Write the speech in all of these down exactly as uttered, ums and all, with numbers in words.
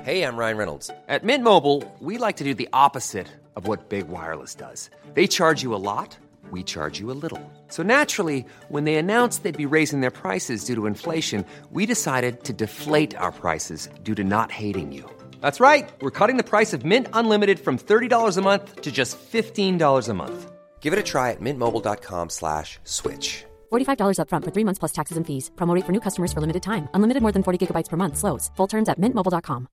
Hey, I'm Ryan Reynolds. At Mint Mobile, we like to do the opposite of what Big Wireless does. They charge you a lot, we charge you a little. So naturally, when they announced they'd be raising their prices due to inflation, we decided to deflate our prices due to not hating you. That's right. We're cutting the price of Mint Unlimited from thirty dollars a month to just fifteen dollars a month. Give it a try at mintmobile.com slash switch. forty-five dollars up front for three months plus taxes and fees. Promo rate for new customers for limited time. Unlimited more than forty gigabytes per month. Slows full terms at mint mobile dot com.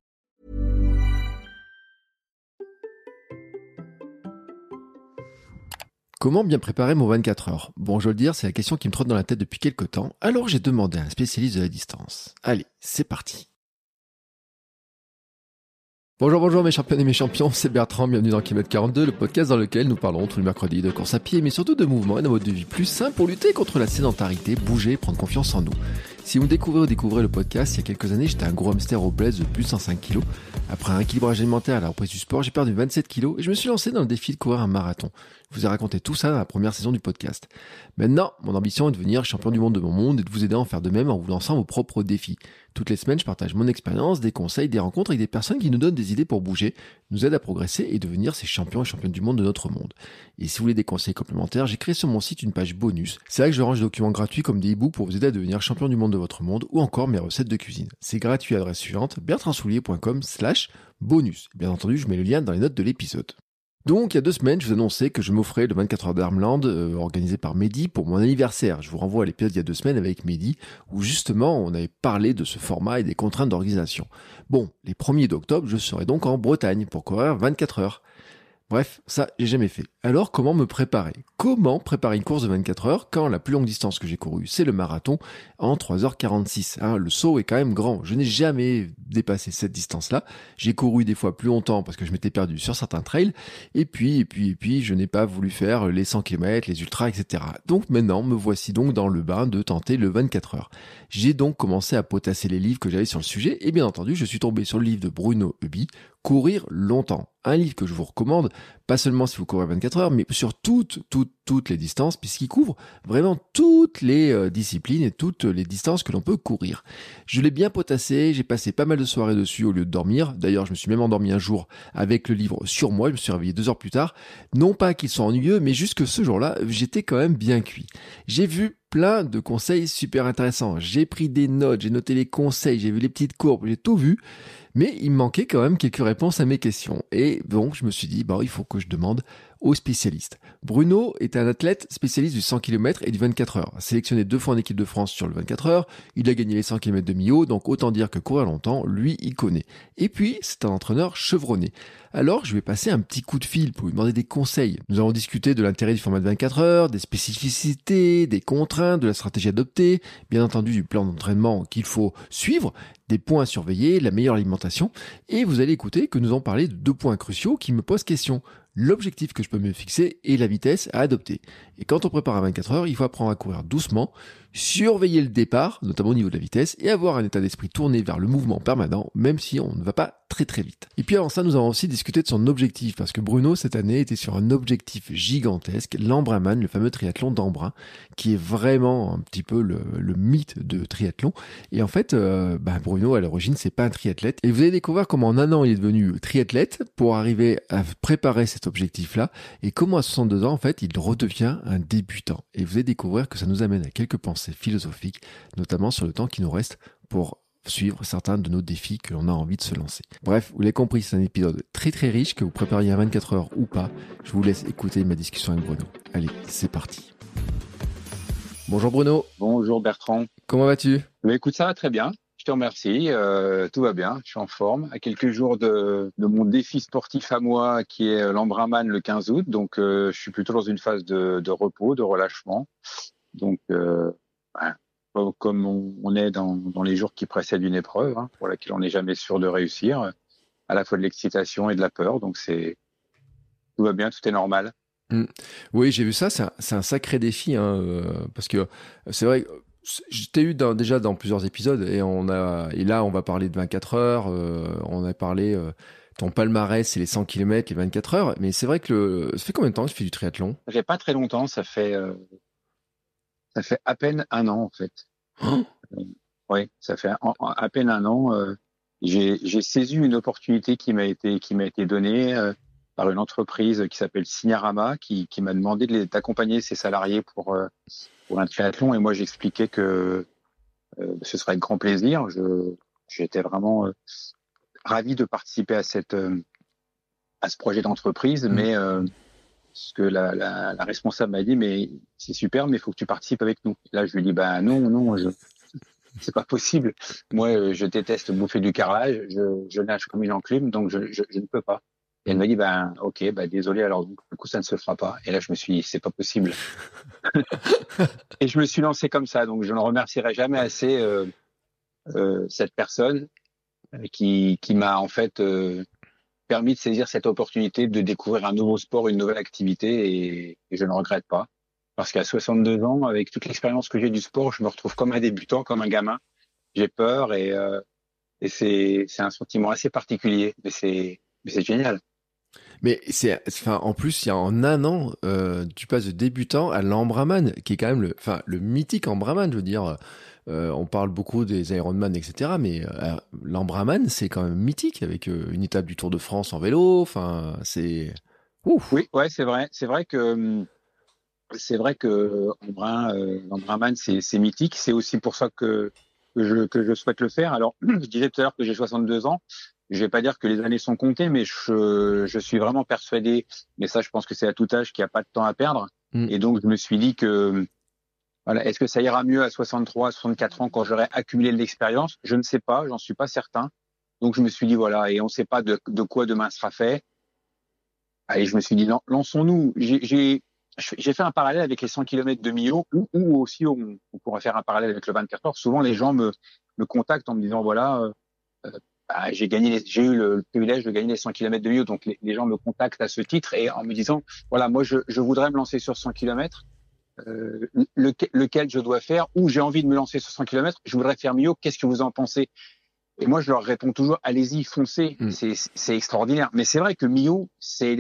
Comment bien préparer mon vingt-quatre heures? Bon, je dois le dire, c'est la question qui me trotte dans la tête depuis quelques temps, alors j'ai demandé à un spécialiste de la distance. Allez, c'est parti. Bonjour, bonjour mes championnes et mes champions, c'est Bertrand, bienvenue dans Kilomètre quarante-deux, le podcast dans lequel nous parlerons tous les mercredis de course à pied, mais surtout de mouvement et d'un mode de vie plus sain pour lutter contre la sédentarité, bouger et prendre confiance en nous. Si vous découvrez ou découvrez le podcast, il y a quelques années, j'étais un gros hamster obèse de plus de cent cinq kilos. Après un équilibrage alimentaire à la reprise du sport, j'ai perdu vingt-sept kilos et je me suis lancé dans le défi de courir un marathon. Je vous ai raconté tout ça dans la première saison du podcast. Maintenant, mon ambition est de devenir champion du monde de mon monde et de vous aider à en faire de même en vous lançant vos propres défis. Toutes les semaines, je partage mon expérience, des conseils, des rencontres avec des personnes qui nous donnent des idées pour bouger, nous aident à progresser et devenir ces champions et championnes du monde de notre monde. Et si vous voulez des conseils complémentaires, j'ai créé sur mon site une page bonus. C'est là que je range des documents gratuits comme des e-books pour vous aider à devenir champion du monde de votre monde ou encore mes recettes de cuisine. C'est gratuit à l'adresse suivante, bertrandsoulier.com slash bonus. Bien entendu, je mets le lien dans les notes de l'épisode. Donc, il y a deux semaines, je vous annonçais que je m'offrais le vingt-quatre heures d'Armland euh, organisé par Mehdi pour mon anniversaire. Je vous renvoie à l'épisode il y a deux semaines avec Mehdi où justement on avait parlé de ce format et des contraintes d'organisation. Bon, les premiers d'octobre, je serai donc en Bretagne pour courir vingt-quatre heures. Bref, ça, j'ai jamais fait. Alors, comment me préparer? Comment préparer une course de vingt-quatre heures quand la plus longue distance que j'ai courue, c'est le marathon en trois heures quarante-six, hein, le saut est quand même grand. Je n'ai jamais dépassé cette distance-là. J'ai couru des fois plus longtemps parce que je m'étais perdu sur certains trails. Et puis, et puis, et puis, je n'ai pas voulu faire les cent kilomètres, les ultras, et cetera. Donc maintenant, me voici donc dans le bain de tenter le vingt-quatre heures. J'ai donc commencé à potasser les livres que j'avais sur le sujet. Et bien entendu, je suis tombé sur le livre de Bruno Hubi, Courir longtemps. Un livre que je vous recommande, pas seulement si vous courez vingt-quatre heures, mais sur toutes, toutes, toutes les distances, puisqu'il couvre vraiment toutes les euh, disciplines et toutes les distances que l'on peut courir. Je l'ai bien potassé, j'ai passé pas mal de soirées dessus au lieu de dormir. D'ailleurs, je me suis même endormi un jour avec le livre sur moi, je me suis réveillé deux heures plus tard. Non pas qu'ils sont ennuyeux, mais juste que ce jour-là, j'étais quand même bien cuit. J'ai vu plein de conseils super intéressants. J'ai pris des notes, j'ai noté les conseils, j'ai vu les petites courbes, j'ai tout vu. Mais il me manquait quand même quelques réponses à mes questions. Et donc, je me suis dit, bon, il faut que je demande aux spécialistes. Bruno est un athlète spécialiste du cent kilomètres et du vingt-quatre heures. Sélectionné deux fois en équipe de France sur le vingt-quatre heures, il a gagné les cent kilomètres de Millau, donc autant dire que courir longtemps, lui, il connaît. Et puis, c'est un entraîneur chevronné. Alors, je vais passer un petit coup de fil pour lui demander des conseils. Nous avons discuté de l'intérêt du format de vingt-quatre heures, des spécificités, des contraintes, de la stratégie adoptée, bien entendu du plan d'entraînement qu'il faut suivre, des points à surveiller, la meilleure alimentation. Et vous allez écouter que nous allons parler de deux points cruciaux qui me posent question. L'objectif que je peux me fixer et la vitesse à adopter. Et quand on prépare à vingt-quatre heures, il faut apprendre à courir doucement, surveiller le départ, notamment au niveau de la vitesse, et avoir un état d'esprit tourné vers le mouvement permanent, même si on ne va pas très très vite. Et puis avant ça, nous avons aussi discuté de son objectif, parce que Bruno, cette année, était sur un objectif gigantesque, l'Embrunman, le fameux triathlon d'Embrun, qui est vraiment un petit peu le, le mythe de triathlon. Et en fait, euh, bah Bruno, à l'origine, c'est pas un triathlète. Et vous allez découvrir comment en un an, il est devenu triathlète pour arriver à préparer cet objectif-là, et comment à soixante-deux ans, en fait, il redevient un débutant. Et vous allez découvrir que ça nous amène à quelques pensées philosophiques, notamment sur le temps qui nous reste pour suivre certains de nos défis que l'on a envie de se lancer. Bref, vous l'avez compris, c'est un épisode très très riche, que vous prépariez à vingt-quatre heures ou pas. Je vous laisse écouter ma discussion avec Bruno. Allez, c'est parti. Bonjour Bruno. Bonjour Bertrand. Comment vas-tu? Mais écoute, ça va très bien. Je te remercie. Euh, tout va bien. Je suis en forme. À quelques jours de, de mon défi sportif à moi, qui est l'Embrunman le quinze août. Donc, euh, je suis plutôt dans une phase de, de repos, de relâchement. Donc, euh, ouais. Comme on, on est dans, dans les jours qui précèdent une épreuve, hein, pour laquelle on n'est jamais sûr de réussir, à la fois de l'excitation et de la peur. Donc, c'est tout va bien, tout est normal. Mmh. Oui, j'ai vu ça. C'est un, c'est un sacré défi, hein, euh, parce que c'est vrai. Je t'ai eu dans, déjà dans plusieurs épisodes et on a et là on va parler de vingt-quatre heures. Euh, on a parlé euh, ton palmarès, c'est les cent kilomètres, les vingt-quatre heures. Mais c'est vrai que le, ça fait combien de temps que tu fais du triathlon? Ça fait pas très longtemps. Ça fait euh, ça fait à peine un an en fait. Oh Euh, oui, ça fait en, en- à peine un an. Euh, j'ai, j'ai saisi une opportunité qui m'a été, qui m'a été donnée euh, par une entreprise qui s'appelle Signarama, qui, qui m'a demandé de les- d'accompagner ses salariés pour, euh, pour un triathlon. Et moi, j'expliquais que euh, ce serait avec grand plaisir. Je, j'étais vraiment euh, ravi de participer à cette, euh, à ce projet d'entreprise, Mmh. mais euh, ce que la, la, la responsable m'a dit, mais c'est super, mais il faut que tu participes avec nous. Là, je lui dis, bah non, non, je, c'est pas possible. Moi, euh, je déteste bouffer du carrelage, je, je nage comme une enclume, donc je, je, je ne peux pas. Et elle m'a dit, ben ok, bah désolé, alors du coup ça ne se fera pas. Et là, je me suis dit, c'est pas possible. Et je me suis lancé comme ça, donc je ne remercierai jamais assez euh, euh, cette personne euh, qui, qui m'a en fait euh, permis de saisir cette opportunité de découvrir un nouveau sport, une nouvelle activité, et, et je ne regrette pas. Parce qu'à soixante-deux ans, avec toute l'expérience que j'ai du sport, je me retrouve comme un débutant, comme un gamin. J'ai peur et, euh, et c'est, c'est un sentiment assez particulier, mais c'est, mais c'est génial. Mais c'est, enfin, en plus, il y a en un an, euh, tu passes de débutant à l'Ambraman, qui est quand même le, enfin, le mythique Ambraman. Je veux dire, euh, on parle beaucoup des Ironman, et cetera. Mais euh, l'Ambraman, c'est quand même mythique avec euh, une étape du Tour de France en vélo. Enfin, c'est ouf. Oui, ouais, c'est vrai. C'est vrai que, hum, c'est vrai que Embrun, euh, Embrunman, c'est, c'est mythique. C'est aussi pour ça que, que je, que je souhaite le faire. Alors, je disais tout à l'heure que j'ai soixante-deux ans. Je vais pas dire que les années sont comptées, mais je, je suis vraiment persuadé, mais ça, je pense que c'est à tout âge qu'il n'y a pas de temps à perdre. Mm. Et donc, je me suis dit que, voilà, est-ce que ça ira mieux à soixante-trois, soixante-quatre ans quand j'aurai accumulé de l'expérience? Je ne sais pas, j'en suis pas certain. Donc, je me suis dit, voilà, et on ne sait pas de, de quoi demain sera fait. Allez, je me suis dit, lan- lançons-nous. J'ai, j'ai, j'ai fait un parallèle avec les cent kilomètres de Millau, ou, ou aussi on, on pourrait faire un parallèle avec le vingt-quatre heures. Souvent, les gens me, me contactent en me disant, voilà, euh, euh, bah, j'ai gagné, les- j'ai eu le, le privilège de gagner les cent kilomètres de Millau. Donc, les, les gens me contactent à ce titre et en me disant, voilà, moi, je, je voudrais me lancer sur cent kilomètres. Euh, lequel, lequel je dois faire, ou j'ai envie de me lancer sur cent kilomètres, je voudrais faire Millau, qu'est-ce que vous en pensez? Et moi, je leur réponds toujours, allez-y, foncez, Mm. c'est, c'est extraordinaire. Mais c'est vrai que Millau, c'est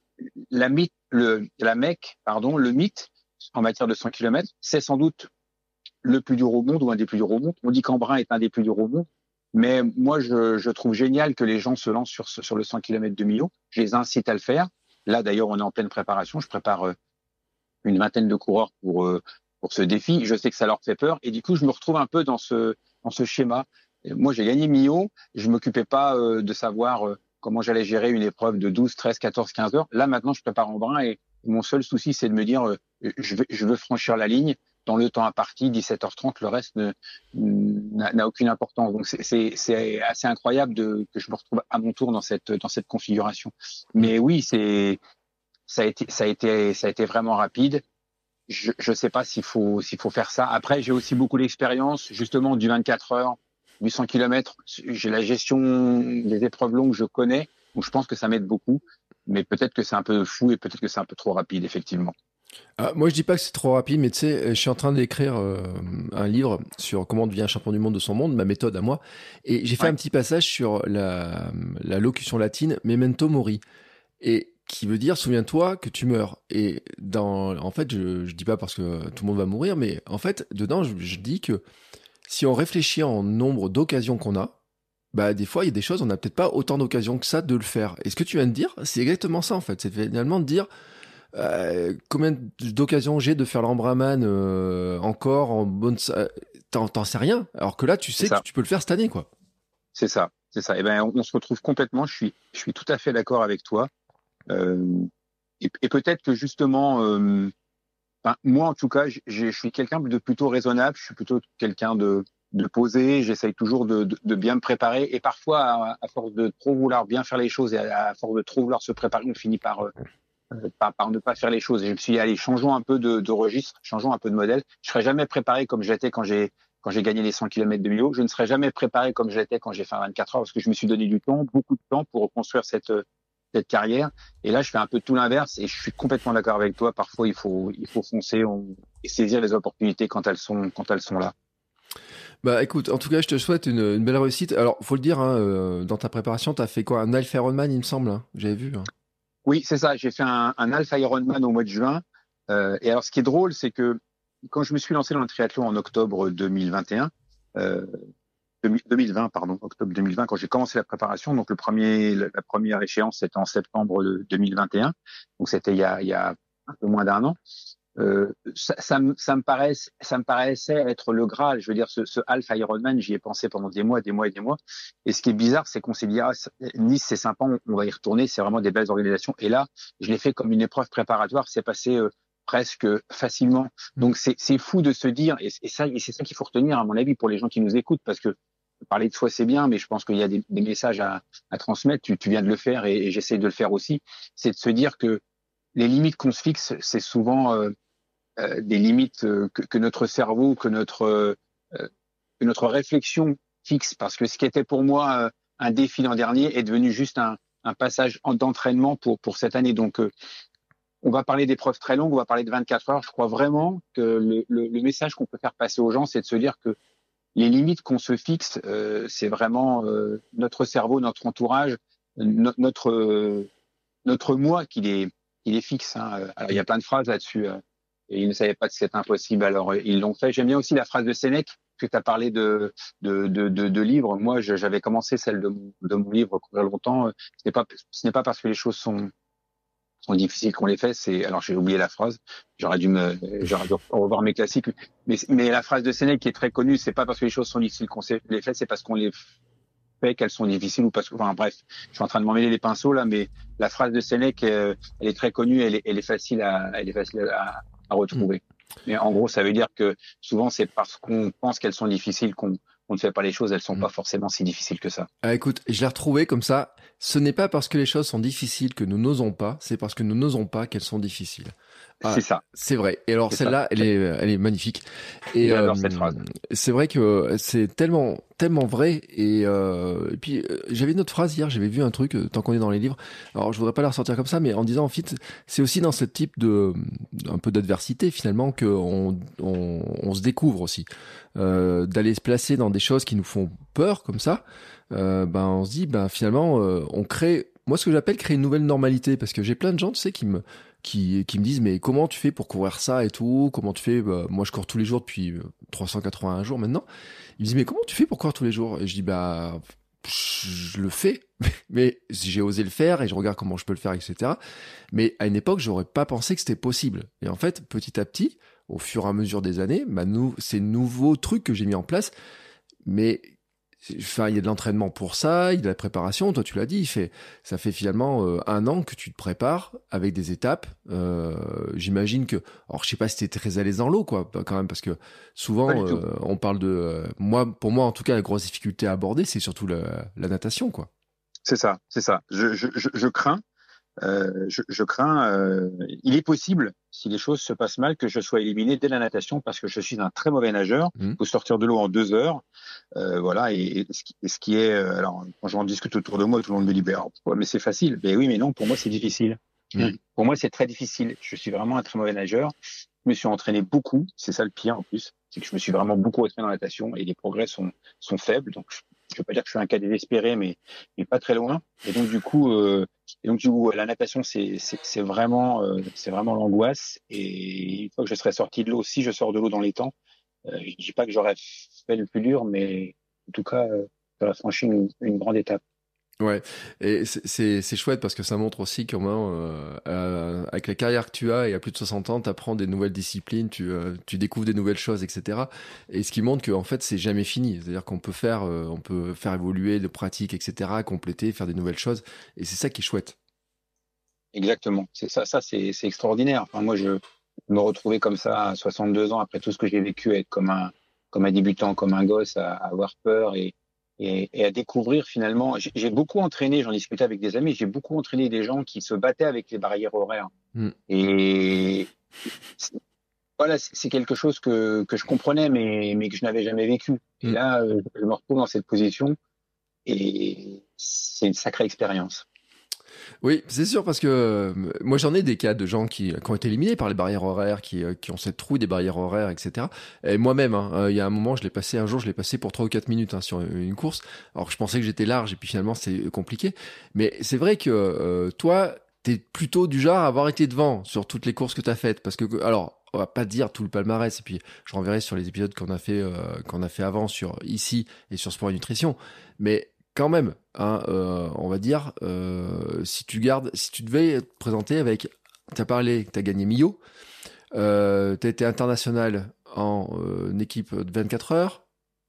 la mythe, le, la Mecque, pardon, le mythe en matière de cent kilomètres, c'est sans doute le plus dur au monde ou un des plus durs au monde. On dit qu'Embrun est un des plus durs au monde. Mais moi, je, je trouve génial que les gens se lancent sur, ce- sur le cent kilomètres de Millau. Je les incite à le faire. Là, d'ailleurs, on est en pleine préparation. Je prépare euh, une vingtaine de coureurs pour, euh, pour ce défi. Je sais que ça leur fait peur. Et du coup, je me retrouve un peu dans ce, dans ce schéma. Et moi, j'ai gagné Millau. Je m'occupais pas euh, de savoir euh, comment j'allais gérer une épreuve de douze, treize, quatorze, quinze heures. Là, maintenant, je prépare Embrun et mon seul souci, c'est de me dire, euh, je, veux, je veux franchir la ligne dans le temps imparti, dix-sept heures trente. Le reste ne, n'a, n'a aucune importance. Donc, c'est, c'est, c'est assez incroyable de, que je me retrouve à mon tour dans cette, dans cette configuration. Mm. Mais oui, c'est, ça a été, ça a été, ça a été vraiment rapide. Je ne sais pas s'il faut, s'il faut faire ça. Après, j'ai aussi beaucoup d'expérience, justement, du vingt-quatre heures, du cent kilomètres. J'ai la gestion des épreuves longues, je connais. Donc, je pense que ça m'aide beaucoup. Mais peut-être que c'est un peu fou et peut-être que c'est un peu trop rapide, effectivement. Ah, moi, je dis pas que c'est trop rapide, mais tu sais, je suis en train d'écrire euh, un livre sur comment devenir champion du monde de son monde, ma méthode à moi, et j'ai fait Ouais, un petit passage sur la, la locution latine memento mori, et qui veut dire souviens-toi que tu meurs. Et dans, en fait, je, je dis pas parce que tout le monde va mourir, mais en fait, dedans, je, je dis que si on réfléchit en nombre d'occasions qu'on a, bah des fois, il y a des choses, on n'a peut-être pas autant d'occasions que ça de le faire. Et ce que tu viens de dire, c'est exactement ça en fait. C'est finalement de dire euh, combien d'occasions j'ai de faire l'Ambraman euh, encore en bonne. euh, T'en, t'en sais rien. Alors que là, tu c'est sais que ça. tu peux le faire cette année, quoi. C'est ça. C'est ça. Et ben, on, on se retrouve complètement. Je suis, je suis tout à fait d'accord avec toi. Euh, et, et peut-être que justement, euh, enfin, moi, en tout cas, j'ai- je suis quelqu'un de plutôt raisonnable. Je suis plutôt quelqu'un de, de posé. J'essaye toujours de, de, de bien me préparer. Et parfois, à, à force de trop vouloir bien faire les choses et à, à force de trop vouloir se préparer, on finit par, euh, par, par ne pas faire les choses. Et je me suis dit, allez, changeons un peu de, de registre, changeons un peu de modèle. Je serai jamais préparé comme j'étais quand j'ai quand j'ai gagné les cent kilomètres de Millau. Je ne serai jamais préparé comme j'étais quand j'ai fait un vingt-quatre heures parce que je me suis donné du temps, beaucoup de temps pour reconstruire cette cette carrière. Et là, je fais un peu tout l'inverse et je suis complètement d'accord avec toi. Parfois, il faut, il faut foncer on, et saisir les opportunités quand elles sont, quand elles sont là. Bah écoute, en tout cas, je te souhaite une, une belle réussite. Alors, faut le dire, hein, euh, dans ta préparation, t'as fait quoi? Un Alpha Ironman, il me semble, hein. J'avais vu, hein. Oui, c'est ça. J'ai fait un, un Alpha Ironman au mois de juin. Euh, et alors, ce qui est drôle, c'est que quand je me suis lancé dans le triathlon en octobre deux mille vingt et un, euh, deux mille vingt, pardon, octobre deux mille vingt, quand j'ai commencé la préparation. Donc le premier, la première échéance, c'était en septembre deux mille vingt et un. Donc c'était il y a, il y a un peu moins d'un an. Euh, ça, ça, me, ça me paraissait, ça me paraissait être le Graal. Je veux dire, ce, ce Half Ironman, j'y ai pensé pendant des mois, des mois et des mois. Et ce qui est bizarre, c'est qu'on s'est dit, ah, Nice, c'est sympa, on, on va y retourner. C'est vraiment des belles organisations. Et là, je l'ai fait comme une épreuve préparatoire. C'est passé euh, presque facilement. Donc c'est, c'est fou de se dire, et, et ça, et c'est ça qu'il faut retenir à mon avis pour les gens qui nous écoutent, parce que parler de soi c'est bien, mais je pense qu'il y a des, des messages à, à transmettre. Tu, tu viens de le faire et, et j'essaie de le faire aussi. C'est de se dire que les limites qu'on se fixe, c'est souvent euh, euh, des limites euh, que, que notre cerveau, que notre euh, que notre réflexion fixe. Parce que ce qui était pour moi euh, un défi l'an dernier est devenu juste un, un passage d'entraînement pour pour cette année. Donc euh, on va parler d'épreuves très longues, on va parler de vingt-quatre heures. Je crois vraiment que le, le, le message qu'on peut faire passer aux gens, c'est de se dire que les limites qu'on se fixe, euh, c'est vraiment euh, notre cerveau, notre entourage, no- notre euh, notre moi qui les qui les fixe. Hein. Alors il y a plein de phrases là-dessus. Euh, et ils ne savaient pas que c'était impossible, alors ils l'ont fait. J'aime bien aussi la phrase de Sénèque, que tu as parlé de de, de de de livres. Moi, je, j'avais commencé celle de mon, de mon livre il y a longtemps. Ce n'est pas ce n'est pas parce que les choses sont sont difficiles qu'on les fait. C'est alors j'ai oublié la phrase. J'aurais dû me j'aurais dû revoir mes classiques. Mais mais la phrase de Sénèque qui est très connue, c'est pas parce que les choses sont difficiles qu'on les fait, c'est parce qu'on les fait qu'elles sont difficiles ou parce que enfin bref, je suis en train de m'emmêler les pinceaux là, mais la phrase de Sénèque, euh, elle est très connue, elle est elle est facile à elle est facile à, à retrouver. Mmh. Mais en gros, ça veut dire que souvent c'est parce qu'on pense qu'elles sont difficiles qu'on on ne fait pas les choses, elles sont mmh. pas forcément si difficiles que ça. Ah, écoute, je l'ai retrouvé comme ça. Ce n'est pas parce que les choses sont difficiles que nous n'osons pas, c'est parce que nous n'osons pas qu'elles sont difficiles. Ah, c'est ça. C'est vrai. Et alors c'est celle-là, ça. elle est, elle est magnifique. Et j'adore euh, cette phrase. C'est vrai que c'est tellement, tellement vrai. Et, euh, et puis euh, j'avais une autre phrase hier. J'avais vu un truc. Euh, tant qu'on est dans les livres. Alors je voudrais pas la ressortir comme ça, mais en disant en fait, c'est aussi dans ce type de, un peu d'adversité finalement que on, on, on se découvre aussi. Euh, d'aller se placer dans des choses qui nous font peur comme ça. Euh, ben on se dit, ben finalement, euh, on crée. Moi, ce que j'appelle créer une nouvelle normalité, parce que j'ai plein de gens, tu sais, qui me qui qui me disent mais comment tu fais pour courir ça et tout, comment tu fais, bah, moi je cours tous les jours depuis trois cent quatre-vingt-un jours maintenant. Ils me disent mais comment tu fais pour courir tous les jours? Et je dis bah je le fais, mais j'ai osé le faire et je regarde comment je peux le faire, et cetera. Mais à une époque j'aurais pas pensé que c'était possible. Et en fait petit à petit, au fur et à mesure des années, bah nous ces nouveaux trucs que j'ai mis en place, mais enfin, il y a de l'entraînement pour ça, il y a de la préparation. Toi, tu l'as dit, il fait, ça fait finalement euh, un an que tu te prépares avec des étapes. Euh, j'imagine que, alors je sais pas si t'es très à l'aise dans l'eau, quoi, quand même, parce que souvent euh, on parle de, euh, moi, pour moi en tout cas, la grosse difficulté à aborder, c'est surtout la, la natation, quoi. C'est ça, c'est ça. Je, je, je, je crains. Euh, je, je crains, euh, il est possible, si les choses se passent mal, que je sois éliminé dès la natation parce que je suis un très mauvais nageur. Il mmh. faut sortir de l'eau en deux heures. Euh, voilà, et, et, ce qui, et ce qui est, alors quand j'en discute autour de moi, tout le monde me dit, ben, alors, ouais, mais c'est facile. Ben oui, mais non, pour moi c'est difficile. Mmh. Pour moi c'est très difficile. Je suis vraiment un très mauvais nageur. Je me suis entraîné beaucoup, c'est ça le pire en plus, c'est que je me suis vraiment beaucoup entraîné dans la natation et les progrès sont sont faibles. Donc je, je veux pas dire que je suis un cas désespéré, mais mais pas très loin. Et donc du coup, euh, et donc du coup, la natation c'est c'est, c'est vraiment euh, c'est vraiment l'angoisse. Et une fois que je serai sorti de l'eau, si je sors de l'eau dans les temps, euh, je dis pas que j'aurais fait le plus dur, mais en tout cas, euh, j'aurais franchi une, une grande étape. Ouais, et c'est, c'est, c'est chouette parce que ça montre aussi comment, euh, euh, avec la carrière que tu as et à plus de soixante ans, tu apprends des nouvelles disciplines, tu, euh, tu découvres des nouvelles choses, et cetera. Et ce qui montre qu'en fait, c'est jamais fini. C'est-à-dire qu'on peut faire, euh, on peut faire évoluer de pratiques, et cetera, compléter, faire des nouvelles choses. Et c'est ça qui est chouette. Exactement. C'est ça, ça c'est, c'est extraordinaire. Enfin, moi, je me retrouvais comme ça à soixante-deux ans après tout ce que j'ai vécu, à être comme un, comme un débutant, comme un gosse, à, à avoir peur et Et, et à découvrir finalement. J'ai, j'ai beaucoup entraîné, j'en discutais avec des amis, j'ai beaucoup entraîné des gens qui se battaient avec les barrières horaires. Mm. Et voilà, c'est, c'est quelque chose que, que je comprenais, mais, mais que je n'avais jamais vécu. Mm. Et là, je me retrouve dans cette position et c'est une sacrée expérience. Oui, c'est sûr, parce que euh, moi j'en ai des cas de gens qui, qui ont été éliminés par les barrières horaires, qui, euh, qui ont cette trouille des barrières horaires, et cetera. Et moi-même, hein, euh, il y a un moment, je l'ai passé un jour, je l'ai passé pour trois ou quatre minutes hein, sur une course. Alors je pensais que j'étais large et puis finalement c'est compliqué. Mais c'est vrai que euh, toi, t'es plutôt du genre à avoir été devant sur toutes les courses que t'as faites, parce que alors on va pas dire tout le palmarès, et puis je renverrai sur les épisodes qu'on a fait, euh, qu'on a fait avant sur ici et sur Sport et Nutrition, mais quand même, hein, euh, on va dire, euh, si tu gardes, si tu devais te présenter avec, t'as parlé, t'as gagné Millau, euh, t'as été international en euh, équipe de vingt-quatre heures,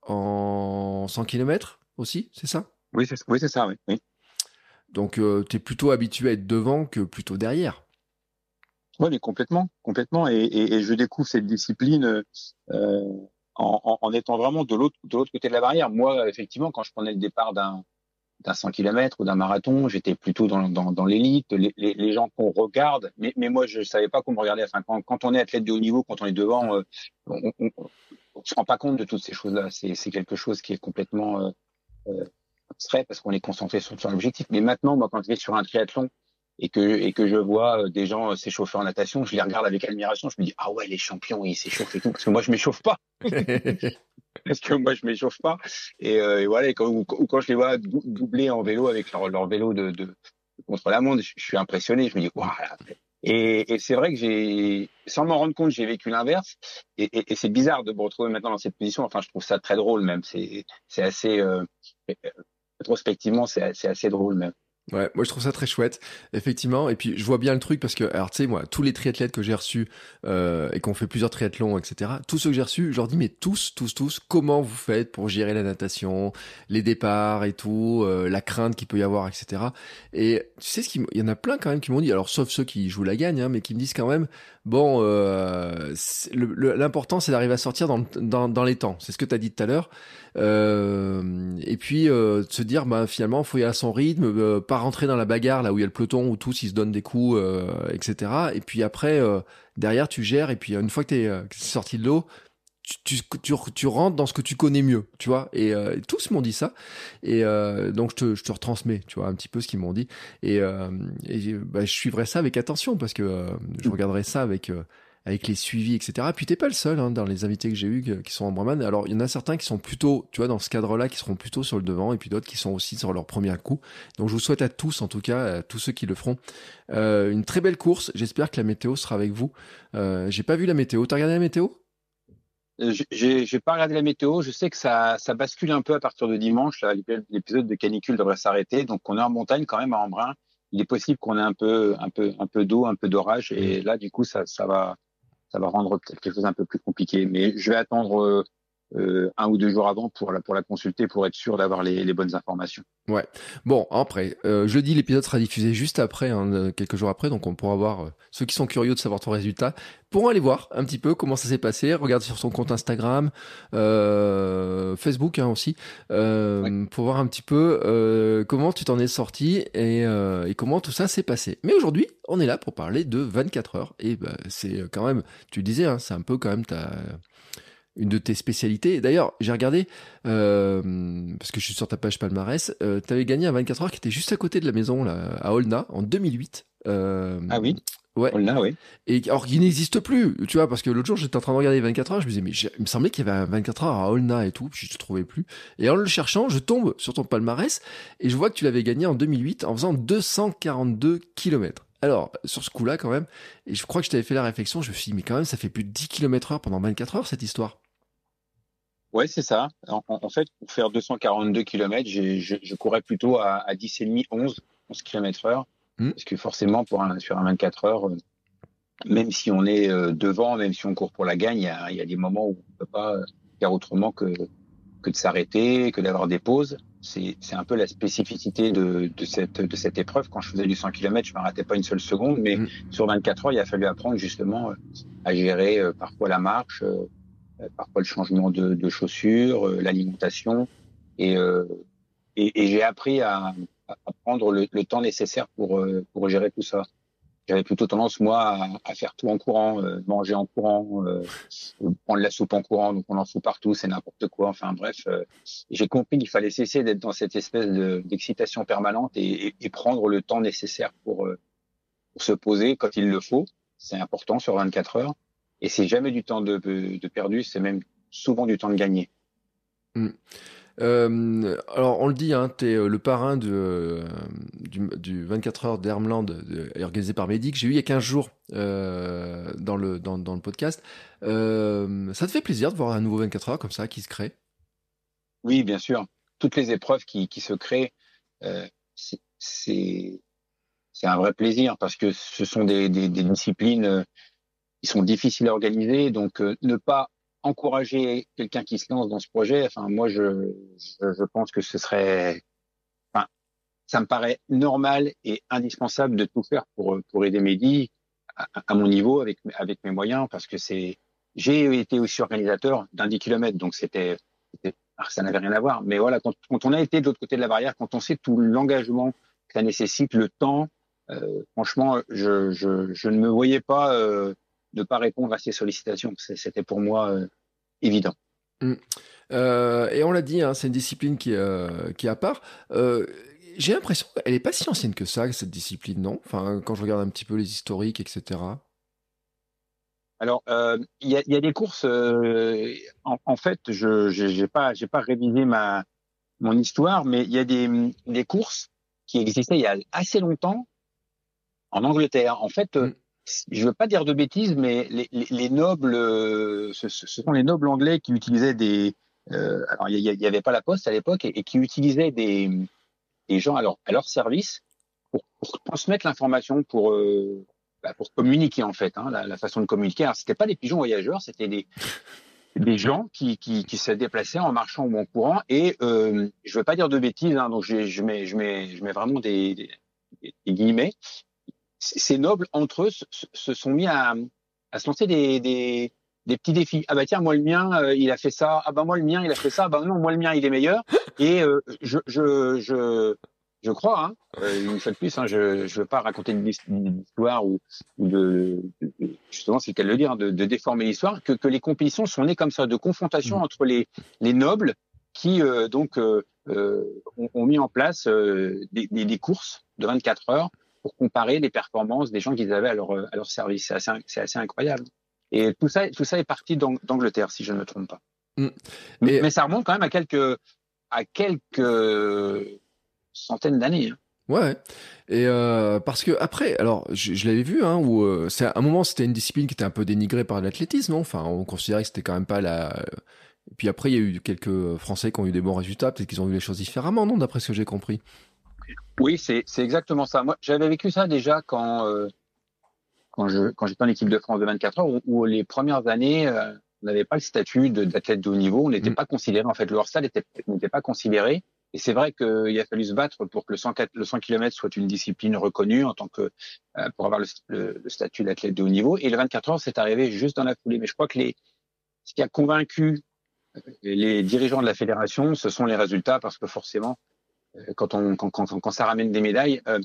en cent kilomètres aussi, c'est ça? Oui, c'est, oui, c'est ça, oui. oui. Donc, euh, t'es plutôt habitué à être devant que plutôt derrière. Oui, mais complètement, complètement. Et, et, et je découvre cette discipline euh, en, en, en étant vraiment de l'autre, de l'autre côté de la barrière. Moi, effectivement, quand je prenais le départ d'un, d'un cent kilomètres ou d'un marathon, j'étais plutôt dans, dans, dans l'élite, les, les, les gens qu'on regarde. Mais, mais moi, je savais pas qu'on me regardait. Enfin, quand, quand on est athlète de haut niveau, quand on est devant, euh, on, on, on se rend pas compte de toutes ces choses-là. C'est, c'est quelque chose qui est complètement euh, euh, abstrait parce qu'on est concentré sur, sur l'objectif. Mais maintenant, moi, quand je vais sur un triathlon et que et que je vois des gens s'échauffer en natation, je les regarde avec admiration. Je me dis ah ouais, les champions, ils s'échauffent et tout. Parce que moi, je m'échauffe pas. Parce que moi, je m'échauffe pas. Et, euh, et voilà. Et quand, ou, ou quand je les vois dou- doubler en vélo avec leur, leur vélo de, de, de contre la montre, je, je suis impressionné. Je me dis voilà. Et, et c'est vrai que j'ai, sans m'en rendre compte, j'ai vécu l'inverse. Et, et, et c'est bizarre de me retrouver maintenant dans cette position. Enfin, je trouve ça très drôle même. C'est c'est assez euh, rétrospectivement, c'est c'est assez drôle même. Ouais, moi je trouve ça très chouette, effectivement. Et puis je vois bien le truc parce que, alors tu sais, moi, tous les triathlètes que j'ai reçus euh, et qu'on fait plusieurs triathlons, et cetera, tous ceux que j'ai reçus, je leur dis, mais tous, tous, tous, comment vous faites pour gérer la natation, les départs et tout, euh, la crainte qu'il peut y avoir, et cetera. Et tu sais, ce qu'il y en a plein quand même qui m'ont dit, alors sauf ceux qui jouent la gagne, hein, mais qui me disent quand même, bon, euh, le, le, l'important c'est d'arriver à sortir dans, dans, dans les temps. C'est ce que tu as dit tout à l'heure. Euh, et puis euh, de se dire, bah finalement, faut y aller à son rythme, euh, pas rentrer dans la bagarre là où il y a le peloton où tous ils se donnent des coups, euh, et cetera. Et puis après, euh, derrière, tu gères. Et puis une fois que t'es euh, que t'es sorti de l'eau, tu, tu, tu, tu rentres dans ce que tu connais mieux, tu vois. Et euh, tous m'ont dit ça. Et euh, donc je te, je te retransmets, tu vois, un petit peu ce qu'ils m'ont dit. Et, euh, et bah, je suivrai ça avec attention parce que euh, je regarderai ça avec euh, avec les suivis, et cetera. Puis t'es pas le seul hein, dans les invités que j'ai eus qui sont en Brahman. Alors il y en a certains qui sont plutôt, tu vois, dans ce cadre-là, qui seront plutôt sur le devant, et puis d'autres qui sont aussi sur leur premier coup. Donc je vous souhaite à tous, en tout cas, à tous ceux qui le feront, euh, une très belle course. J'espère que la météo sera avec vous. Euh, j'ai pas vu la météo. T'as regardé la météo? J'ai, j'ai pas regardé la météo. Je sais que ça, ça bascule un peu à partir de dimanche. Là, l'épisode de canicule devrait s'arrêter. Donc, on est en montagne quand même à Embrun. Il est possible qu'on ait un peu, un peu, un peu d'eau, un peu d'orage. Et là, du coup, ça, ça va, ça va rendre peut-être quelque chose un peu plus compliqué. Mais je vais attendre euh, euh, un ou deux jours avant pour la, pour la consulter pour être sûr d'avoir les, les bonnes informations. Ouais. Bon, après, euh, jeudi, l'épisode sera diffusé juste après, hein, quelques jours après, donc on pourra voir, euh, ceux qui sont curieux de savoir ton résultat, pourront aller voir un petit peu comment ça s'est passé, regarder sur son compte Instagram, euh, Facebook hein, aussi, euh, ouais. Pour voir un petit peu euh, comment tu t'en es sorti et, euh, et comment tout ça s'est passé. Mais aujourd'hui, on est là pour parler de vingt-quatre heures, et bah, c'est quand même, tu le disais, hein, c'est un peu quand même ta... une de tes spécialités. D'ailleurs, j'ai regardé, euh, parce que je suis sur ta page palmarès, euh, tu avais gagné un vingt-quatre heures qui était juste à côté de la maison, là, à Olna, en deux mille huit. Euh, ah oui Ouais. Olna, oui. Et alors, il n'existe plus, tu vois, parce que l'autre jour, j'étais en train de regarder vingt-quatre heures, je me disais, mais il me semblait qu'il y avait un vingt-quatre heures à Olna et tout, puis je ne trouvais plus. Et en le cherchant, je tombe sur ton palmarès, et je vois que tu l'avais gagné en deux mille huit en faisant deux cent quarante-deux kilomètres. Alors, sur ce coup-là, quand même, et je crois que je t'avais fait la réflexion, je me suis dit, mais quand même, ça fait plus de dix kilomètres heure pendant vingt-quatre heures, cette histoire. Ouais, c'est ça. En, en fait, pour faire deux cent quarante-deux kilomètres, j'ai, je, je courais plutôt à, à dix et demi, onze, onze kilomètres heure. Mmh. Parce que forcément, pour un, sur un vingt-quatre heures, euh, même si on est euh, devant, même si on court pour la gagne, il y a, il y a des moments où on peut pas faire autrement que, que de s'arrêter, que d'avoir des pauses. C'est, c'est un peu la spécificité de, de cette, de cette épreuve. Quand je faisais du cent kilomètres, je m'arrêtais pas une seule seconde, mais mmh. sur vingt-quatre heures, il a fallu apprendre justement euh, à gérer euh, parfois la marche, euh, parfois le changement de, de chaussures, euh, l'alimentation, et, euh, et, et j'ai appris à, à prendre le, le temps nécessaire pour, euh, pour gérer tout ça. J'avais plutôt tendance, moi, à, à faire tout en courant, euh, manger en courant, euh, prendre la soupe en courant, donc on en fout partout, c'est n'importe quoi, enfin bref. Euh, j'ai compris qu'il fallait cesser d'être dans cette espèce de, d'excitation permanente et, et, et prendre le temps nécessaire pour, euh, pour se poser quand il le faut. C'est important sur vingt-quatre heures. Et c'est jamais du temps de, de perdu, c'est même souvent du temps de gagné. Mmh. Euh, alors on le dit, hein, t'es le parrain de, du, du vingt-quatre heures d'Ermland de, organisé par Mehdi que j'ai eu il y a quinze jours euh, dans, le, dans, dans le podcast. Euh, ça te fait plaisir de voir un nouveau vingt-quatre heures comme ça qui se crée? Oui, bien sûr. Toutes les épreuves qui, qui se créent, euh, c'est, c'est, c'est un vrai plaisir parce que ce sont des, des, des disciplines euh, qui sont difficiles à organiser. Donc, euh, ne pas encourager quelqu'un qui se lance dans ce projet, enfin, moi, je, je, je pense que ce serait, enfin, ça me paraît normal et indispensable de tout faire pour, pour aider Mehdi à, à mon niveau avec, avec mes moyens parce que c'est, j'ai été aussi organisateur d'un dix kilomètres, donc c'était, c'était alors, ça n'avait rien à voir. Mais voilà, quand, quand on a été de l'autre côté de la barrière, quand on sait tout l'engagement que ça nécessite, le temps, euh, franchement, je, je, je ne me voyais pas euh, ne pas répondre à ces sollicitations. C'était pour moi euh, évident. Mmh. Euh, et on l'a dit, hein, c'est une discipline qui, euh, qui est à part. Euh, j'ai l'impression qu'elle n'est pas si ancienne que ça, cette discipline, non? Enfin, quand je regarde un petit peu les historiques, et cetera. Alors, euh, il y, a, y a des courses. Euh, en, en fait, je j'ai pas j'ai pas révisé ma mon histoire, mais il y a des des courses qui existaient il y a assez longtemps en Angleterre. En fait, euh, Mm. je veux pas dire de bêtises, mais les, les, les nobles, euh, ce, ce sont les nobles anglais qui utilisaient des. Euh, alors, il y, y avait pas la poste à l'époque et, et qui utilisaient des des gens à leur à leur service pour, pour transmettre l'information, pour euh, bah, pour communiquer en fait, hein, la, la façon de communiquer. Alors c'était pas des pigeons voyageurs, c'était des des gens qui qui qui se déplaçaient en marchant ou en courant. Et euh, je veux pas dire de bêtises, hein, donc je, je mets je mets je mets vraiment des, des, des guillemets. Ces nobles entre eux se, se sont mis à à se lancer des des des petits défis. Ah bah tiens, moi le mien, euh, il a fait ça. Ah bah moi le mien, il a fait ça. Ah bah non, moi le mien, il est meilleur. Et euh, je je je je crois, hein, euh, une fois de plus, hein, je je veux pas raconter une, une histoire ou, ou de, de justement c'est le cas de le dire, hein, de, de déformer l'histoire, que que les compétitions sont nées comme ça, de confrontation Mm. entre les les nobles qui euh, donc euh, euh, ont, ont mis en place euh, des, des, des courses de vingt-quatre heures pour comparer les performances des gens qu'ils avaient à leur à leur service. C'est assez c'est assez incroyable. Et tout ça, tout ça est parti d'Angleterre, si je ne me trompe pas. Mm. Mais, Et- mais ça remonte quand même à quelques, à quelques centaines d'années. Hein. Ouais. Et euh, parce que après, alors je, je l'avais vu, hein, où euh, c'est à un moment c'était une discipline qui était un peu dénigrée par l'athlétisme, non? Enfin, on considérait que c'était quand même pas la. Et puis après, il y a eu quelques Français qui ont eu des bons résultats, peut-être qu'ils ont vu les choses différemment, non? D'après ce que j'ai compris. Oui, c'est c'est exactement ça. Moi, j'avais vécu ça déjà quand euh, quand je quand j'étais en équipe de France de vingt-quatre heures, où, où les premières années, euh, on n'avait pas le statut de- d'athlète de haut niveau, on n'était Mm. pas considéré. En fait, le hors-stade était- n'était pas considéré. Et c'est vrai qu'il a fallu se battre pour que le cent, le cent kilomètres soit une discipline reconnue en tant que euh, pour avoir le, le, le statut d'athlète de haut niveau. Et le vingt-quatre heures, c'est arrivé juste dans la foulée. Mais je crois que les ce qui a convaincu les dirigeants de la fédération, ce sont les résultats, parce que forcément, euh, quand on quand, quand, quand ça ramène des médailles, euh,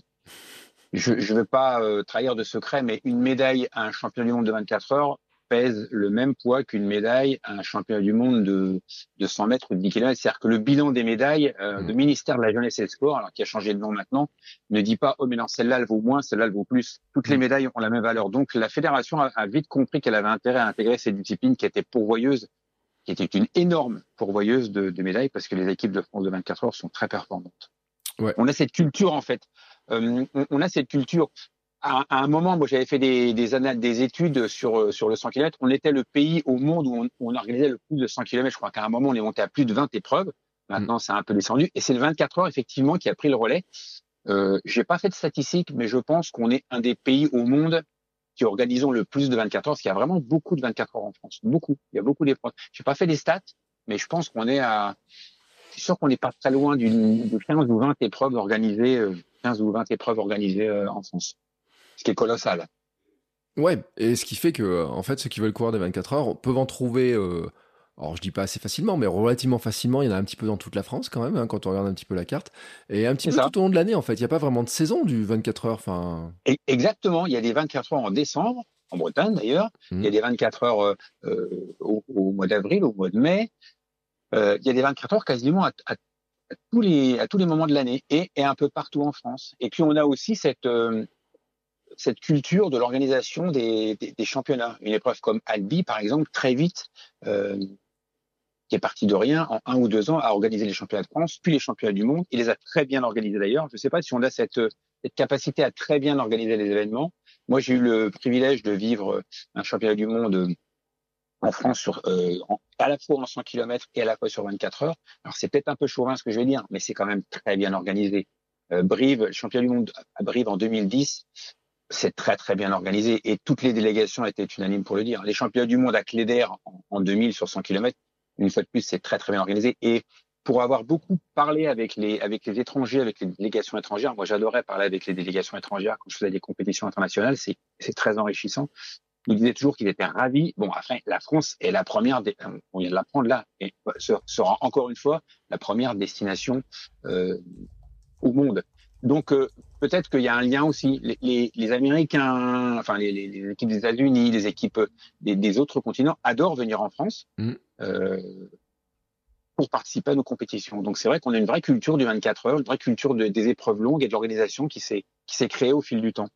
je ne veux pas euh, trahir de secret, mais une médaille à un championnat du monde de vingt-quatre heures pèse le même poids qu'une médaille à un championnat du monde de, de cent mètres ou de dix kilomètres. C'est-à-dire que le bilan des médailles, euh, Mm. le ministère de la Jeunesse et des Sports, alors qui a changé de nom maintenant, ne dit pas « Oh, mais non, celle-là, elle vaut moins, celle-là, elle vaut plus ». Toutes les Mm. médailles ont la même valeur. Donc, la fédération a, a vite compris qu'elle avait intérêt à intégrer cette discipline qui était pourvoyeuse, qui était une énorme pourvoyeuse de, de médailles, parce que les équipes de France de vingt-quatre heures sont très performantes. Ouais. On a cette culture, en fait. Euh, on, on a cette culture. À, à un moment, moi, j'avais fait des, des, anal- des études sur, sur le cent kilomètres. On était le pays au monde où on, où on organisait le plus de cent kilomètres. Je crois qu'à un moment, on est monté à plus de vingt épreuves. Maintenant, Mm. c'est un peu descendu. Et c'est le vingt-quatre heures, effectivement, qui a pris le relais. Euh, j'ai pas fait de statistiques, mais je pense qu'on est un des pays au monde qui organisons le plus de vingt-quatre heures, parce qu'il y a vraiment beaucoup de vingt-quatre heures en France. Beaucoup. Il y a beaucoup d'épreuves. J'ai pas fait les stats, mais je pense qu'on est à, je suis sûr qu'on n'est pas très loin d'une, de quinze ou vingt épreuves organisées, euh, quinze ou vingt épreuves organisées euh, en France. Ce qui est colossal. Ouais. Et ce qui fait que, euh, en fait, ceux qui veulent courir des vingt-quatre heures peuvent en trouver. Euh, alors, je dis pas assez facilement, mais relativement facilement. Il y en a un petit peu dans toute la France quand même, hein, quand on regarde un petit peu la carte, et un petit C'est peu ça. tout au long de l'année. En fait, il y a pas vraiment de saison du vingt-quatre heures. Enfin. Et exactement. Il y a des vingt-quatre heures en décembre, en Bretagne d'ailleurs. Mm. Il y a des vingt-quatre heures euh, euh, au, au mois d'avril, au mois de mai. Euh, il y a des vingt-quatre heures quasiment à, à, à tous les à tous les moments de l'année et, et un peu partout en France. Et puis on a aussi cette euh, cette culture de l'organisation des, des, des championnats. Une épreuve comme Albi, par exemple, très vite, euh, qui est parti de rien en un ou deux ans à organiser les championnats de France, puis les championnats du monde. Il les a très bien organisés d'ailleurs. Je ne sais pas si on a cette, cette capacité à très bien organiser les événements. Moi, j'ai eu le privilège de vivre un championnat du monde en France sur euh, en, à la fois en cent kilomètres et à la fois sur vingt-quatre heures. Alors c'est peut-être un peu chauvin ce que je vais dire, mais c'est quand même très bien organisé. Euh, Brive, le championnat du monde à Brive en deux mille dix, c'est très très bien organisé et toutes les délégations étaient unanimes pour le dire. Les championnats du monde à Cléder en, en deux mille sur cent kilomètres, une fois de plus, c'est très très bien organisé. Et pour avoir beaucoup parlé avec les avec les étrangers, avec les délégations étrangères, moi j'adorais parler avec les délégations étrangères quand je faisais des compétitions internationales, c'est c'est très enrichissant. Ils disaient toujours qu'ils étaient ravis. Bon, après, la France est la première, des, on vient de l'apprendre là, et sera encore une fois la première destination euh, au monde. Donc euh, peut-être qu'il y a un lien aussi. Les, les, les Américains, enfin les, les, les équipes des États-Unis, les équipes des, des autres continents adorent venir en France mmh. euh, pour participer à nos compétitions. Donc c'est vrai qu'on a une vraie culture du vingt-quatre heures, une vraie culture de, des épreuves longues et de l'organisation qui s'est qui s'est créée au fil du temps.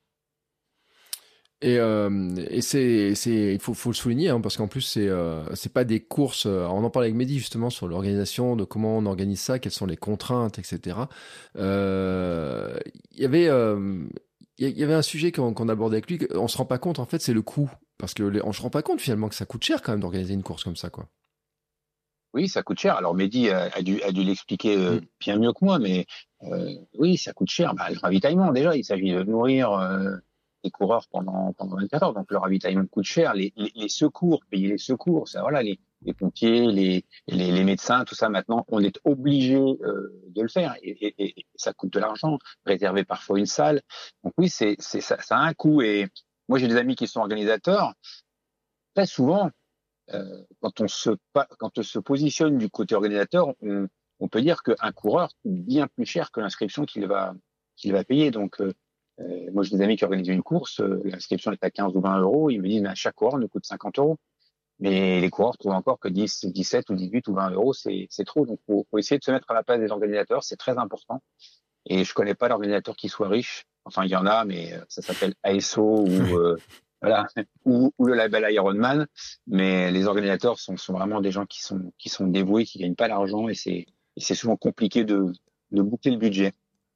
Et, euh, et c'est, c'est, il faut, faut le souligner, hein, parce qu'en plus c'est, euh, c'est pas des courses. Euh, on en parlait avec Mehdi justement sur l'organisation, de comment on organise ça, quelles sont les contraintes, et cetera. Euh, il y avait, euh, il y avait un sujet qu'on, qu'on abordait avec lui. On se rend pas compte en fait, c'est le coût, parce que les, on se rend pas compte finalement que ça coûte cher quand même d'organiser une course comme ça, quoi. Oui, ça coûte cher. Alors Mehdi a, a dû, a dû l'expliquer euh, mmh. bien mieux que moi, mais euh, oui, ça coûte cher. Bah, le ravitaillement déjà, il s'agit de nourrir. Euh, les coureurs pendant pendant vingt-quatre heures, donc le ravitaillement coûte cher, les, les, les secours, payer les secours, ça voilà, les, les pompiers, les, les les médecins, tout ça maintenant, on est obligé euh, de le faire et, et, et ça coûte de l'argent, réserver parfois une salle. Donc oui, c'est c'est ça, ça a un coût et moi j'ai des amis qui sont organisateurs. Très souvent, euh, quand on se quand on se positionne du côté organisateur, on on peut dire qu'un coureur coûte bien plus cher que l'inscription qu'il va qu'il va payer. Donc euh, Euh, moi, j'ai des amis qui organisent une course, euh, l'inscription est à quinze ou vingt euros, ils me disent, mais à chaque coureur, nous coûte cinquante euros. Mais les coureurs trouvent encore que dix, dix-sept ou dix-huit ou vingt euros, c'est, c'est trop. Donc, faut, faut essayer de se mettre à la place des organisateurs, c'est très important. Et je connais pas d'organisateur qui soit riche. Enfin, il y en a, mais ça s'appelle A S O ou, euh, voilà, ou, ou le label Ironman. Mais les organisateurs sont, sont vraiment des gens qui sont, qui sont dévoués, qui gagnent pas l'argent et c'est, et c'est souvent compliqué de, de boucler le budget.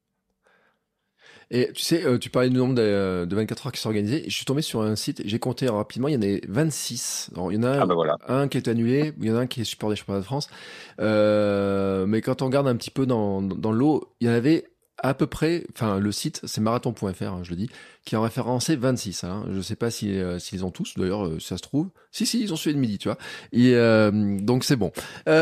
Et tu sais, euh, tu parlais du nombre de, de vingt-quatre heures qui sont organisées. Je suis tombé sur un site, j'ai compté rapidement, il y en a vingt-six. Alors, il y en a ah bah voilà. un qui est annulé, il y en a un qui est support des championnats de France. Euh, mais quand on regarde un petit peu dans, dans l'eau, il y en avait à peu près, enfin le site, c'est marathon point f r, hein, je le dis, qui en référencé vingt-six. Hein. Je sais pas si euh, s'ils ont tous, d'ailleurs, euh, si ça se trouve. Si, si, ils ont celui de midi, tu vois. Et euh, donc c'est bon.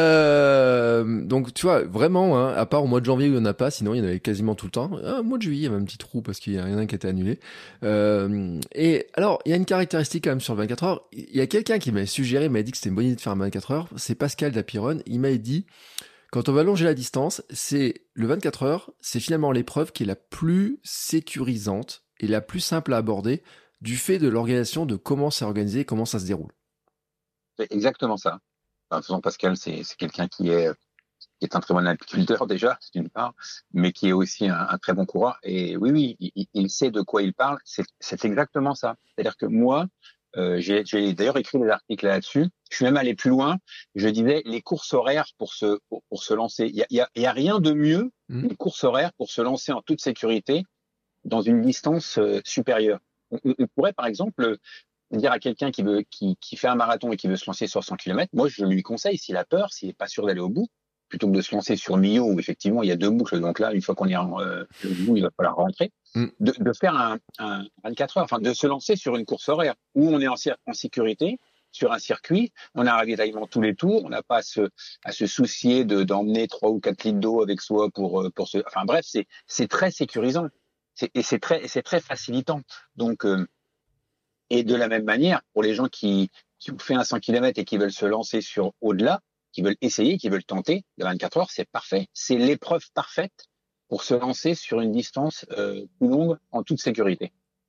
Euh, donc tu vois, vraiment, hein, à part au mois de janvier où il y en a pas, sinon il y en avait quasiment tout le temps. Ah, au mois de juillet, il y avait un petit trou parce qu'il y en a un qui était annulé. Euh, et alors, il y a une caractéristique quand même sur le vingt-quatre heures. Il y a quelqu'un qui m'a suggéré, m'a dit que c'était une bonne idée de faire un vingt-quatre heures. C'est Pascal d'Apiron. Il m'a dit, quand on va allonger la distance, c'est le vingt-quatre heures, c'est finalement l'épreuve qui est la plus sécurisante et la plus simple à aborder du fait de l'organisation, de comment c'est organisé, comment ça se déroule. C'est exactement ça. Enfin, de toute façon, Pascal, c'est, c'est quelqu'un qui est, qui est un très bon apiculteur déjà, d'une part, mais qui est aussi un, un très bon coureur. Et oui, oui, il, il sait de quoi il parle. C'est, c'est exactement ça. C'est-à-dire que moi, Euh, j'ai, j'ai d'ailleurs écrit des articles là-dessus. Je suis même allé plus loin. Je disais les courses horaires pour se pour, pour se lancer. Il y a, il y a, il y a rien de mieux qu'une mmh. course horaire pour se lancer en toute sécurité dans une distance euh, supérieure. On, on pourrait par exemple dire à quelqu'un qui veut qui, qui fait un marathon et qui veut se lancer sur cent kilomètres, moi je lui conseille, s'il a peur, s'il est pas sûr d'aller au bout, plutôt que de se lancer sur Millau où effectivement il y a deux boucles. Donc là, une fois qu'on est en euh, le bout, il va falloir rentrer. Mm. De, de faire un, un vingt-quatre heures, enfin de se lancer sur une course horaire où on est en, en sécurité sur un circuit, on a un ravitaillement tous les tours, on n'a pas à se, à se soucier de d'emmener trois ou quatre litres d'eau avec soi pour pour se, enfin bref, c'est c'est très sécurisant, c'est, et c'est très et c'est très facilitant. Donc euh, et de la même manière pour les gens qui qui ont fait un cent kilomètres et qui veulent se lancer sur au-delà, qui veulent essayer, qui veulent tenter, le vingt-quatre heures, c'est parfait, c'est l'épreuve parfaite pour se lancer sur une distance euh, plus longue en toute sécurité.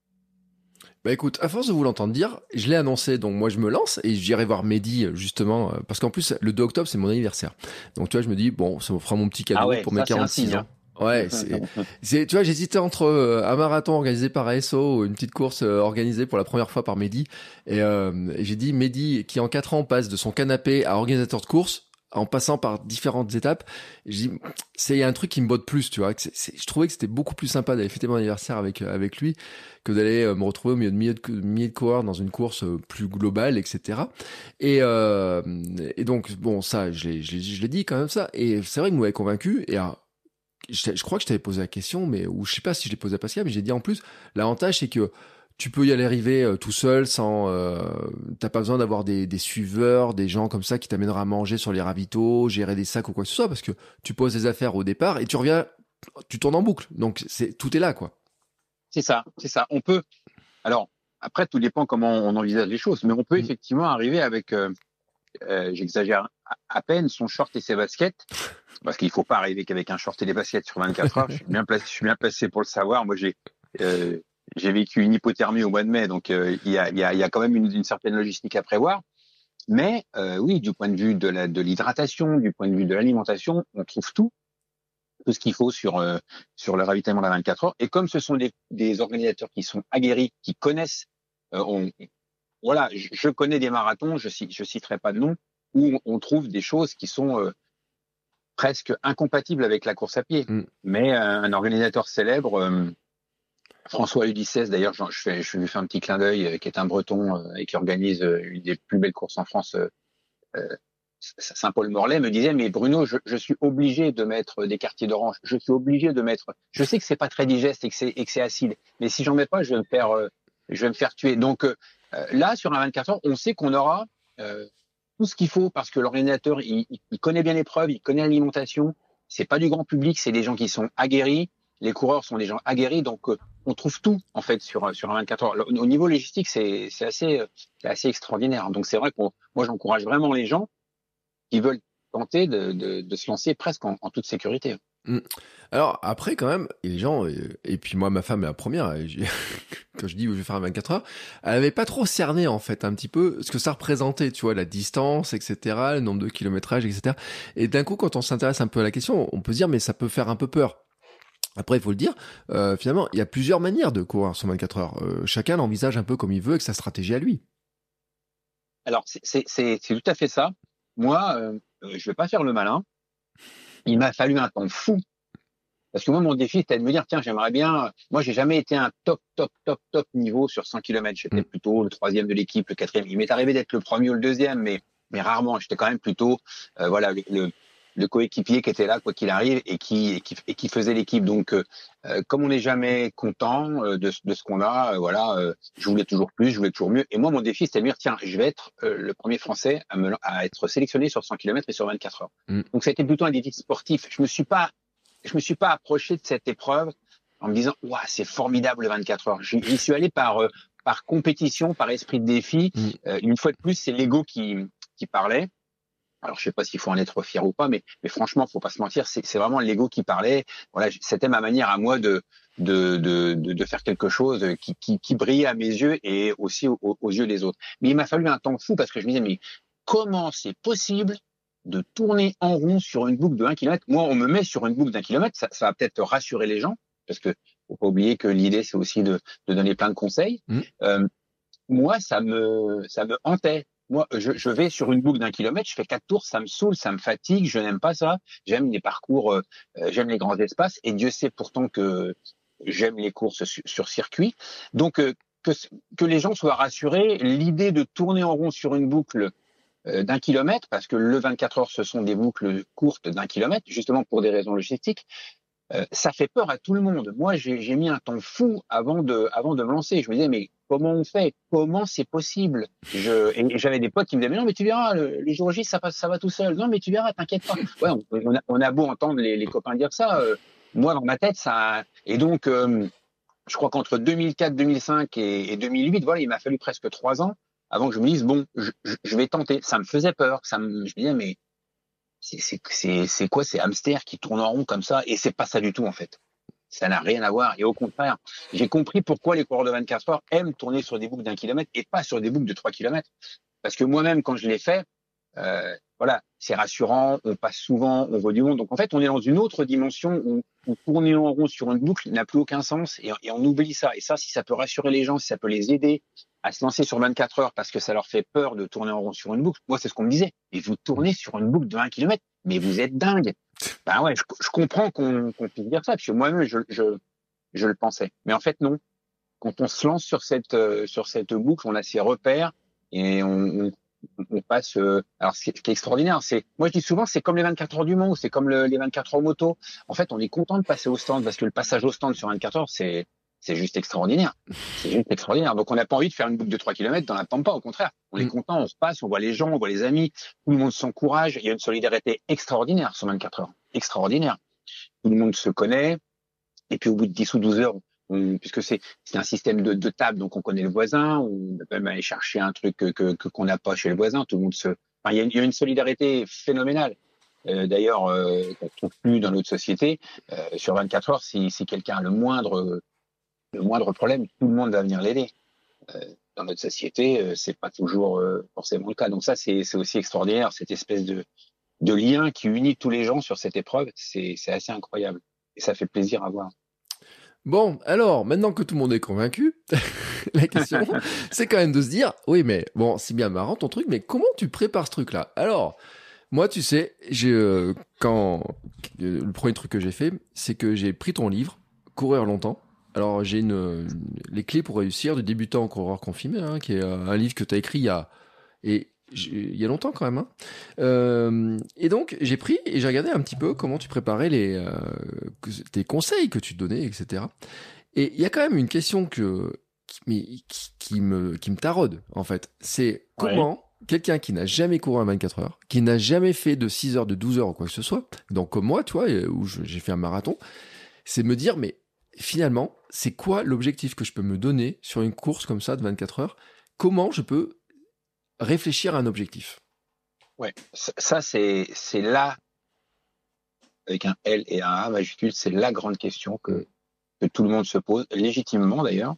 Bah écoute, à force de vous l'entendre dire, je l'ai annoncé, donc moi je me lance et j'irai voir Mehdi justement, parce qu'en plus le deux octobre c'est mon anniversaire. Donc tu vois, je me dis, bon, ça me fera mon petit cadeau ah ouais, pour ça, mes quarante-six ans. Ouais, c'est, c'est, tu vois, j'hésitais entre euh, un marathon organisé par A S O ou une petite course euh, organisée pour la première fois par Mehdi. Et, euh, et j'ai dit, Mehdi, qui en quatre ans passe de son canapé à organisateur de course, en passant par différentes étapes, je dis, c'est, il y a un truc qui me botte plus, tu vois. Que c'est, c'est, je trouvais que c'était beaucoup plus sympa d'aller fêter mon anniversaire avec, avec lui que d'aller euh, me retrouver au milieu de milliers de, milliers de coureurs dans une course euh, plus globale, et cetera. Et, euh, et donc, bon, ça, je l'ai, je l'ai, je l'ai dit quand même ça. Et c'est vrai qu'il m'avait convaincu. Et alors, je, je crois que je t'avais posé la question, mais, ou je sais pas si je l'ai posé à Pascal, mais j'ai dit en plus, l'avantage, c'est que tu peux y aller arriver euh, tout seul sans, euh, t'as pas besoin d'avoir des, des suiveurs, des gens comme ça qui t'amènera à manger sur les ravitaux, gérer des sacs ou quoi que ce soit, parce que tu poses des affaires au départ et tu reviens, tu tournes en boucle. Donc c'est, tout est là, quoi. C'est ça, c'est ça. On peut. Alors après, tout dépend comment on envisage les choses, mais on peut Mmh. effectivement arriver avec, euh, euh, j'exagère à, à peine, son short et ses baskets, parce qu'il faut pas arriver qu'avec un short et des baskets sur vingt-quatre heures. Je suis bien placé, je suis bien placé pour le savoir. Moi, j'ai euh, j'ai vécu une hypothermie au mois de mai, donc euh, il y a il y a il y a quand même une, une certaine logistique à prévoir. Mais euh, oui, du point de vue de la de l'hydratation, du point de vue de l'alimentation, on trouve tout. tout ce qu'il faut sur euh, sur le ravitaillement de la vingt-quatre heures. Et comme ce sont des, des organisateurs qui sont aguerris, qui connaissent, euh, on, voilà, je, je connais des marathons, je je citerai pas de nom, où on, on trouve des choses qui sont euh, presque incompatibles avec la course à pied. Mm. Mais euh, un organisateur célèbre, euh, François Ulysses, d'ailleurs, je, je, fais, je lui fais un petit clin d'œil, euh, qui est un Breton euh, et qui organise euh, une des plus belles courses en France. Euh, euh, Saint-Paul-Morlaix me disait, mais Bruno, je, je suis obligé de mettre des quartiers d'orange. Je suis obligé de mettre. Je sais que c'est pas très digeste et que c'est, et que c'est acide, mais si j'en mets pas, je vais me faire, euh, je vais me faire tuer. Donc euh, là, sur un vingt-quatre heures, on sait qu'on aura euh, tout ce qu'il faut parce que l'organisateur, il, il connaît bien l'épreuve, il connaît l'alimentation. C'est pas du grand public, c'est des gens qui sont aguerris. Les coureurs sont des gens aguerris, donc euh, on trouve tout en fait sur sur un vingt-quatre heures. Au niveau logistique, c'est c'est assez c'est assez extraordinaire. Donc c'est vrai que moi j'encourage vraiment les gens qui veulent tenter de, de, de se lancer presque en, en toute sécurité. Mmh. Alors après quand même, et les gens, et, et puis moi ma femme est la première, et j'ai, quand je dis je vais faire un vingt-quatre heures, elle avait pas trop cerné en fait un petit peu ce que ça représentait, tu vois, la distance, et cetera, le nombre de kilométrages, et cetera. Et d'un coup quand on s'intéresse un peu à la question, on peut se dire mais ça peut faire un peu peur. Après, il faut le dire, euh, finalement, il y a plusieurs manières de courir sur vingt-quatre heures. Euh, chacun l'envisage un peu comme il veut avec sa stratégie à lui. Alors, c'est, c'est, c'est, c'est tout à fait ça. Moi, euh, je vais pas faire le malin. Il m'a fallu un temps fou. Parce que moi, mon défi, c'était de me dire, tiens, j'aimerais bien... Moi, j'ai jamais été un top, top, top, top niveau sur cent kilomètres. J'étais mmh. plutôt le troisième de l'équipe, le quatrième. Il m'est arrivé d'être le premier ou le deuxième, mais, mais rarement. J'étais quand même plutôt euh, voilà, le, le, le coéquipier qui était là, quoi qu'il arrive, et qui, et qui, et qui faisait l'équipe. Donc, euh, comme on n'est jamais content euh, de, de ce qu'on a, euh, voilà, euh, je voulais toujours plus, je voulais toujours mieux. Et moi, mon défi, c'était de me dire, tiens, je vais être euh, le premier Français à, me, à être sélectionné sur cent kilomètres et sur vingt-quatre heures. Mmh. Donc, ça a été plutôt un défi sportif. Je me suis pas Je me suis pas approché de cette épreuve en me disant waouh, c'est formidable le vingt-quatre heures. J'y, j'y suis allé par euh, par compétition, par esprit de défi. Mmh. Euh, une fois de plus, c'est l'ego qui qui parlait. Alors je sais pas s'il faut en être fier ou pas, mais mais franchement, faut pas se mentir, c'est c'est vraiment l'ego qui parlait. Voilà, c'était ma manière à moi de de de de, de faire quelque chose qui qui qui brillait à mes yeux et aussi aux, aux yeux des autres. Mais il m'a fallu un temps fou parce que je me disais mais comment c'est possible de tourner en rond sur une boucle de un kilomètre. Moi, on me met sur une boucle d'un kilomètre, ça, ça va peut-être rassurer les gens, parce que faut pas oublier que l'idée, c'est aussi de, de donner plein de conseils. Mmh. Euh, moi, ça me, ça me hantait. Moi, je, je vais sur une boucle d'un kilomètre, je fais quatre tours, ça me saoule, ça me fatigue, je n'aime pas ça. J'aime les parcours, euh, j'aime les grands espaces, et Dieu sait pourtant que j'aime les courses sur, sur circuit. Donc, euh, que, que les gens soient rassurés, l'idée de tourner en rond sur une boucle d'un kilomètre, parce que le vingt-quatre heures, ce sont des boucles courtes d'un kilomètre, justement pour des raisons logistiques, euh, ça fait peur à tout le monde. Moi, j'ai, j'ai mis un temps fou avant de, avant de me lancer. Je me disais, mais comment on fait? Comment c'est possible? Je, et j'avais des potes qui me disaient, mais non, mais tu verras, le, les jours J, ça, ça va tout seul. Non, mais tu verras, t'inquiète pas. Ouais, on, on, a, on a beau entendre les, les copains dire ça, euh, moi, dans ma tête, ça... Et donc, euh, je crois qu'entre deux mille quatre, deux mille cinq et, et deux mille huit, voilà, il m'a fallu presque trois ans avant que je me dise, bon, je, je vais tenter. Ça me faisait peur. Ça me, je me disais, mais c'est, c'est, c'est, c'est quoi ces hamsters qui tournent en rond comme ça? Et c'est pas ça du tout, en fait. Ça n'a rien à voir. Et au contraire, j'ai compris pourquoi les coureurs de vingt-quatre heures aiment tourner sur des boucles d'un kilomètre et pas sur des boucles de trois kilomètres. Parce que moi-même, quand je l'ai fait, Euh, voilà, c'est rassurant, on passe souvent, on voit du monde. Donc en fait, on est dans une autre dimension où, où tourner en rond sur une boucle n'a plus aucun sens et, et on oublie ça. Et ça, si ça peut rassurer les gens, si ça peut les aider à se lancer sur vingt-quatre heures parce que ça leur fait peur de tourner en rond sur une boucle. Moi, c'est ce qu'on me disait. Et vous tournez sur une boucle de vingt kilomètres, mais vous êtes dingue. Ben ouais, je, je comprends qu'on, qu'on puisse dire ça, parce que moi-même, je, je, je le pensais. Mais en fait, non. Quand on se lance sur cette, euh, sur cette boucle, on a ses repères et on, on on passe. Euh, alors, ce qui est extraordinaire, c'est, moi je dis souvent, c'est comme les vingt-quatre heures du Mans, c'est comme le, les vingt-quatre heures moto. En fait, on est content de passer au stand parce que le passage au stand sur vingt-quatre heures, c'est, c'est juste extraordinaire. C'est juste extraordinaire. Donc, on n'a pas envie de faire une boucle de trois kilomètres dans la Pampa. Au contraire, on est content, on se passe, on voit les gens, on voit les amis, tout le monde s'encourage. Il y a une solidarité extraordinaire sur vingt-quatre heures, extraordinaire. Tout le monde se connaît. Et puis, au bout de dix ou douze heures, On, puisque c'est c'est un système de, de table, donc on connaît le voisin, on peut même aller chercher un truc que que, que qu'on n'a pas chez le voisin. Tout le monde se, enfin, il y a, il y a une solidarité phénoménale. Euh, d'ailleurs, euh, qu'on trouve plus dans notre société. Euh, sur vingt-quatre heures, si si quelqu'un a le moindre le moindre problème, tout le monde va venir l'aider. Euh, dans notre société, euh, c'est pas toujours euh, forcément le cas. Donc ça, c'est c'est aussi extraordinaire, cette espèce de de lien qui unit tous les gens sur cette épreuve. C'est c'est assez incroyable et ça fait plaisir à voir. Bon, alors, maintenant que tout le monde est convaincu, la question, c'est quand même de se dire, oui, mais bon, c'est bien marrant ton truc, mais comment tu prépares ce truc-là? Alors, moi, tu sais, j'ai, euh, quand, euh, le premier truc que j'ai fait, c'est que j'ai pris ton livre, Courir longtemps. Alors, j'ai une, une les clés pour réussir du débutant au coureur confirmé, hein, qui est euh, un livre que tu as écrit il y a, et, il y a longtemps quand même, hein. Euh, et donc j'ai pris et j'ai regardé un petit peu comment tu préparais les euh, tes conseils que tu donnais, et cetera. Et il y a quand même une question que qui, qui, qui me qui me taraude en fait. C'est comment ouais. quelqu'un qui n'a jamais couru un vingt-quatre heures, qui n'a jamais fait de six heures, de douze heures ou quoi que ce soit, donc comme moi, tu vois, où j'ai fait un marathon, c'est me dire mais finalement c'est quoi l'objectif que je peux me donner sur une course comme ça de vingt-quatre heures? Comment je peux réfléchir à un objectif? Ouais, ça c'est c'est là avec un L et un A majuscule, c'est la grande question que que tout le monde se pose légitimement d'ailleurs.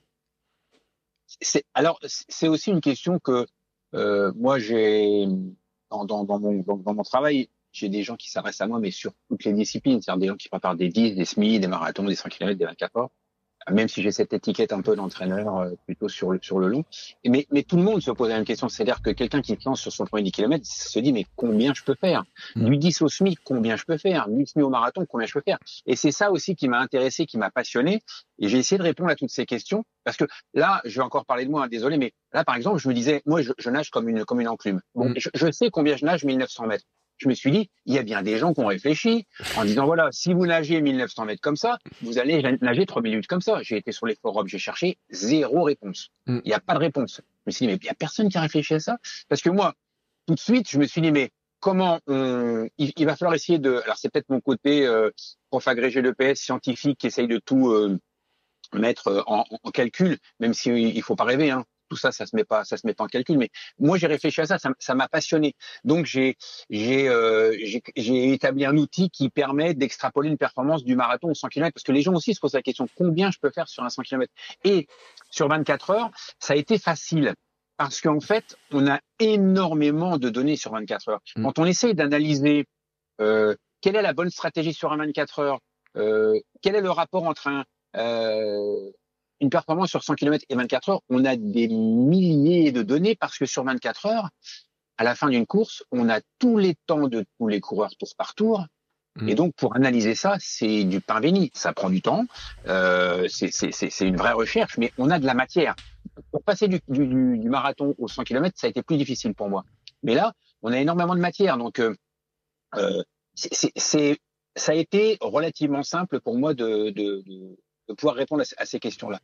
C'est alors c'est aussi une question que euh, moi j'ai dans dans dans mon dans, dans mon travail, j'ai des gens qui s'adressent à moi mais sur toutes les disciplines, c'est-à-dire des gens qui préparent des dix, des semi, des marathons, des cent kilomètres, des vingt-quatre heures. Même si j'ai cette étiquette un peu d'entraîneur euh, plutôt sur le, sur le long. Et mais, mais tout le monde se pose la même question. C'est-à-dire que quelqu'un qui se lance sur son premier dix kilomètres se dit, mais combien je peux faire? mmh. Du dix au semi, combien je peux faire? Du semi au marathon, combien je peux faire? Et c'est ça aussi qui m'a intéressé, qui m'a passionné. Et j'ai essayé de répondre à toutes ces questions. Parce que là, je vais encore parler de moi, hein, désolé, mais là, par exemple, je me disais, moi, je, je nage comme une, comme une enclume. Bon, mmh. je, je sais combien je nage mille neuf cents mètres. Je me suis dit, il y a bien des gens qui ont réfléchi en disant, voilà, si vous nagez mille neuf cents mètres comme ça, vous allez nager trois minutes comme ça. J'ai été sur les forums, j'ai cherché zéro réponse. Il n'y a pas de réponse. Je me suis dit, mais il n'y a personne qui a réfléchi à ça. Parce que moi, tout de suite, je me suis dit, mais comment on, il, il va falloir essayer de, alors c'est peut-être mon côté, euh, prof agrégé d'E P S scientifique qui essaye de tout, euh, mettre en, en calcul, même si il faut pas rêver, hein. Tout ça, ça se met pas, ça se met pas en calcul. Mais moi, j'ai réfléchi à ça, ça, ça m'a passionné. Donc, j'ai, j'ai, euh, j'ai, j'ai établi un outil qui permet d'extrapoler une performance du marathon au cent kilomètres, parce que les gens aussi se posent la question combien je peux faire sur un cent kilomètres. Et sur vingt-quatre heures, ça a été facile parce qu'en fait, on a énormément de données sur vingt-quatre heures. Mmh. Quand on essaye d'analyser euh, quelle est la bonne stratégie sur un vingt-quatre heures, euh, quel est le rapport entre un euh, une performance sur cent kilomètres et vingt-quatre heures, on a des milliers de données parce que sur vingt-quatre heures, à la fin d'une course, on a tous les temps de tous les coureurs tour par tour. Mmh. Et donc, pour analyser ça, c'est du pain béni. Ça prend du temps. Euh, c'est, c'est, c'est, c'est une vraie recherche, mais on a de la matière. Pour passer du, du, du marathon aux cent kilomètres, ça a été plus difficile pour moi. Mais là, on a énormément de matière. Donc, euh, euh, c'est, c'est, c'est, ça a été relativement simple pour moi de, de, de de pouvoir répondre à ces questions-là.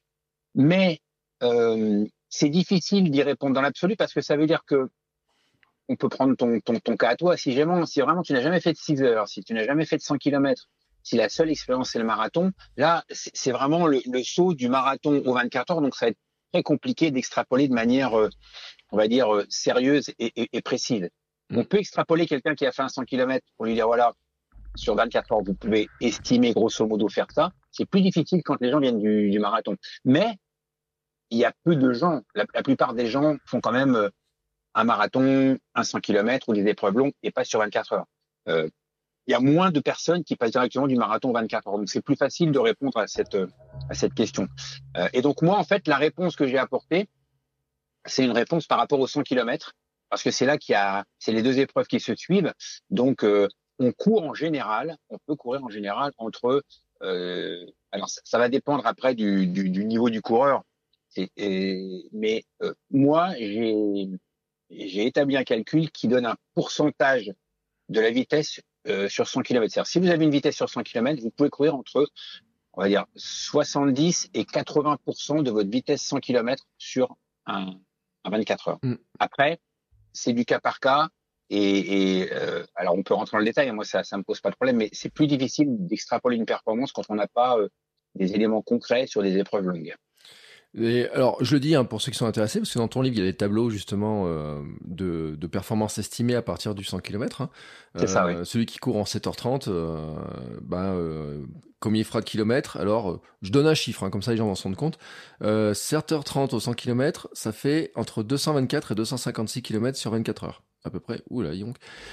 Mais euh, c'est difficile d'y répondre dans l'absolu parce que ça veut dire que on peut prendre ton, ton, ton cas à toi. Si vraiment, si vraiment tu n'as jamais fait de six heures, si tu n'as jamais fait de cent kilomètres, si la seule expérience c'est le marathon, là, c'est, c'est vraiment le, le saut du marathon aux vingt-quatre heures. Donc, ça va être très compliqué d'extrapoler de manière, euh, on va dire, euh, sérieuse et, et, et précise. Mmh. On peut extrapoler quelqu'un qui a fait un cent kilomètres pour lui dire, voilà, sur vingt-quatre heures, vous pouvez estimer grosso modo faire ça. C'est plus difficile quand les gens viennent du, du marathon. Mais il y a peu de gens. La, la plupart des gens font quand même un marathon, un cent kilomètres ou des épreuves longues et pas sur vingt-quatre heures. Euh, il y a moins de personnes qui passent directement du marathon vingt-quatre heures. Donc, c'est plus facile de répondre à cette, à cette question. Euh, et donc, moi, en fait, la réponse que j'ai apportée, c'est une réponse par rapport aux cent kilomètres, parce que c'est là qu'il y a, c'est les deux épreuves qui se suivent. Donc, euh, on court en général, on peut courir en général entre, euh, alors ça, ça va dépendre après du, du, du niveau du coureur. Et, et, mais euh, moi, j'ai, j'ai établi un calcul qui donne un pourcentage de la vitesse euh, sur cent kilomètres. C'est-à-dire, si vous avez une vitesse sur cent kilomètres, vous pouvez courir entre, on va dire, soixante-dix et quatre-vingts pour cent de votre vitesse cent kilomètres sur un, un vingt-quatre heures. Mm. Après, c'est du cas par cas. Et, et euh, alors, on peut rentrer dans le détail. Moi, ça, ça me pose pas de problème, mais c'est plus difficile d'extrapoler une performance quand on n'a pas euh, des éléments concrets sur des épreuves longues. Et alors, je le dis hein, pour ceux qui sont intéressés, parce que dans ton livre, il y a des tableaux justement euh, de, de performance estimée à partir du cent kilomètres. Hein. C'est euh, ça, oui. Celui qui court en sept heures trente, euh, ben, euh, combien il fera de kilomètres? Alors, euh, je donne un chiffre, hein, comme ça les gens vont se rendre compte. Euh, sept heures trente au cent kilomètres, ça fait entre deux cent vingt-quatre et deux cent cinquante-six kilomètres sur vingt-quatre heures. À peu près. Oula, donc.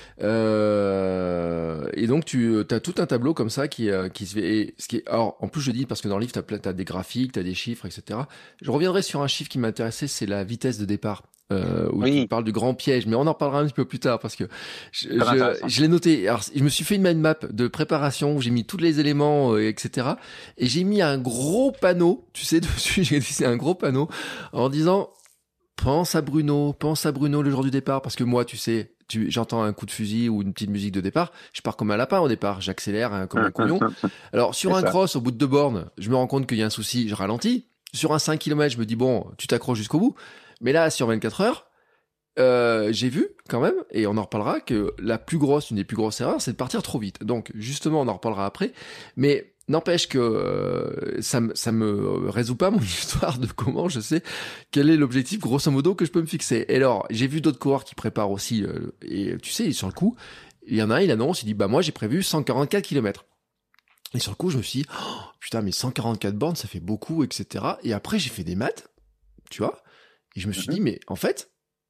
Euh, et donc, tu as tout un tableau comme ça qui, euh, qui se fait. Et ce qui est, alors, en plus, je dis parce que dans le livre, tu as des graphiques, tu as des chiffres, et cetera. Je reviendrai sur un chiffre qui m'intéressait, c'est la vitesse de départ. Euh, où oui. Tu parles du grand piège, mais on en parlera un petit peu plus tard parce que je, je, je l'ai noté. Alors, je me suis fait une mind map de préparation où j'ai mis tous les éléments, euh, et cetera. Et j'ai mis un gros panneau, tu sais, dessus, j'ai c'est un gros panneau en disant. Pense à Bruno, pense à Bruno le jour du départ, parce que moi, tu sais, tu, j'entends un coup de fusil ou une petite musique de départ, je pars comme un lapin au départ, j'accélère hein, comme un couillon. Alors, sur c'est un ça. Cross, au bout de deux bornes, je me rends compte qu'il y a un souci, je ralentis. Sur un cinq kilomètres, je me dis, bon, tu t'accroches jusqu'au bout. Mais là, sur vingt-quatre heures, euh, j'ai vu quand même, et on en reparlera, que la plus grosse, une des plus grosses erreurs, c'est de partir trop vite. Donc, justement, on en reparlera après. Mais n'empêche que euh, ça, me, ça me résout pas mon histoire de comment je sais quel est l'objectif grosso modo que je peux me fixer. Et alors, j'ai vu d'autres coureurs qui préparent aussi, euh, et tu sais, sur le coup, il y en a un, il annonce, il dit, bah moi j'ai prévu cent quarante-quatre kilomètres. Et sur le coup, je me suis dit, oh, putain, mais cent quarante-quatre bornes, ça fait beaucoup, et cetera. Et après, j'ai fait des maths, tu vois, et je me suis mm-hmm. dit, mais en fait,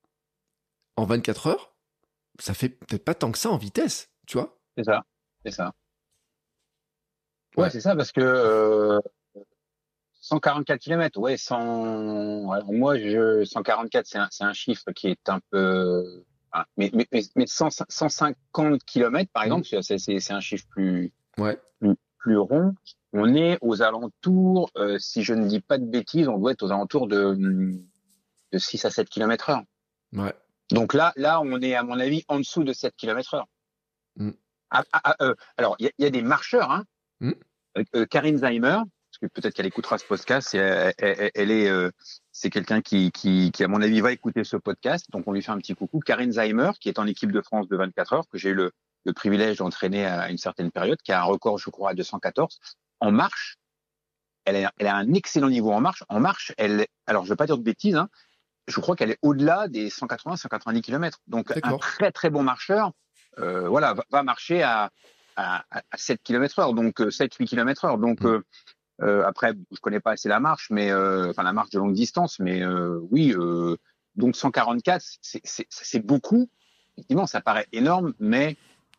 en vingt-quatre heures, ça fait peut-être pas tant que ça en vitesse, tu vois. C'est ça, c'est ça. Ouais, ouais, c'est ça, parce que euh, cent quarante-quatre kilomètres, ouais, cent... Alors moi, je cent quarante-quatre, c'est un, c'est un chiffre qui est un peu... Enfin, mais, mais, mais cent, cent cinquante kilomètres, par exemple, mmh. c'est, c'est, c'est un chiffre plus, ouais. plus, plus rond. On est aux alentours, euh, si je ne dis pas de bêtises, on doit être aux alentours de, de six à sept kilomètres heure. Ouais. Donc là, là, on est, à mon avis, en dessous de sept kilomètres heure. Mmh. Ah, ah, euh, alors, il y, y a des marcheurs, hein. Mmh. Euh, Karine Zeimer, parce que peut-être qu'elle écoutera ce podcast, et elle, elle, elle est, euh, c'est quelqu'un qui, qui, qui, à mon avis, va écouter ce podcast. Donc, on lui fait un petit coucou. Karine Zeimer, qui est en équipe de France de vingt-quatre heures, que j'ai eu le, le privilège d'entraîner à une certaine période, qui a un record, je crois, à deux cent quatorze. En marche, elle a, elle a un excellent niveau en marche. En marche, elle, alors, je vais pas dire de bêtises, hein, je crois qu'elle est au-delà des cent quatre-vingts, cent quatre-vingt-dix kilomètres. Donc, D'accord. un très, très bon marcheur, euh, voilà, va, va marcher à, à, à sept kilomètres heure, donc sept huit kilomètres heure. Donc, mmh. euh, euh, après, je connais pas assez la marche, mais, euh, enfin, la marche de longue distance, mais, euh, oui, euh, donc cent quarante-quatre, c'est, c'est, c'est beaucoup. Effectivement, ça paraît énorme, mais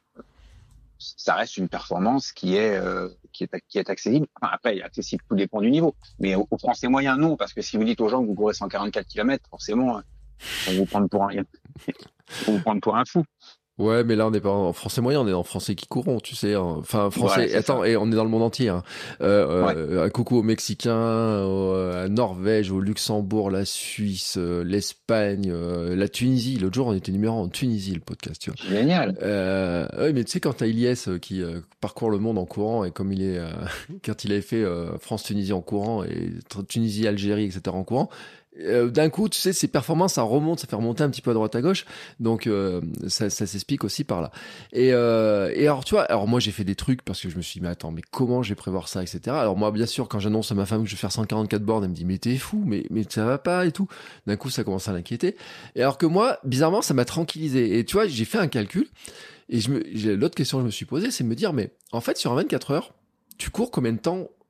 ça reste une performance qui est, euh, qui est, qui est accessible. Enfin, après, accessible, tout dépend du niveau. Mais aux, aux Français moyens, non, parce que si vous dites aux gens que vous courez cent quarante-quatre kilomètres, forcément, on va vous prendre pour un, on va vous prendre pour un fou. Ouais, mais là, on n'est pas en français moyen, on est en français qui courons, tu sais. Enfin, français, ouais, attends, ça. Et on est dans le monde entier. Hein. Euh, ouais. euh, un coucou aux Mexicains, au, à Norvège, au Luxembourg, la Suisse, euh, l'Espagne, euh, la Tunisie. L'autre jour, on était numéro un en Tunisie, le podcast, tu vois. Génial. Euh, ouais, mais tu sais, quand t'as Ilyes qui euh, parcourt le monde en courant, et comme il est, euh, quand il avait fait euh, France-Tunisie en courant, et Tunisie-Algérie, et cetera en courant, Euh, d'un coup, tu sais, ces performances, ça remonte, ça fait remonter un petit peu à droite à gauche, donc euh, ça, ça s'explique aussi par là. Et, euh, et alors, tu vois, alors moi j'ai fait des trucs parce que je me suis dit, mais attends, mais comment je vais prévoir ça, et cetera. Alors moi, bien sûr, quand j'annonce à ma femme que je vais faire cent quarante-quatre bornes, elle me dit, mais t'es fou, mais mais ça va pas et tout. D'un coup, ça commence à l'inquiéter. Et alors que moi, bizarrement, ça m'a tranquillisé. Et tu vois, j'ai fait un calcul. Et je me, j'ai, l'autre question que je me suis posée, c'est de me dire, mais en fait, sur un vingt-quatre heures, tu cours combien de temps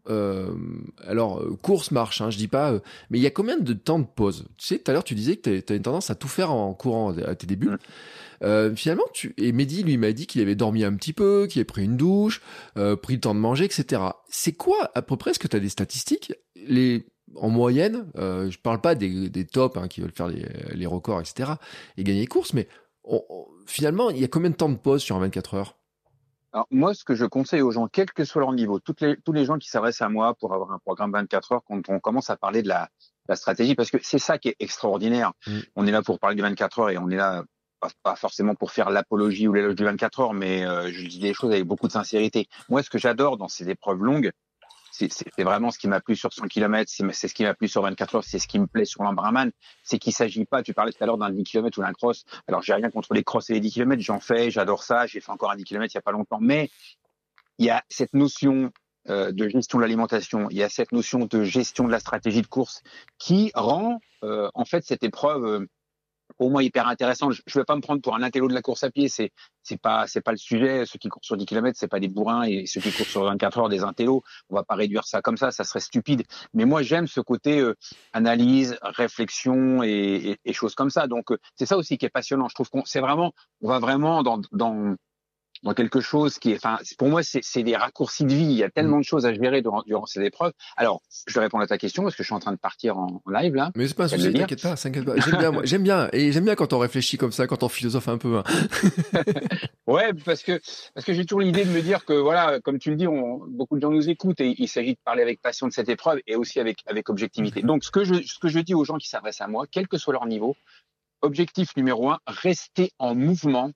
euh, alors euh, course, marche, hein, je dis pas, euh, mais il y a combien de temps de pause? Tu sais, tout à l'heure, tu disais que tu as une tendance à tout faire en courant à tes débuts. Mm. Euh, finalement, tu... et Mehdi, lui, m'a dit qu'il avait dormi un petit peu, qu'il avait pris une douche, euh, pris le temps de manger, et cetera. C'est quoi, à peu près, est-ce que tu as des statistiques? Les... En moyenne, euh, je parle pas des, des tops hein, qui veulent faire les, les records, et cetera, et gagner les courses, mais on, on... finalement, il y a combien de temps de pause sur un vingt-quatre heures? Alors, moi, ce que je conseille aux gens, quel que soit leur niveau, toutes les, tous les gens qui s'adressent à moi pour avoir un programme vingt-quatre heures, quand on commence à parler de la, la stratégie, parce que c'est ça qui est extraordinaire. Mm. On est là pour parler du vingt-quatre heures et on est là pas, pas forcément pour faire l'apologie ou l'éloge du vingt-quatre heures, mais euh, je dis des choses avec beaucoup de sincérité. Moi, ce que j'adore dans ces épreuves longues, c'est, c'est, c'est vraiment ce qui m'a plu sur cent kilomètres, c'est, c'est ce qui m'a plu sur vingt-quatre heures, c'est ce qui me plaît sur l'Embrunman, c'est qu'il s'agit pas, tu parlais tout à l'heure d'un dix kilomètres ou d'un cross. Alors, j'ai rien contre les crosses et les dix kilomètres, j'en fais, j'adore ça, j'ai fait encore un dix kilomètres il y a pas longtemps, mais il y a cette notion euh, de gestion de l'alimentation, il y a cette notion de gestion de la stratégie de course qui rend euh, en fait cette épreuve euh, pour moi hyper intéressante. Je ne vais pas me prendre pour un intello de la course à pied, c'est c'est pas c'est pas le sujet. Ceux qui courent sur dix kilomètres, c'est pas des bourrins, et ceux qui courent sur vingt-quatre heures, des intellos. On va pas réduire ça comme ça, ça serait stupide. Mais moi j'aime ce côté euh, analyse, réflexion et, et, et choses comme ça. Donc euh, c'est ça aussi qui est passionnant. Je trouve qu'on c'est vraiment on va vraiment dans dans dans quelque chose qui est, enfin, pour moi, c'est, c'est des raccourcis de vie. Il y a tellement de choses à gérer durant, durant ces épreuves. Alors, je vais répondre à ta question parce que je suis en train de partir en, en live là. Mais c'est pas un souci, t'inquiète pas, t'inquiète pas. J'aime bien, moi, j'aime bien, et j'aime bien quand on réfléchit comme ça, quand on philosophe un peu. Hein. Ouais, parce que parce que j'ai toujours l'idée de me dire que voilà, comme tu le dis, on, beaucoup de gens nous écoutent et il s'agit de parler avec passion de cette épreuve et aussi avec avec objectivité. Donc, ce que je ce que je dis aux gens qui s'adressent à moi, quel que soit leur niveau, objectif numéro un, rester en mouvement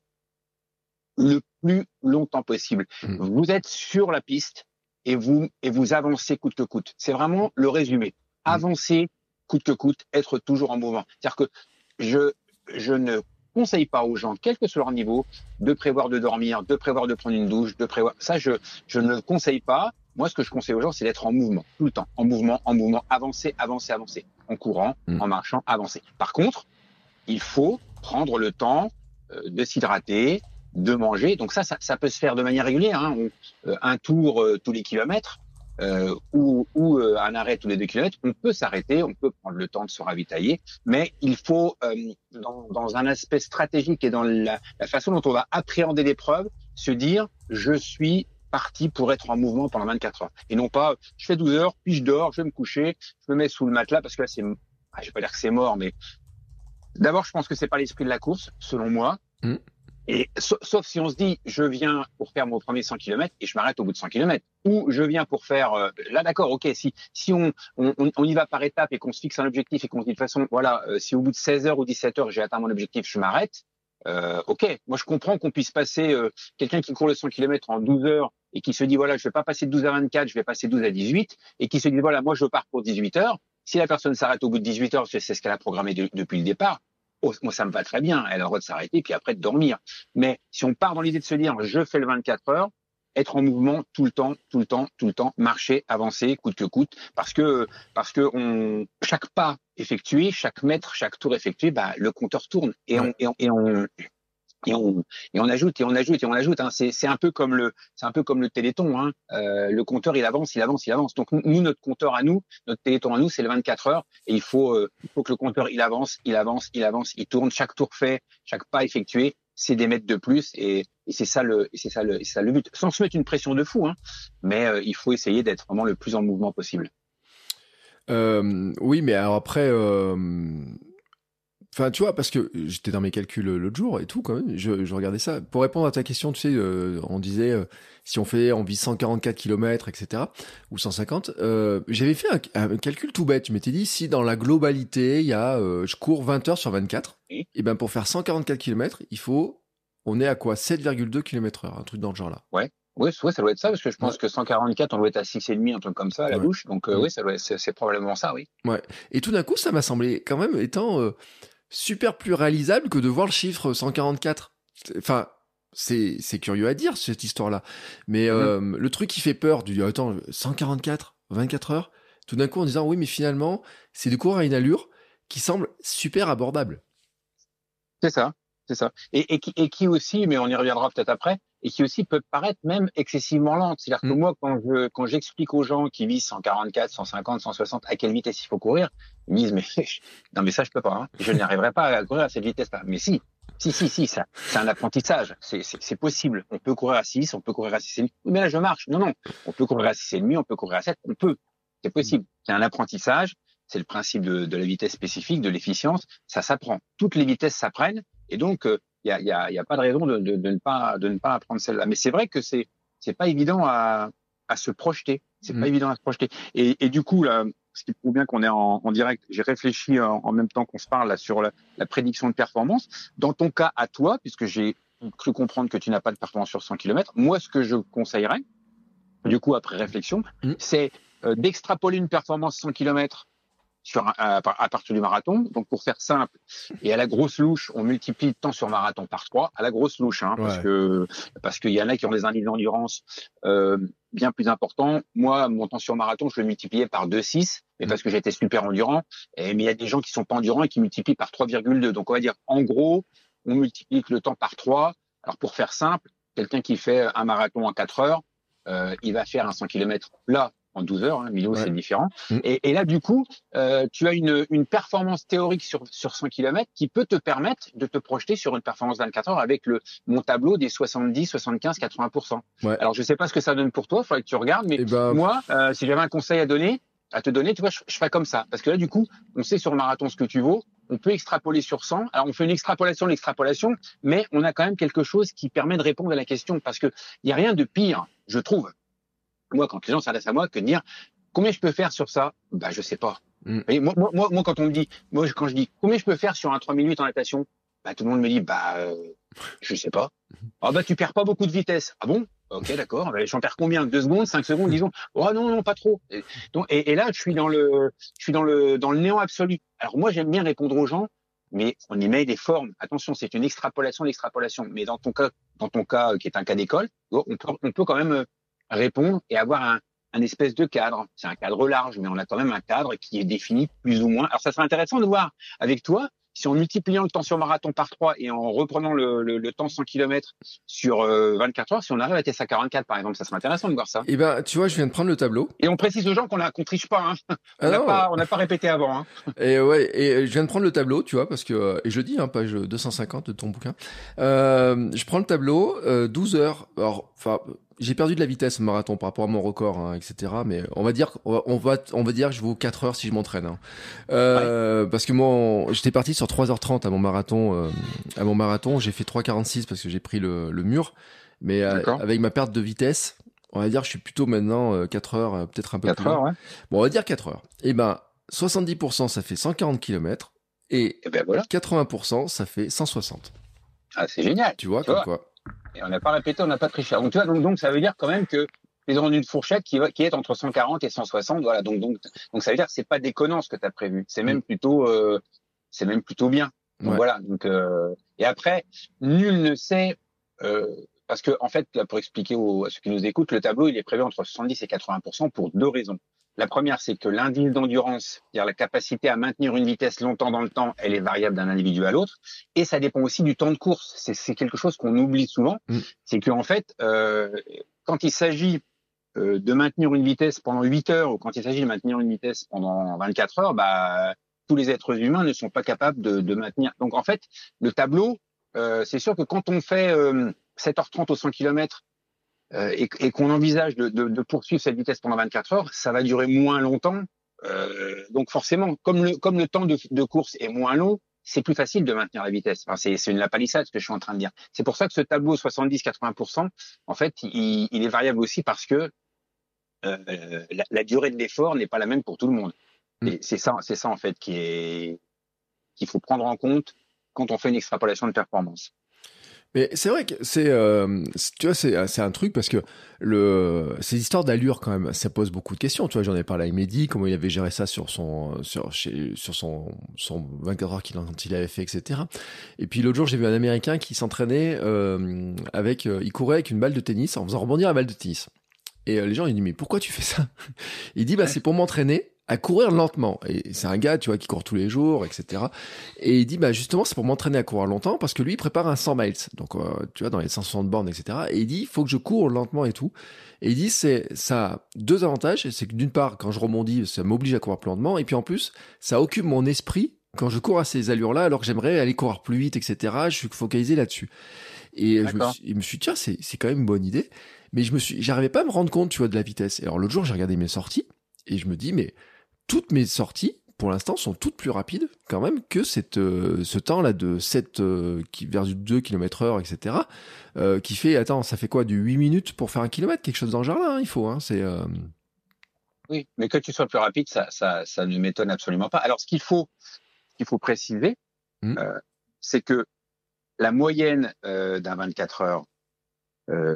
le plus longtemps possible. Mmh. Vous êtes sur la piste et vous et vous avancez coûte que coûte. C'est vraiment le résumé. Mmh. Avancer coûte que coûte, être toujours en mouvement. C'est-à-dire que je je ne conseille pas aux gens, quel que soit leur niveau, de prévoir de dormir, de prévoir de prendre une douche, de prévoir. Ça, je je ne le conseille pas. Moi, ce que je conseille aux gens, c'est d'être en mouvement tout le temps, en mouvement, en mouvement, avancer, avancer, avancer, en courant, mmh. en marchant, avancer. Par contre, il faut prendre le temps euh, de s'hydrater, de manger. Donc ça, ça, ça peut se faire de manière régulière. Hein. On, euh, un tour euh, tous les kilomètres euh, ou, ou euh, un arrêt tous les deux kilomètres. On peut s'arrêter, on peut prendre le temps de se ravitailler, mais il faut, euh, dans, dans un aspect stratégique et dans la, la façon dont on va appréhender l'épreuve, se dire « je suis parti pour être en mouvement pendant vingt-quatre heures ». Et non pas « je fais douze heures, puis je dors, je vais me coucher, je me mets sous le matelas » parce que là, c'est, ah, je vais pas dire que c'est mort, mais d'abord, je pense que c'est pas l'esprit de la course, selon moi. Mmh. Et sauf, sauf si on se dit, je viens pour faire mon premier cent kilomètres et je m'arrête au bout de cent kilomètres. Ou je viens pour faire, euh, là d'accord, ok, si si on, on on y va par étapes et qu'on se fixe un objectif et qu'on se dit de toute façon, voilà, euh, si au bout de seize heures ou dix-sept heures j'ai atteint mon objectif, je m'arrête. Euh, ok, moi je comprends qu'on puisse passer euh, quelqu'un qui court le cent kilomètres en douze heures et qui se dit voilà, je vais pas passer de douze à vingt-quatre, je vais passer douze à dix-huit et qui se dit voilà, moi je pars pour dix-huit heures. Si la personne s'arrête au bout de dix-huit heures, c'est ce qu'elle a programmé de, depuis le départ. Oh, moi, ça me va très bien. Elle a le droit de s'arrêter puis après de dormir. Mais si on part dans l'idée de se dire, je fais le vingt-quatre heures, être en mouvement tout le temps, tout le temps, tout le temps, marcher, avancer, coûte que coûte, parce que parce que on, chaque pas effectué, chaque mètre, chaque tour effectué, bah le compteur tourne et on et on et on et on, et on ajoute et on ajoute et on ajoute. Hein. C'est, c'est un peu comme le, c'est un peu comme le Téléthon. Hein. Euh, le compteur, il avance, il avance, il avance. Donc nous, notre compteur à nous, notre Téléthon à nous, c'est le vingt-quatre heures. Et il faut, euh, il faut que le compteur, il avance, il avance, il avance, il tourne. Chaque tour fait, chaque pas effectué, c'est des mètres de plus. Et, et c'est ça le, et c'est ça le, et c'est ça le but. Sans se mettre une pression de fou, hein. Mais euh, il faut essayer d'être vraiment le plus en mouvement possible. Euh, oui, mais alors après. Euh... Enfin, tu vois, parce que j'étais dans mes calculs l'autre jour et tout, quand même, je, je regardais ça. Pour répondre à ta question, tu sais, euh, on disait, euh, si on fait, on vise cent quarante-quatre kilomètres, et cetera, ou cent cinquante, euh, j'avais fait un, un calcul tout bête. Je m'étais dit, si dans la globalité, il y a, euh, je cours vingt heures sur vingt-quatre, et ben pour faire cent quarante-quatre kilomètres, il faut, on est à quoi, sept virgule deux kilomètres heure, un truc dans le genre là. Ouais. Oui, ouais, ça doit être ça, parce que je pense ouais. que cent quarante-quatre, on doit être à six virgule cinq, un truc comme ça, à la ouais. bouche. Donc, euh, ouais. oui, ça doit être, c'est, c'est probablement ça, oui. Ouais. Et tout d'un coup, ça m'a semblé, quand même, étant, euh, super plus réalisable que de voir le chiffre cent quarante-quatre. Enfin, c'est, c'est curieux à dire, cette histoire-là. Mais mmh. euh, le truc qui fait peur, du attends, cent quarante-quatre, vingt-quatre heures, tout d'un coup en disant, oui, mais finalement, c'est de courir à une allure qui semble super abordable. C'est ça, c'est ça. Et, et, qui, et qui aussi, mais on y reviendra peut-être après, et qui aussi peut paraître même excessivement lente. C'est-à-dire que Mm. moi, quand je quand j'explique aux gens qui visent cent quarante-quatre, cent cinquante, cent soixante à quelle vitesse il faut courir, ils me disent mais non mais ça je peux pas, hein. Je n'y arriverai pas à courir à cette vitesse-là. Mais si, si, si, si, ça, c'est un apprentissage. C'est, c'est, c'est possible. On peut courir à six, on peut courir à six et demi. Mais là je marche. Non, non. On peut courir à six et demi, on peut courir à sept, on peut. C'est possible. C'est un apprentissage. C'est le principe de, de la vitesse spécifique, de l'efficience. Ça s'apprend. Toutes les vitesses s'apprennent. Et donc, il euh, y, a, y, a, y a pas de raison de, de, de ne pas de ne pas apprendre celle-là. Mais c'est vrai que c'est c'est pas évident à à se projeter. C'est mmh. pas évident à se projeter. Et, et du coup, là, ce qui prouve bien qu'on est en, en direct, j'ai réfléchi en, en même temps qu'on se parle là sur la, la prédiction de performance. Dans ton cas, à toi, puisque j'ai cru comprendre que tu n'as pas de performance sur cent kilomètres, moi, ce que je conseillerais, du coup, après réflexion, mmh. c'est euh, d'extrapoler une performance cent kilomètres sur un, à, à partir du marathon. Donc, pour faire simple, et à la grosse louche, on multiplie le temps sur marathon par trois, à la grosse louche, hein, ouais. parce que parce qu'il y en a qui ont des indices d'endurance euh, bien plus importants. Moi, mon temps sur marathon, je le multipliais par deux virgule six, mais mmh. parce que j'étais super endurant. Et, mais il y a des gens qui sont pas endurants et qui multiplient par trois virgule deux. Donc, on va dire, en gros, on multiplie le temps par trois. Alors, pour faire simple, quelqu'un qui fait un marathon en quatre heures, euh, il va faire un cent kilomètres là, en douze heures, hein, Milo, ouais. c'est différent. Mmh. Et, et là, du coup, euh, tu as une, une performance théorique sur, sur cent kilomètres qui peut te permettre de te projeter sur une performance vingt-quatre heures avec le, mon tableau des soixante-dix, soixante-quinze, quatre-vingts pour cent. Ouais. Alors, je sais pas ce que ça donne pour toi, il faudrait que tu regardes, mais bah... moi, euh, si j'avais un conseil à donner, à te donner, tu vois, je, je ferais comme ça. Parce que là, du coup, on sait sur le marathon ce que tu vaux, on peut extrapoler sur cent. Alors, on fait une extrapolation de l'extrapolation, mais on a quand même quelque chose qui permet de répondre à la question. Parce que il y a rien de pire, je trouve, moi, quand les gens s'adressent à moi, que de dire combien je peux faire sur ça, bah je sais pas. Mm. Et moi, moi, moi, quand on me dit, moi, quand je dis combien je peux faire sur un trois minutes en natation, bah tout le monde me dit bah euh, je sais pas. Ah bah tu perds pas beaucoup de vitesse. Ah bon? Ok, d'accord. Bah, j'en perds combien? Deux secondes, cinq secondes, disons. Oh non, non, pas trop. Et, donc, et, et là, je suis dans le, je suis dans le, dans le néant absolu. Alors moi, j'aime bien répondre aux gens, mais on émet des formes. Attention, c'est une extrapolation, l'extrapolation. Mais dans ton cas, dans ton cas qui est un cas d'école, on peut, on peut quand même répondre et avoir un, un espèce de cadre. C'est un cadre large, mais on a quand même un cadre qui est défini plus ou moins. Alors, ça serait intéressant de voir avec toi si en multipliant le temps sur marathon par trois et en reprenant le, le, le temps cent kilomètres sur euh, vingt-quatre heures, si on arrive à T S A quarante-quatre, par exemple, ça serait intéressant de voir ça. Eh ben, tu vois, je viens de prendre le tableau. Et on précise aux gens qu'on a, qu'on triche pas, hein. On n'a pas, on n'a pas répété avant, hein. Et ouais, et je viens de prendre le tableau, tu vois, parce que, et je dis, hein, page deux cent cinquante de ton bouquin. Euh, je prends le tableau, euh, douze heures. Alors, enfin, j'ai perdu de la vitesse au marathon par rapport à mon record, hein, et cetera. Mais on va dire, on va, on va, on va dire que je vaux quatre heures si je m'entraîne, hein. Euh, ouais. Parce que moi, j'étais parti sur trois heures trente à mon marathon, euh, à mon marathon. J'ai fait trois heures quarante-six parce que j'ai pris le, le mur. Mais euh, avec ma perte de vitesse, on va dire que je suis plutôt maintenant euh, quatre heures, euh, peut-être un peu quatre plus. heures, ouais. Bon, on va dire quatre heures. Et ben, soixante-dix pour cent, ça fait cent quarante kilomètres. Et, et ben voilà. quatre-vingts pour cent, ça fait cent soixante. Ah, c'est génial. Tu vois, tu comme vois. quoi. Et on n'a pas répété, on n'a pas triché. Donc, tu vois, donc, donc, ça veut dire quand même que les dans une fourchette qui, va, qui est entre cent quarante et cent soixante. Voilà. Donc, donc, donc, ça veut dire que c'est pas déconnant ce que tu as prévu. C'est même mmh. plutôt, euh, c'est même plutôt bien. Donc, ouais. voilà. Donc, euh, et après, nul ne sait, euh, parce que, en fait, là, pour expliquer aux, à ceux qui nous écoutent, le tableau, il est prévu entre soixante-dix et quatre-vingts pour cent pour deux raisons. La première, c'est que l'indice d'endurance, c'est-à-dire la capacité à maintenir une vitesse longtemps dans le temps, elle est variable d'un individu à l'autre. Et ça dépend aussi du temps de course. C'est, c'est quelque chose qu'on oublie souvent. Mmh. C'est qu'en fait, euh, quand il s'agit euh, de maintenir une vitesse pendant huit heures ou quand il s'agit de maintenir une vitesse pendant vingt-quatre heures, bah, tous les êtres humains ne sont pas capables de, de maintenir. Donc, en fait, le tableau, euh, c'est sûr que quand on fait euh, sept heures trente au cent kilomètres, Euh, et, et qu'on envisage de, de, de poursuivre cette vitesse pendant vingt-quatre heures, ça va durer moins longtemps. Euh, donc forcément, comme le, comme le temps de, de course est moins long, c'est plus facile de maintenir la vitesse. Enfin, c'est, c'est une lapalissade ce que je suis en train de dire. C'est pour ça que ce tableau soixante-dix à quatre-vingts pour cent, en fait, il, il est variable aussi parce que euh, la, la durée de l'effort n'est pas la même pour tout le monde. Mmh. Et c'est ça, c'est ça en fait qui est qu'il faut prendre en compte quand on fait une extrapolation de performance. Mais c'est vrai que c'est, euh, tu vois, c'est, c'est un truc parce que le, ces histoires d'allure quand même, ça pose beaucoup de questions. Tu vois, j'en ai parlé avec Mehdi, comment il avait géré ça sur son, sur, chez, sur son, son vingt-quatre heures qu'il, qu'il avait fait, et cetera. Et puis l'autre jour, j'ai vu un Américain qui s'entraînait euh, avec, euh, il courait avec une balle de tennis en faisant rebondir la balle de tennis. Et euh, les gens, ils disent mais pourquoi tu fais ça? Il dit bah c'est pour m'entraîner à courir lentement. Et c'est un gars, tu vois, qui court tous les jours, et cetera. Et il dit, bah justement, c'est pour m'entraîner à courir longtemps, parce que lui, il prépare un cent miles. Donc, euh, tu vois, dans les cent soixante bornes, et cetera. Et il dit, il faut que je cours lentement et tout. Et il dit, c'est, ça a deux avantages. C'est que d'une part, quand je rebondis, ça m'oblige à courir plus lentement. Et puis en plus, ça occupe mon esprit quand je cours à ces allures-là, alors que j'aimerais aller courir plus vite, et cetera. Je suis focalisé là-dessus. Et je me, suis, je me suis dit, tiens, c'est, c'est quand même une bonne idée. Mais je me suis, j'arrivais pas à me rendre compte, tu vois, de la vitesse. Et alors l'autre jour, j'ai regardé mes sorties et je me dis, mais toutes mes sorties, pour l'instant, sont toutes plus rapides quand même que cette, euh, ce temps-là de sept euh, qui, vers du deux kilomètres heure, et cetera. Euh, qui fait, attends, ça fait quoi, du huit minutes pour faire un kilomètre, quelque chose dans le genre là, hein, il faut, hein, c'est. Euh... Oui, mais que tu sois plus rapide, ça, ça, ça ne m'étonne absolument pas. Alors, ce qu'il faut, ce qu'il faut préciser, mmh. euh, c'est que la moyenne euh, d'un vingt-quatre heures, euh,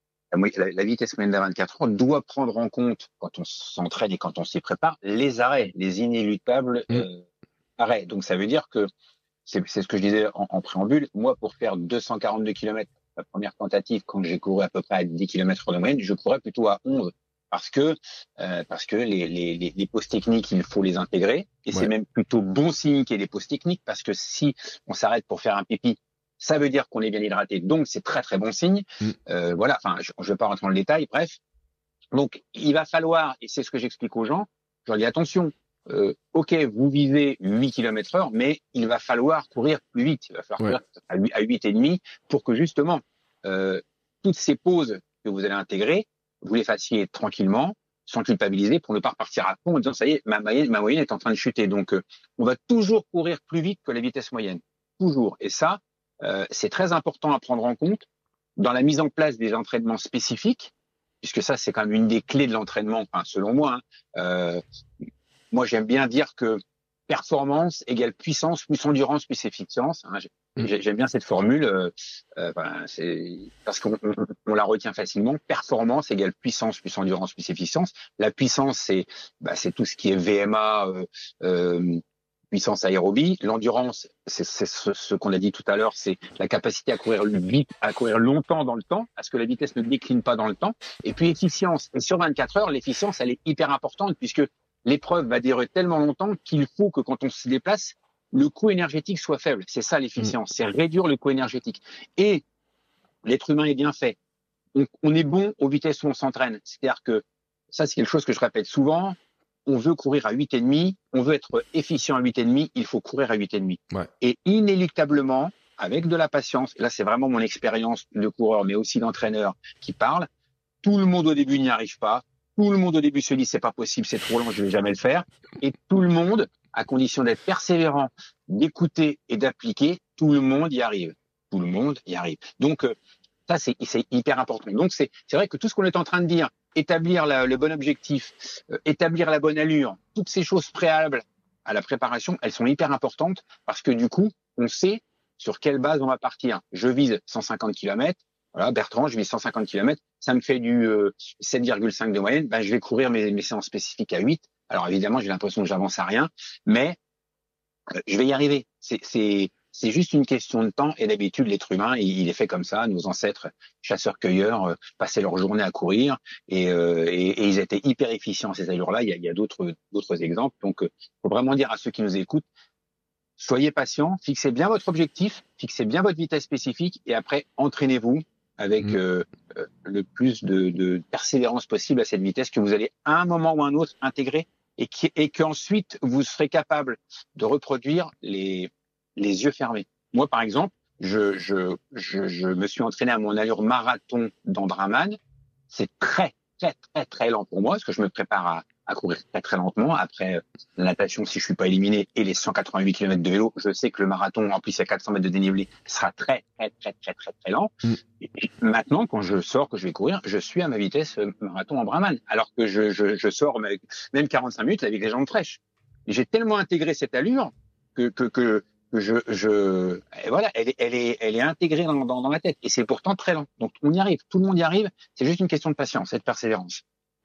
la, la vitesse moyenne d'un vingt-quatre heures doit prendre en compte, quand on s'entraîne et quand on s'y prépare, les arrêts, les inéluctables mmh. euh, arrêts. Donc, ça veut dire que, c'est, c'est ce que je disais en, en préambule, moi, pour faire deux cent quarante-deux kilomètres, la première tentative, quand j'ai couru à peu près à dix kilomètres de moyenne, je courais plutôt à onze. Parce que euh, parce que les, les, les, les pauses techniques, il faut les intégrer. Et ouais. c'est même plutôt bon signe qu'il y ait des pauses techniques, parce que si on s'arrête pour faire un pipi, ça veut dire qu'on est bien hydraté. Donc, c'est très, très bon signe. Mm. Euh, voilà, enfin, je ne vais pas rentrer dans le détail, bref. Donc, il va falloir, et c'est ce que j'explique aux gens, je leur dis attention, euh, OK, vous vivez huit kilomètres heure, mais il va falloir courir plus vite. Il va falloir ouais. courir à huit, à huit virgule cinq pour que, justement, euh, toutes ces pauses que vous allez intégrer, vous les fassiez tranquillement, sans culpabiliser, pour ne pas repartir à fond en disant, ça y est, ma moyenne, ma moyenne est en train de chuter. Donc, euh, on va toujours courir plus vite que la vitesse moyenne. Toujours. Et ça, euh, c'est très important à prendre en compte dans la mise en place des entraînements spécifiques, puisque ça, c'est quand même une des clés de l'entraînement, enfin, selon moi. Hein. Euh, moi, j'aime bien dire que performance égale puissance, plus endurance, plus efficience. Hein. J'aime bien cette formule, euh, euh, ben, c'est parce qu'on on, on la retient facilement. Performance égale puissance, plus endurance, plus efficience. La puissance, c'est bah, c'est tout ce qui est V M A, euh, euh, puissance aérobie. L'endurance, c'est, c'est ce, ce qu'on a dit tout à l'heure, c'est la capacité à courir vite, à courir longtemps dans le temps, parce que la vitesse ne décline pas dans le temps. Et puis efficience. Et sur vingt-quatre heures, l'efficience, elle est hyper importante, puisque l'épreuve va durer tellement longtemps qu'il faut que quand on se déplace, le coût énergétique soit faible. C'est ça l'efficience, mmh. c'est réduire le coût énergétique. Et l'être humain est bien fait. On, on est bon aux vitesses où on s'entraîne. C'est-à-dire que ça, c'est quelque chose que je répète souvent. On veut courir à huit virgule cinq, on veut être efficient à huit virgule cinq, il faut courir à huit virgule cinq. Ouais. Et inéluctablement, avec de la patience, et là c'est vraiment mon expérience de coureur, mais aussi d'entraîneur qui parle, tout le monde au début n'y arrive pas. Tout le monde au début se dit c'est pas possible, c'est trop long, je vais jamais le faire. Et tout le monde, à condition d'être persévérant, d'écouter et d'appliquer, tout le monde y arrive. Tout le monde y arrive. Donc euh, ça c'est, c'est hyper important. Donc c'est, c'est vrai que tout ce qu'on est en train de dire, établir la, le bon objectif, euh, établir la bonne allure, toutes ces choses préalables à la préparation, elles sont hyper importantes parce que du coup, on sait sur quelle base on va partir. Je vise cent cinquante kilomètres. Voilà, Bertrand, je vise cent cinquante kilomètres, ça me fait du euh, sept virgule cinq de moyenne, ben, je vais courir mes, mes séances spécifiques à huit. Alors évidemment, j'ai l'impression que j'avance à rien, mais euh, je vais y arriver. C'est, c'est, c'est juste une question de temps et d'habitude, l'être humain, il, il est fait comme ça. Nos ancêtres chasseurs-cueilleurs euh, passaient leur journée à courir et, euh, et, et ils étaient hyper efficients à ces allures-là. Il y a, il y a d'autres, d'autres exemples. Donc, il euh, faut vraiment dire à ceux qui nous écoutent, soyez patients, fixez bien votre objectif, fixez bien votre vitesse spécifique et après, entraînez-vous avec mmh. euh, euh, le plus de, de persévérance possible à cette vitesse que vous allez à un moment ou un autre intégrer et, qui, et qu'ensuite vous serez capable de reproduire les, les yeux fermés. Moi, par exemple, je, je, je, je me suis entraîné à mon allure marathon d'Andraman. C'est très, très, très, très lent pour moi parce que je me prépare à, à courir très, très lentement. Après la natation, si je suis pas éliminé, et les cent quatre-vingt-huit kilomètres de vélo, je sais que le marathon, en plus, il y a quatre cents mètres de dénivelé, sera très, très, très, très, très, très lent. Mm. Et puis, maintenant, quand je sors, que je vais courir, je suis à ma vitesse marathon en Brahman. Alors que je, je, je sors même quarante-cinq minutes avec les jambes fraîches. Et j'ai tellement intégré cette allure que, que, que, que je, je, et voilà, elle est, elle est, elle est intégrée dans, dans, dans ma tête. Et c'est pourtant très lent. Donc, on y arrive. Tout le monde y arrive. C'est juste une question de patience et de persévérance.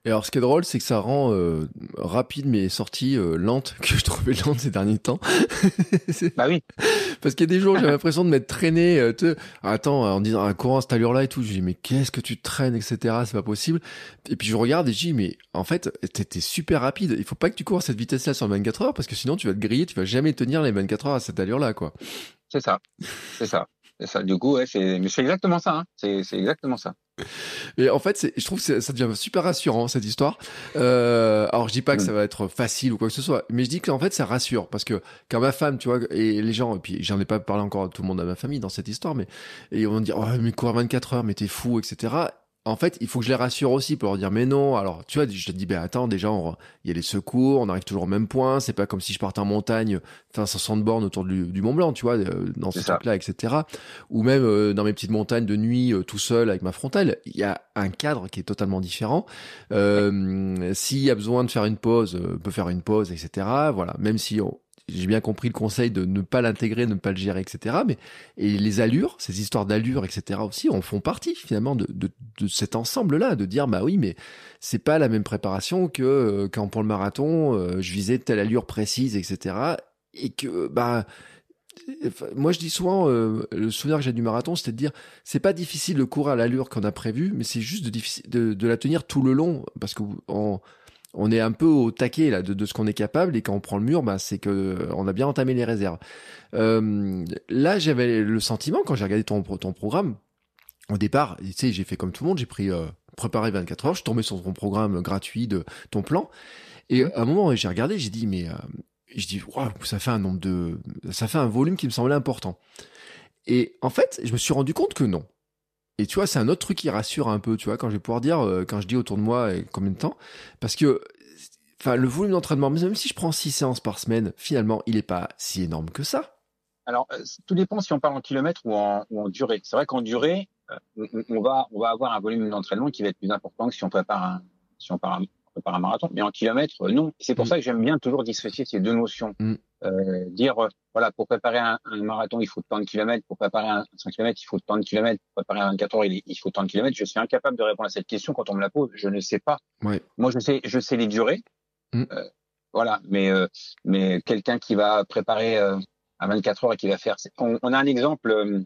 Et alors, ce qui est drôle, c'est que ça rend euh, rapide mes sorties euh, lentes, que je trouvais lentes ces derniers temps. Bah oui. Parce qu'il y a des jours, j'ai l'impression de m'être traîné. Euh, tu sais, attends, en disant un courant à cette allure-là et tout, je dis mais qu'est-ce que tu te traînes, et cetera. C'est pas possible. Et puis je regarde et je dis mais en fait, t'es, t'es super rapide. Il faut pas que tu cours à cette vitesse-là sur vingt-quatre heures parce que sinon tu vas te griller, tu vas jamais tenir les vingt-quatre heures à cette allure-là, quoi. C'est ça. C'est ça. C'est ça. Du coup, ouais, c'est, mais c'est exactement ça. Hein. C'est, c'est exactement ça. Et en fait, c'est, je trouve que ça devient super rassurant, cette histoire. Euh, alors, je dis pas que ça va être facile ou quoi que ce soit, mais je dis qu'en fait, ça rassure. Parce que quand ma femme, tu vois, et les gens, et puis j'en ai pas parlé encore à tout le monde à ma famille dans cette histoire, mais et ils vont me dire, oh, mais courir vingt-quatre heures, mais t'es fou, et cetera. En fait, il faut que je les rassure aussi pour leur dire, mais non, alors, tu vois, je te dis, ben attends, déjà, on- il y a les secours, on arrive toujours au même point, c'est pas comme si je partais en montagne, faire soixante bornes autour du, du Mont Blanc, tu vois, euh, dans ce C'est ça. truc-là, et cetera. Ou même euh, dans mes petites montagnes de nuit, euh, tout seul, avec ma frontale, il y a un cadre qui est totalement différent. Euh, s'il y a besoin de faire une pause, euh, on peut faire une pause, et cetera. Voilà, même si on- j'ai bien compris le conseil de ne pas l'intégrer, de ne pas le gérer, et cetera. Mais et les allures, ces histoires d'allures, et cetera aussi, en font partie finalement de, de, de cet ensemble-là, de dire bah oui, mais c'est pas la même préparation que euh, quand pour le marathon, euh, je visais telle allure précise, et cetera. Et que bah enfin, moi je dis souvent, euh, le souvenir que j'ai du marathon, c'était de dire c'est pas difficile de courir à l'allure qu'on a prévue, mais c'est juste de, difficile, de, de la tenir tout le long parce que on, on est un peu au taquet là de, de ce qu'on est capable et quand on prend le mur, bah c'est que euh, on a bien entamé les réserves. Euh, là, j'avais le sentiment quand j'ai regardé ton ton programme au départ, tu sais, j'ai fait comme tout le monde, j'ai pris euh, préparé vingt-quatre heures, je suis tombé sur ton programme gratuit de ton plan et à un moment j'ai regardé, j'ai dit mais euh, je dis waouh, ça fait un nombre de ça fait un volume qui me semblait important. Et en fait, je me suis rendu compte que non. Et tu vois, c'est un autre truc qui rassure un peu, tu vois, quand je vais pouvoir dire, euh, quand je dis autour de moi et combien de temps, parce que, enfin, le volume d'entraînement, même si je prends six séances par semaine, finalement, il est pas si énorme que ça. Alors, euh, tout dépend si on parle en kilomètres ou en, ou en durée. C'est vrai qu'en durée, euh, on, on va, on va avoir un volume d'entraînement qui va être plus important que si on prépare un, si on prépare un, on prépare un marathon. Mais en kilomètres, euh, non. C'est pour Mm. ça que j'aime bien toujours dissocier ces deux notions. Mm. Euh, dire, euh, voilà, pour préparer un, un marathon, il faut tant de kilomètres. Pour préparer un cinq kilomètres, il faut tant de kilomètres. Pour préparer un vingt-quatre heures, il, il faut tant de kilomètres. Je suis incapable de répondre à cette question quand on me la pose. Je ne sais pas. Ouais. Moi, je sais, je sais les durées. Mm. Euh, voilà. Mais, euh, mais quelqu'un qui va préparer, euh, à vingt-quatre heures et qui va faire. On, on a un exemple euh,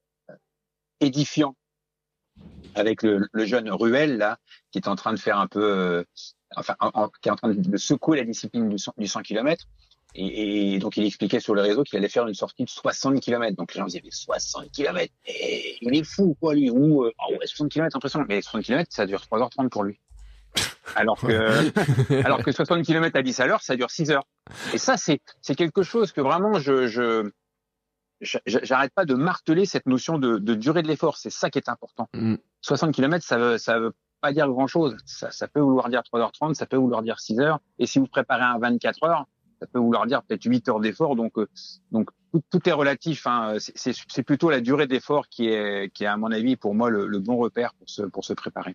édifiant avec le, le jeune Ruel là, qui est en train de faire un peu, euh, enfin, en, en, qui est en train de secouer la discipline du cent, du cent kilomètres. Et, et donc il expliquait sur le réseau qu'il allait faire une sortie de soixante kilomètres. Donc les gens disaient soixante kilomètres, et il est fou quoi lui. Ou euh, oh ouais, soixante kilomètres, impressionnant. Mais soixante kilomètres, ça dure trois heures trente pour lui. Alors que, alors que soixante kilomètres à dix à l'heure, ça dure six heures. Et ça, c'est, c'est quelque chose que vraiment je, je, j'arrête pas de marteler cette notion de, de durée de l'effort. C'est ça qui est important. Mm. soixante kilomètres, ça veut, ça veut pas dire grand chose. Ça, ça peut vouloir dire trois heures trente, ça peut vouloir dire six heures. Et si vous préparez un vingt-quatre heures, ça peut vouloir dire peut-être huit heures d'effort. Donc, euh, donc, tout, tout est relatif, hein. C'est, c'est, c'est plutôt la durée d'effort qui est, qui est, à mon avis, pour moi, le, le bon repère pour se, pour se préparer.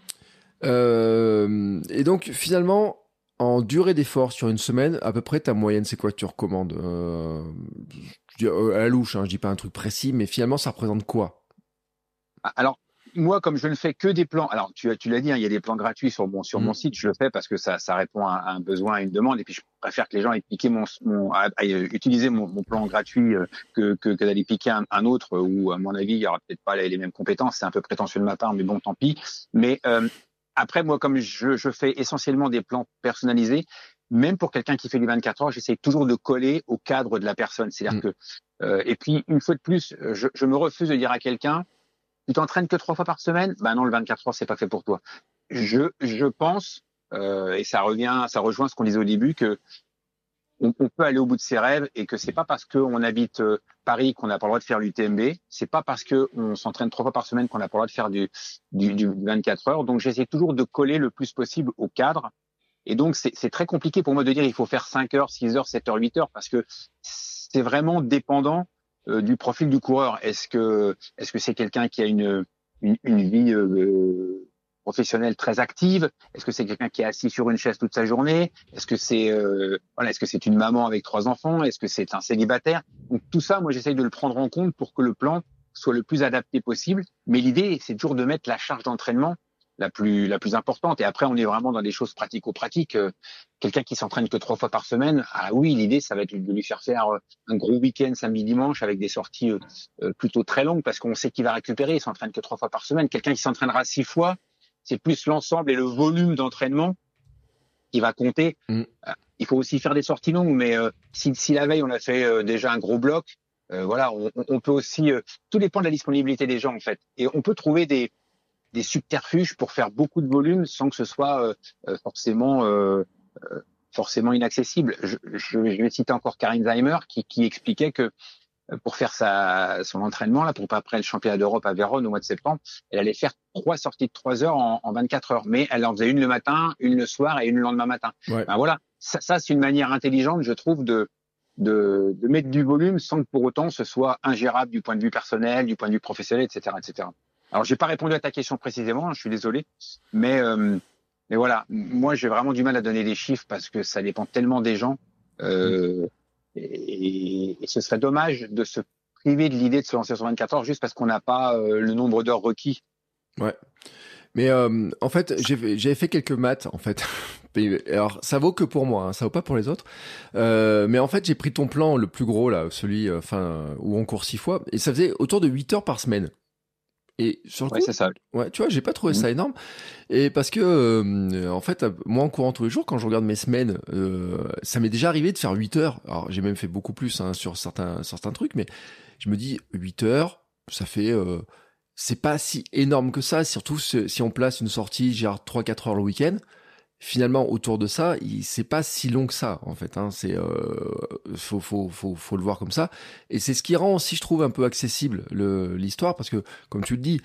Euh, et donc, finalement, en durée d'effort sur une semaine, à peu près ta moyenne, c'est quoi que tu recommandes euh, je dis, euh, à la louche, hein, je dis pas un truc précis, mais finalement, ça représente quoi? Alors, moi, comme je ne fais que des plans, alors tu, tu l'as dit, hein, il y a des plans gratuits sur mon sur Mmh. mon site. Je le fais parce que ça, ça répond à, à un besoin, à une demande, et puis je préfère que les gens aient piqué mon, mon à, à utiliser mon, mon plan gratuit euh, que, que, que d'aller piquer un, un autre euh, où, à mon avis, il y aura peut-être pas les, les mêmes compétences. C'est un peu prétentieux de ma part, mais bon, tant pis. Mais euh, après, moi, comme je, je fais essentiellement des plans personnalisés, même pour quelqu'un qui fait du vingt-quatre heures, j'essaie toujours de coller au cadre de la personne. C'est-à-dire Mmh. que, euh, et puis une fois de plus, je, je me refuse de dire à quelqu'un, tu t'entraînes que trois fois par semaine, ben non, le vingt-quatre heures, c'est pas fait pour toi. Je, je pense, euh, et ça revient, ça rejoint ce qu'on disait au début, que on, on peut aller au bout de ses rêves et que c'est pas parce qu'on habite euh, Paris qu'on n'a pas le droit de faire l'U T M B, c'est pas parce qu'on s'entraîne trois fois par semaine qu'on n'a pas le droit de faire du, du, du vingt-quatre heures. Donc j'essaie toujours de coller le plus possible au cadre. Et donc c'est, c'est très compliqué pour moi de dire il faut faire cinq heures, six heures, sept heures, huit heures, parce que c'est vraiment dépendant euh, du profil du coureur. Est-ce que est-ce que c'est quelqu'un qui a une une, une vie euh, professionnelle très active? Est-ce que c'est quelqu'un qui est assis sur une chaise toute sa journée? Est-ce que c'est euh, voilà, est-ce que c'est une maman avec trois enfants? Est-ce que c'est un célibataire? Donc tout ça, moi j'essaye de le prendre en compte pour que le plan soit le plus adapté possible. Mais l'idée, c'est toujours de mettre la charge d'entraînement la plus la plus importante. Et après, on est vraiment dans des choses pratico-pratiques. Euh, quelqu'un qui s'entraîne que trois fois par semaine, ah oui, l'idée, ça va être de lui faire faire un gros week-end samedi-dimanche avec des sorties euh, plutôt très longues parce qu'on sait qu'il va récupérer. Il s'entraîne que trois fois par semaine. Quelqu'un qui s'entraînera six fois, c'est plus l'ensemble et le volume d'entraînement qui va compter. Mmh. Il faut aussi faire des sorties longues, mais euh, si, si la veille on a fait euh, déjà un gros bloc, euh, voilà, on, on peut aussi. Euh, tout dépend de la disponibilité des gens en fait, et on peut trouver des des subterfuges pour faire beaucoup de volume sans que ce soit euh, forcément euh, forcément inaccessible. Je, je, je vais citer encore Karin Zeimer qui, qui expliquait que pour faire sa, son entraînement, là, pour après le championnat d'Europe à Vérone au mois de septembre, elle allait faire trois sorties de trois heures en, en vingt-quatre heures. Mais elle en faisait une le matin, une le soir et une le lendemain matin. Ouais. Ben voilà. Ça, ça, c'est une manière intelligente, je trouve, de, de, de mettre du volume sans que pour autant ce soit ingérable du point de vue personnel, du point de vue professionnel, et cetera, et cetera. Alors, j'ai pas répondu à ta question précisément, je suis désolé. Mais, euh, mais voilà. Moi, j'ai vraiment du mal à donner des chiffres parce que ça dépend tellement des gens. Euh, Et, et ce serait dommage de se priver de l'idée de se lancer sur vingt-quatre heures juste parce qu'on n'a pas euh, le nombre d'heures requis. Ouais. Mais euh, en fait, j'ai, j'avais fait quelques maths, en fait. Alors, ça vaut que pour moi, hein, ça vaut pas pour les autres. Euh, mais en fait, j'ai pris ton plan le plus gros, là, celui enfin où on court six fois, et ça faisait autour de huit heures par semaine. Et sur le ouais, coup, c'est ça. Ouais, tu vois, j'ai pas trouvé mmh. ça énorme. Et parce que, euh, en fait, moi, en courant tous les jours, quand je regarde mes semaines, euh, ça m'est déjà arrivé de faire huit heures. Alors, j'ai même fait beaucoup plus hein, sur certains, certains trucs, mais je me dis, huit heures, ça fait... Euh, c'est pas si énorme que ça, surtout si on place une sortie, genre trois quatre heures le week-end. Finalement, autour de ça, il, c'est pas si long que ça, en fait. Hein. C'est, euh, faut, faut, faut, faut le voir comme ça. Et c'est ce qui rend aussi, je trouve, un peu accessible le, l'histoire, parce que, comme tu le dis,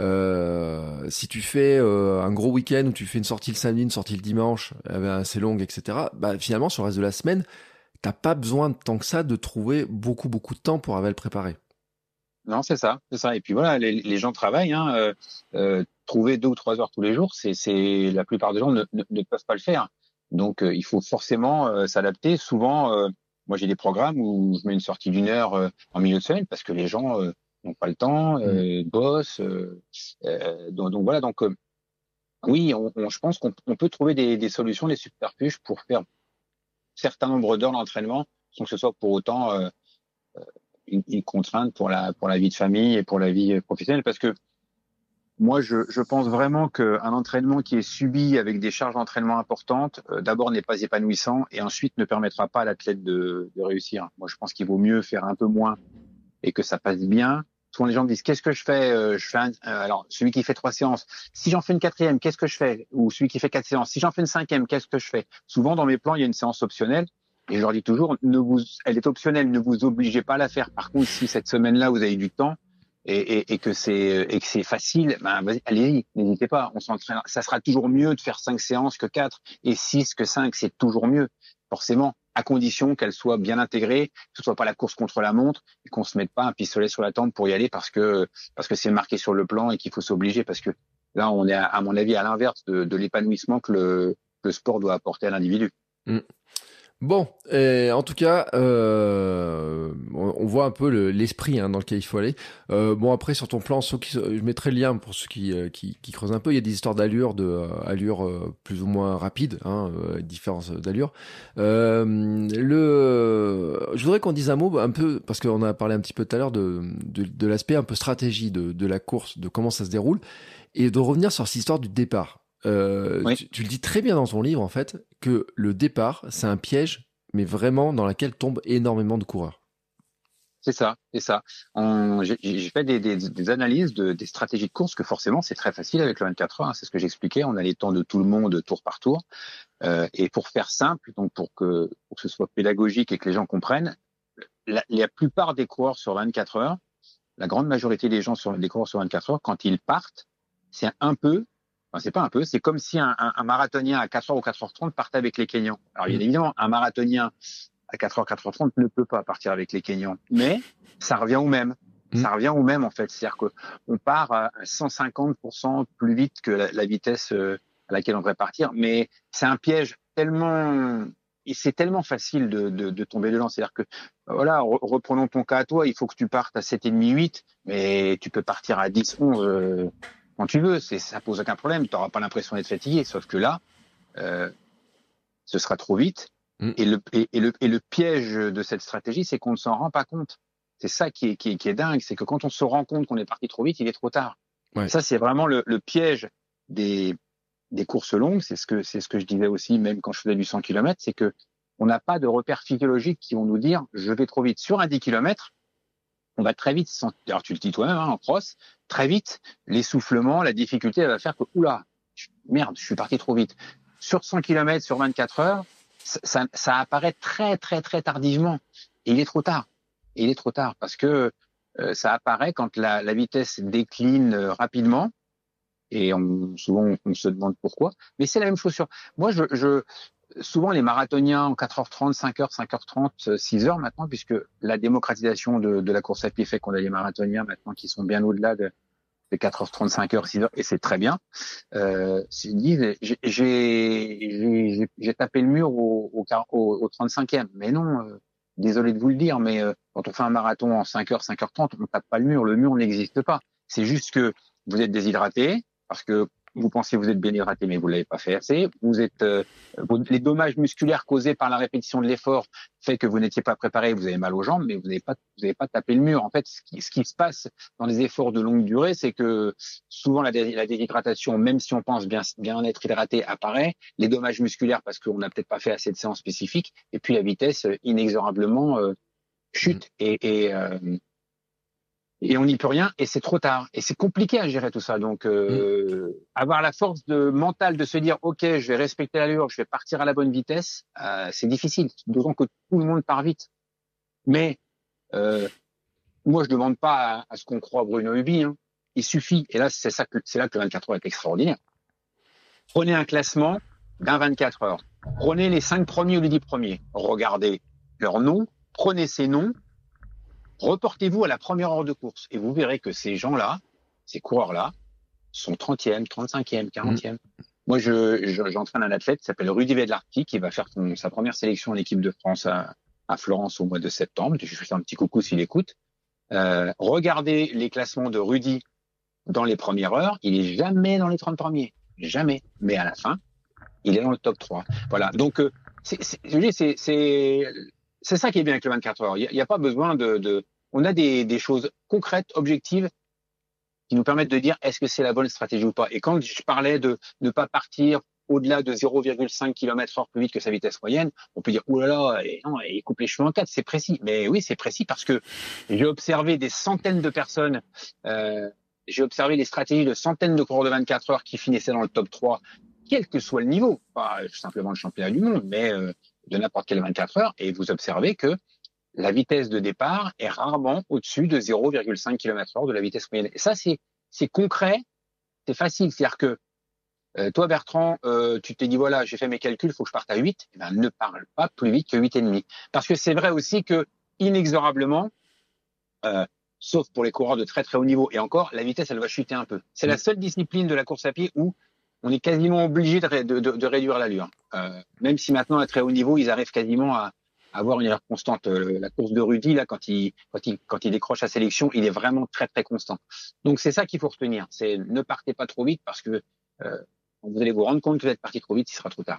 euh, si tu fais euh, un gros week-end où tu fais une sortie le samedi, une sortie le dimanche, eh ben, assez longue, et cetera. Bah, finalement, sur le reste de la semaine, t'as pas besoin de tant que ça de trouver beaucoup, beaucoup de temps pour arriver à le préparer. Non, c'est ça, c'est ça. Et puis voilà, les, les gens travaillent. Hein, euh, euh, trouver deux ou trois heures tous les jours, c'est, c'est la plupart des gens ne, ne, ne peuvent pas le faire. Donc, euh, il faut forcément euh, s'adapter. Souvent, euh, moi, j'ai des programmes où je mets une sortie d'une heure euh, en milieu de semaine parce que les gens euh, n'ont pas le temps, euh, mmh. bossent. Euh, euh, donc, donc voilà. Donc, euh, oui, on, on, je pense qu'on on peut trouver des, des solutions, des subterfuges pour faire certain nombre d'heures d'entraînement, sans que ce soit pour autant euh, Une, une contrainte pour la pour la vie de famille et pour la vie professionnelle, parce que moi je, je pense vraiment qu'un entraînement qui est subi avec des charges d'entraînement importantes, euh, d'abord n'est pas épanouissant et ensuite ne permettra pas à l'athlète de, de réussir. Moi je pense qu'il vaut mieux faire un peu moins et que ça passe bien. Souvent les gens me disent qu'est-ce que je fais euh, Je fais un, euh, alors celui qui fait trois séances, si j'en fais une quatrième, qu'est-ce que je fais Ou celui qui fait quatre séances, si j'en fais une cinquième, qu'est-ce que je fais Souvent dans mes plans il y a une séance optionnelle. Et je leur dis toujours, ne vous, elle est optionnelle, ne vous obligez pas à la faire. Par contre, si cette semaine-là vous avez du temps et, et, et que c'est et que c'est facile, ben vas-y, allez-y, n'hésitez pas. On s'entraîne. Ça sera toujours mieux de faire cinq séances que quatre et six que cinq, c'est toujours mieux, forcément, à condition qu'elle soit bien intégrée, que ce soit pas la course contre la montre et qu'on se mette pas un pistolet sur la tempe pour y aller parce que parce que c'est marqué sur le plan et qu'il faut s'obliger, parce que là, on est à, à mon avis à l'inverse de, de l'épanouissement que le, que le sport doit apporter à l'individu. Mmh. Bon, et en tout cas, euh, on, on voit un peu le, l'esprit hein, dans lequel il faut aller. Euh, bon, après, sur ton plan, ceux qui, je mettrai le lien pour ceux qui, qui, qui creusent un peu. Il y a des histoires d'allure, de euh, allure euh, plus ou moins rapide, hein, euh, différence d'allure. Euh, le, je voudrais qu'on dise un mot un peu, parce qu'on a parlé un petit peu tout à l'heure de, de, de l'aspect un peu stratégie de, de la course, de comment ça se déroule, et de revenir sur cette histoire du départ. Euh, oui. tu, tu le dis très bien dans ton livre, en fait, que le départ, c'est un piège, mais vraiment dans lequel tombent énormément de coureurs. C'est ça, c'est ça. On, j'ai, j'ai fait des, des, des analyses de, des stratégies de course, que forcément, c'est très facile avec le vingt-quatre heures. Hein, c'est ce que j'expliquais. On a les temps de tout le monde tour par tour. Euh, et pour faire simple, donc pour que, pour que ce soit pédagogique et que les gens comprennent, la, la plupart des coureurs sur vingt-quatre heures, la grande majorité des gens sur des coureurs sur vingt-quatre heures, quand ils partent, c'est un peu Enfin, c'est pas un peu, c'est comme si un, un, un marathonien à quatre heures ou quatre heures trente partait avec les Kenyans. Alors, bien évidemment, un marathonien à quatre heures, quatre heures trente ne peut pas partir avec les Kenyans, mais ça revient au même. Mmh. Ça revient au même, en fait. C'est-à-dire qu'on part à cent cinquante pour cent plus vite que la, la vitesse à laquelle on devrait partir, mais c'est un piège tellement, et c'est tellement facile de, de, de tomber dedans. C'est-à-dire que, voilà, reprenons ton cas à toi, il faut que tu partes à sept virgule cinq, huit, mais tu peux partir à dix, onze, euh, quand tu veux, c'est, ça pose aucun problème, tu n'auras pas l'impression d'être fatigué, sauf que là, euh, ce sera trop vite. Mm. Et, le, et, et, le, et le piège de cette stratégie, c'est qu'on ne s'en rend pas compte. C'est ça qui est, qui est, qui est dingue, c'est que quand on se rend compte qu'on est parti trop vite, il est trop tard. Ouais. Ça, c'est vraiment le, le piège des, des courses longues. C'est ce que, c'est ce que je disais aussi, même quand je faisais du cent kilomètres, c'est que on n'a pas de repères physiologiques qui vont nous dire je vais trop vite. Sur un dix kilomètres, on va très vite. Sans, alors tu le dis toi-même hein, en cross, très vite, l'essoufflement, la difficulté, elle va faire que oula, merde, je suis parti trop vite. Sur cent kilomètres, sur vingt-quatre heures, ça, ça, ça apparaît très très très tardivement. Et il est trop tard. Et il est trop tard parce que euh, ça apparaît quand la, la vitesse décline euh, rapidement. Et on, souvent, on, on se demande pourquoi. Mais c'est la même chose sur. Moi, je, je souvent les marathoniens en quatre heures trente, cinq heures, cinq heures trente, six heures maintenant, puisque la démocratisation de, de la course à pied fait qu'on a des marathoniens maintenant qui sont bien au-delà de, de quatre heures trente, cinq heures, six heures, et c'est très bien. Euh, ils disent, j'ai, j'ai, j'ai tapé le mur au, au, au, au trente-cinquième. Mais non, euh, désolé de vous le dire, mais euh, quand on fait un marathon en cinq heures, cinq heures trente, on tape pas le mur. Le mur n'existe pas. C'est juste que vous êtes déshydraté parce que vous pensez que vous êtes bien hydraté, mais vous l'avez pas fait assez. Vous êtes euh, vous, les dommages musculaires causés par la répétition de l'effort fait que vous n'étiez pas préparé, vous avez mal aux jambes, mais vous n'avez pas vous n'avez pas tapé le mur. En fait, ce qui, ce qui se passe dans les efforts de longue durée, c'est que souvent la, dé, la déshydratation, même si on pense bien bien être hydraté, apparaît. Les dommages musculaires parce qu'on n'a peut-être pas fait assez de séances spécifiques, et puis la vitesse inexorablement euh, chute et, et euh, Et on n'y peut rien, et c'est trop tard. Et c'est compliqué à gérer tout ça. Donc, euh, mmh. avoir la force de mentale de se dire, OK, je vais respecter l'allure, je vais partir à la bonne vitesse, euh, c'est difficile. D'autant que tout le monde part vite. Mais euh, moi, je demande pas à, à ce qu'on croit Bruno Hubi. Hein. Il suffit. Et là, c'est ça que c'est là que le vingt-quatre heures est extraordinaire. Prenez un classement d'un vingt-quatre heures. Prenez les cinq premiers ou les dix premiers. Regardez leurs noms. Prenez ces noms. Reportez-vous à la première heure de course et vous verrez que ces gens-là, ces coureurs-là, sont trentième, trente-cinquième, quarantième. Mmh. Moi, je, je, j'entraîne un athlète qui s'appelle Rudy Vedlarti, qui va faire son, sa première sélection en équipe de France à, à Florence au mois de septembre. Je lui fais un petit coucou s'il écoute. Euh, regardez les classements de Rudy dans les premières heures. Il est jamais dans les trente premiers. Jamais. Mais à la fin, il est dans le top trois. Voilà. Donc, euh, c'est, c'est, je dis, c'est, c'est, C'est ça qui est bien avec le vingt-quatre heures. Il n'y a, a pas besoin de, de... On a des, des choses concrètes, objectives, qui nous permettent de dire est-ce que c'est la bonne stratégie ou pas. Et quand je parlais de ne pas partir au-delà de zéro virgule cinq kilomètres heure plus vite que sa vitesse moyenne, on peut dire « Ouh là là, et non, il coupe les cheveux en quatre », c'est précis. Mais oui, c'est précis parce que j'ai observé des centaines de personnes, euh, j'ai observé les stratégies de centaines de coureurs de vingt-quatre heures qui finissaient dans le top trois, quel que soit le niveau, pas simplement le championnat du monde, mais... Euh, de n'importe quelle vingt-quatre heures, et vous observez que la vitesse de départ est rarement au-dessus de zéro virgule cinq kilomètres heure de la vitesse moyenne. Et ça, c'est, c'est concret, c'est facile. C'est-à-dire que euh, toi, Bertrand, euh, tu t'es dit, voilà, j'ai fait mes calculs, il faut que je parte à huit. Eh ben, ne parle pas plus vite que huit virgule cinq. Parce que c'est vrai aussi que, inexorablement, euh, sauf pour les coureurs de très très haut niveau, et encore, la vitesse, elle va chuter un peu. C'est la seule discipline de la course à pied où on est quasiment obligé de, de, de, de réduire l'allure. Euh, même si maintenant, à très haut niveau, ils arrivent quasiment à, à avoir une allure constante. Euh, la course de Rudy, là, quand il, quand il, quand il décroche la sélection, il est vraiment très, très constant. Donc, c'est ça qu'il faut retenir. C'est ne partez pas trop vite parce que euh, vous allez vous rendre compte que vous êtes parti trop vite, il sera trop tard.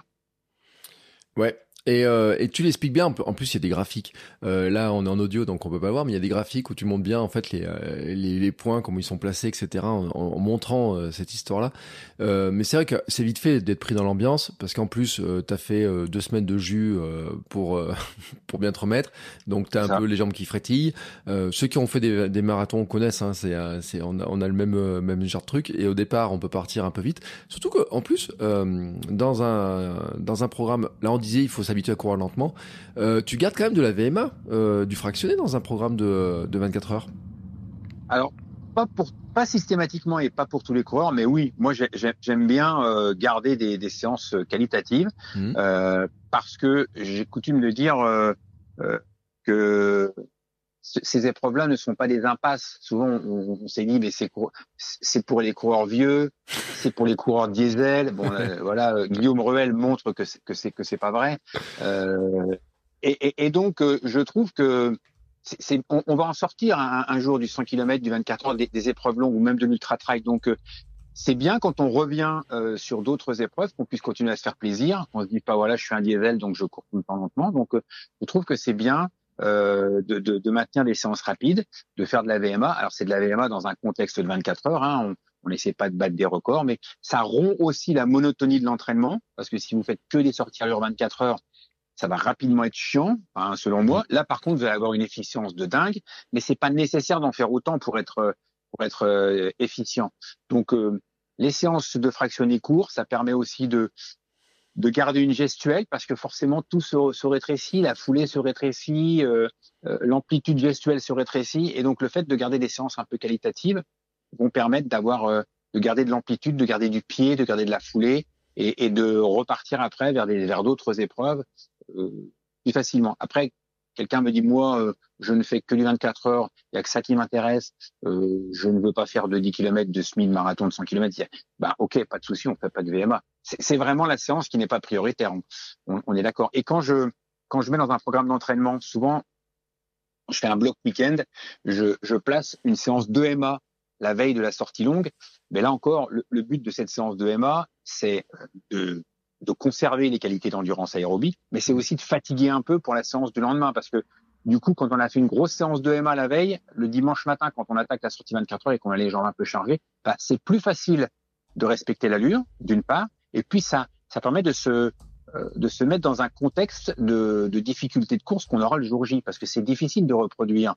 Ouais. Et, euh, et tu l'expliques bien. En plus, il y a des graphiques. Euh, là, on est en audio, donc on peut pas voir, mais il y a des graphiques où tu montres bien en fait les euh, les, les points, comment ils sont placés, et cetera. En, en montrant euh, cette histoire-là. Euh, mais c'est vrai que c'est vite fait d'être pris dans l'ambiance, parce qu'en plus, euh, t'as fait euh, deux semaines de jus euh, pour euh, pour bien te remettre. Donc t'as un ça. peu les jambes qui frétillent. Euh, ceux qui ont fait des, des marathons connaissent. Hein, c'est c'est on a, on a le même euh, même genre de truc. Et au départ, on peut partir un peu vite. Surtout que en plus, euh, dans un dans un programme, là on disait il faut s'habituer à courir lentement. Euh, tu gardes quand même de la V M A, euh, du fractionné dans un programme de, de vingt-quatre heures? Alors, pas pour pas systématiquement et pas pour tous les coureurs, mais oui, moi j'ai, j'aime bien euh, garder des, des séances qualitatives mmh. euh, parce que j'ai coutume de dire euh, euh, que ces épreuves-là ne sont pas des impasses. Souvent, on, on s'est dit, mais c'est, c'est pour les coureurs vieux, c'est pour les coureurs diesel. Bon, euh, voilà, Guillaume Ruel montre que c'est, que c'est, que c'est pas vrai. Euh, et, et, et donc, euh, je trouve que c'est, c'est, on, on va en sortir un, un jour du cent kilomètres, du vingt-quatre heures, des, des épreuves longues ou même de l'ultra trail. Donc, euh, c'est bien quand on revient euh, sur d'autres épreuves, qu'on puisse continuer à se faire plaisir, qu'on se dit pas voilà, je suis un diesel donc je cours tout le temps lentement. Donc euh, je trouve que c'est bien euh, de, de, de maintenir des séances rapides, de faire de la V M A. Alors c'est de la V M A dans un contexte de vingt-quatre heures, hein, on n'essaie pas de battre des records, mais ça rompt aussi la monotonie de l'entraînement, parce que si vous faites que des sorties à l'heure vingt-quatre heures, ça va rapidement être chiant, hein, selon moi. Là, par contre, vous allez avoir une efficience de dingue, mais c'est pas nécessaire d'en faire autant pour être pour être euh, efficient. Donc, euh, les séances de fractionné court, ça permet aussi de de garder une gestuelle, parce que forcément tout se, se rétrécit, la foulée se rétrécit, euh, euh, l'amplitude gestuelle se rétrécit, et donc le fait de garder des séances un peu qualitatives vont permettre d'avoir euh, de garder de l'amplitude, de garder du pied, de garder de la foulée, et, et de repartir après vers des vers d'autres épreuves euh, plus facilement. Après, quelqu'un me dit moi euh, je ne fais que du vingt-quatre heures, il y a que ça qui m'intéresse, euh, je ne veux pas faire de dix kilomètres, de semi, de marathon de cent kilomètres. Bah ok, pas de souci, on fait pas de V M A. C'est, c'est vraiment la séance qui n'est pas prioritaire. On, on est d'accord. Et quand je quand je mets dans un programme d'entraînement, souvent je fais un bloc week-end, je, je place une séance de M A la veille de la sortie longue. Mais là encore, le, le but de cette séance de M A, c'est de, de conserver les qualités d'endurance aérobie, mais c'est aussi de fatiguer un peu pour la séance du lendemain, parce que du coup, quand on a fait une grosse séance de M A la veille, le dimanche matin, quand on attaque la sortie vingt-quatre heures et qu'on a les jambes un peu chargées, bah, c'est plus facile de respecter l'allure, d'une part, et puis ça, ça permet de se, euh, de se mettre dans un contexte de, de difficulté de course qu'on aura le jour J, parce que c'est difficile de reproduire.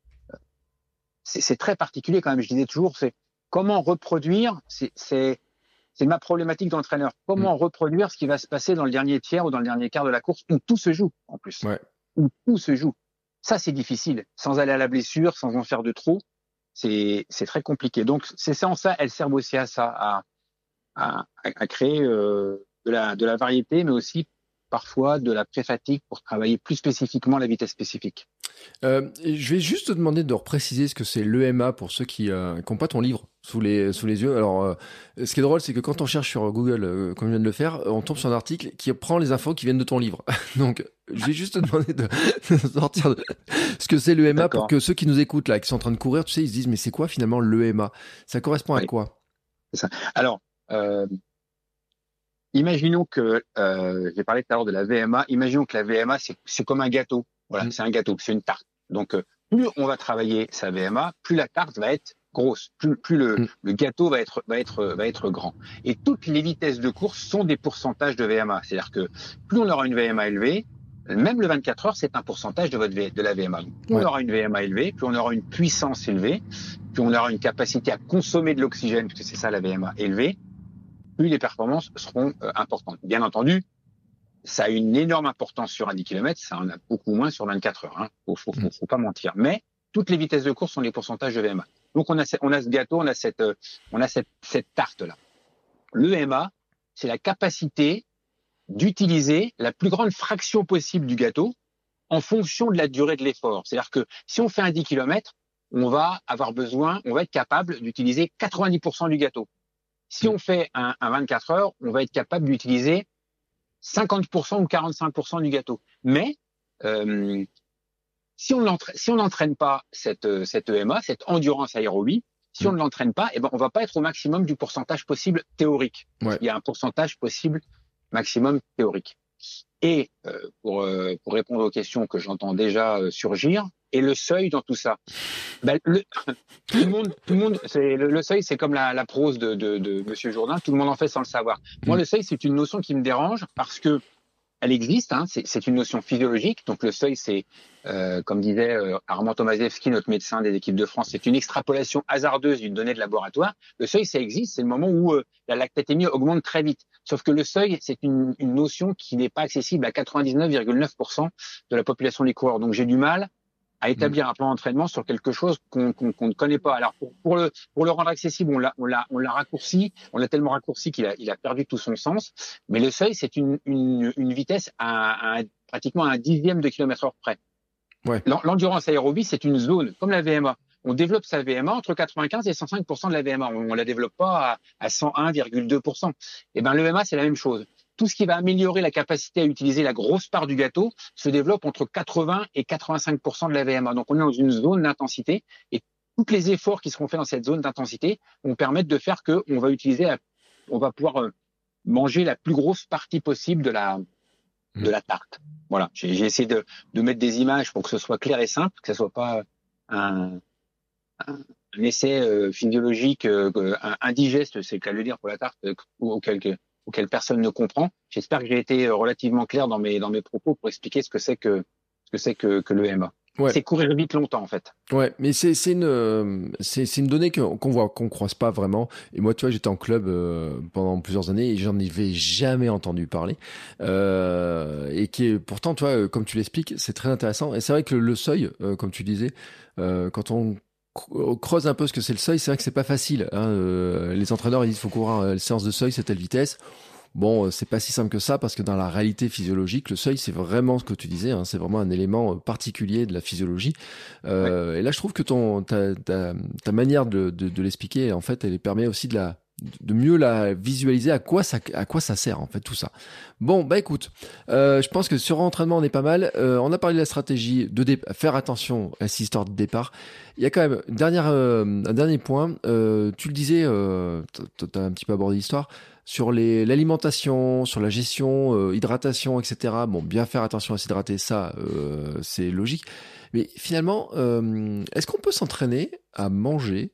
C'est, c'est très particulier quand même. Je disais toujours, c'est comment reproduire, c'est, c'est, c'est ma problématique d'entraîneur. Comment mmh. reproduire ce qui va se passer dans le dernier tiers ou dans le dernier quart de la course, où tout se joue en plus, ouais. où tout se joue. Ça, c'est difficile. Sans aller à la blessure, sans en faire de trop, c'est, c'est très compliqué. Donc, ces séances-là, elles servent aussi à ça, à, à, à créer euh, de la, de la variété, mais aussi parfois de la pré-fatigue pour travailler plus spécifiquement la vitesse spécifique. Euh, je vais juste te demander de repréciser ce que c'est l'E M A pour ceux qui n'ont euh, pas ton livre sous les, sous les yeux. Alors, euh, ce qui est drôle, c'est que quand on cherche sur Google, euh, comme je viens de le faire, on tombe sur un article qui prend les infos qui viennent de ton livre. Donc, je vais juste te demander de, de sortir de ce que c'est l'E M A. D'accord. Pour que ceux qui nous écoutent, là, qui sont en train de courir, tu sais, ils se disent, mais c'est quoi finalement l'E M A? Ça correspond oui. à quoi? C'est ça. Alors, euh, imaginons que, euh, j'ai parlé tout à l'heure de la V M A, imaginons que la V M A, c'est, c'est comme un gâteau. Voilà, mmh. c'est un gâteau, c'est une tarte. Donc, euh, plus on va travailler sa V M A, plus la tarte va être grosse, plus, plus le, mmh. le gâteau va être, va être, va être grand. Et toutes les vitesses de course sont des pourcentages de V M A. C'est-à-dire que plus on aura une V M A élevée, même le vingt-quatre heures, c'est un pourcentage de votre v, de la V M A. Donc, plus ouais. on aura une V M A élevée, plus on aura une puissance élevée, plus on aura une capacité à consommer de l'oxygène, parce que c'est ça la V M A élevée, plus les performances seront euh, importantes. Bien entendu, ça a une énorme importance sur un dix kilomètres, ça en a beaucoup moins sur vingt-quatre heures. Hein. Faut, faut, faut, faut pas mentir. Mais toutes les vitesses de course sont les pourcentages de V M A. Donc on a, on a ce gâteau, on a cette, on a cette, cette tarte là. Le M A, c'est la capacité d'utiliser la plus grande fraction possible du gâteau en fonction de la durée de l'effort. C'est-à-dire que si on fait un dix kilomètres, on va avoir besoin, on va être capable d'utiliser quatre-vingt-dix pour cent du gâteau. Si on fait un, un vingt-quatre heures, on va être capable d'utiliser cinquante pour cent ou quarante-cinq pour cent du gâteau. Mais euh, si on n'entraîne si on n'entraîne pas cette, cette E M A, cette endurance aérobie, si on ne l'entraîne pas, eh ben on va pas être au maximum du pourcentage possible théorique. Ouais. Il y a un pourcentage possible maximum théorique. Et euh, pour, euh, pour répondre aux questions que j'entends déjà euh, surgir, et le seuil dans tout ça. Ben, le, tout le monde, tout le monde, c'est le, le seuil, c'est comme la, la prose de, de, de Monsieur Jourdain. Tout le monde en fait sans le savoir. Moi, le seuil, c'est une notion qui me dérange parce que elle existe. Hein, c'est, c'est une notion physiologique. Donc le seuil, c'est euh, comme disait euh, Armand Tomaszewski, notre médecin des équipes de France, c'est une extrapolation hasardeuse d'une donnée de laboratoire. Le seuil, ça existe. C'est le moment où euh, la lactatémie augmente très vite. Sauf que le seuil, c'est une, une notion qui n'est pas accessible à quatre-vingt-dix-neuf virgule neuf pour cent de la population des coureurs. Donc j'ai du mal à établir un plan d'entraînement sur quelque chose qu'on, qu'on, qu'on ne connaît pas. Alors pour, pour le pour le rendre accessible, on l'a on l'a on l'a raccourci, on l'a tellement raccourci qu'il a il a perdu tout son sens. Mais le seuil, c'est une une, une vitesse à, à pratiquement un dixième de kilomètre heure près. Ouais. L'endurance aérobie, c'est une zone comme la V M A. On développe sa V M A entre quatre-vingt-quinze et cent cinq pour cent de la V M A. On, on la développe pas à, à cent un virgule deux pour cent. Et ben le M A, c'est la même chose. Tout ce qui va améliorer la capacité à utiliser la grosse part du gâteau se développe entre quatre-vingts et quatre-vingt-cinq pour cent de la V M A. Donc, on est dans une zone d'intensité et tous les efforts qui seront faits dans cette zone d'intensité vont permettre de faire que on va utiliser, la, on va pouvoir euh, manger la plus grosse partie possible de la de la tarte. Voilà, j'ai, j'ai essayé de, de mettre des images pour que ce soit clair et simple, que ce soit pas un, un, un essai euh, physiologique euh, indigeste, c'est le cas de le dire pour la tarte, euh, auquel, auquel personne ne comprend. J'espère que j'ai été relativement clair dans mes dans mes propos pour expliquer ce que c'est que ce que c'est que, que l'E M A. Ouais. C'est courir vite longtemps en fait. Ouais, mais c'est c'est une euh, c'est c'est une donnée que, qu'on voit qu'on croise pas vraiment. Et moi, tu vois, j'étais en club euh, pendant plusieurs années et j'en avais jamais entendu parler. Euh, et qui est pourtant, tu vois, comme tu l'expliques, c'est très intéressant. Et c'est vrai que le, le seuil, euh, comme tu disais, euh, quand on creuse un peu ce que c'est le seuil, c'est vrai que c'est pas facile. Hein. Euh, les entraîneurs ils disent faut courir euh, la séance de seuil, c'est telle vitesse. Bon, c'est pas si simple que ça parce que dans la réalité physiologique, le seuil, c'est vraiment ce que tu disais, hein, c'est vraiment un élément particulier de la physiologie. Euh, ouais. Et là, je trouve que ton ta ta, ta manière de, de de l'expliquer, en fait, elle permet aussi de la de mieux la visualiser à quoi ça à quoi ça sert en fait tout ça. Bon bah écoute, euh, je pense que sur l'entraînement on est pas mal. Euh, on a parlé de la stratégie de dé- faire attention à cette histoire de départ. Il y a quand même une dernière euh, un dernier point. Euh, tu le disais, euh, t'as un petit peu abordé l'histoire sur les l'alimentation, sur la gestion, euh, hydratation, et cetera. Bon, bien faire attention à s'hydrater, ça euh, c'est logique. Mais finalement, euh, est-ce qu'on peut s'entraîner à manger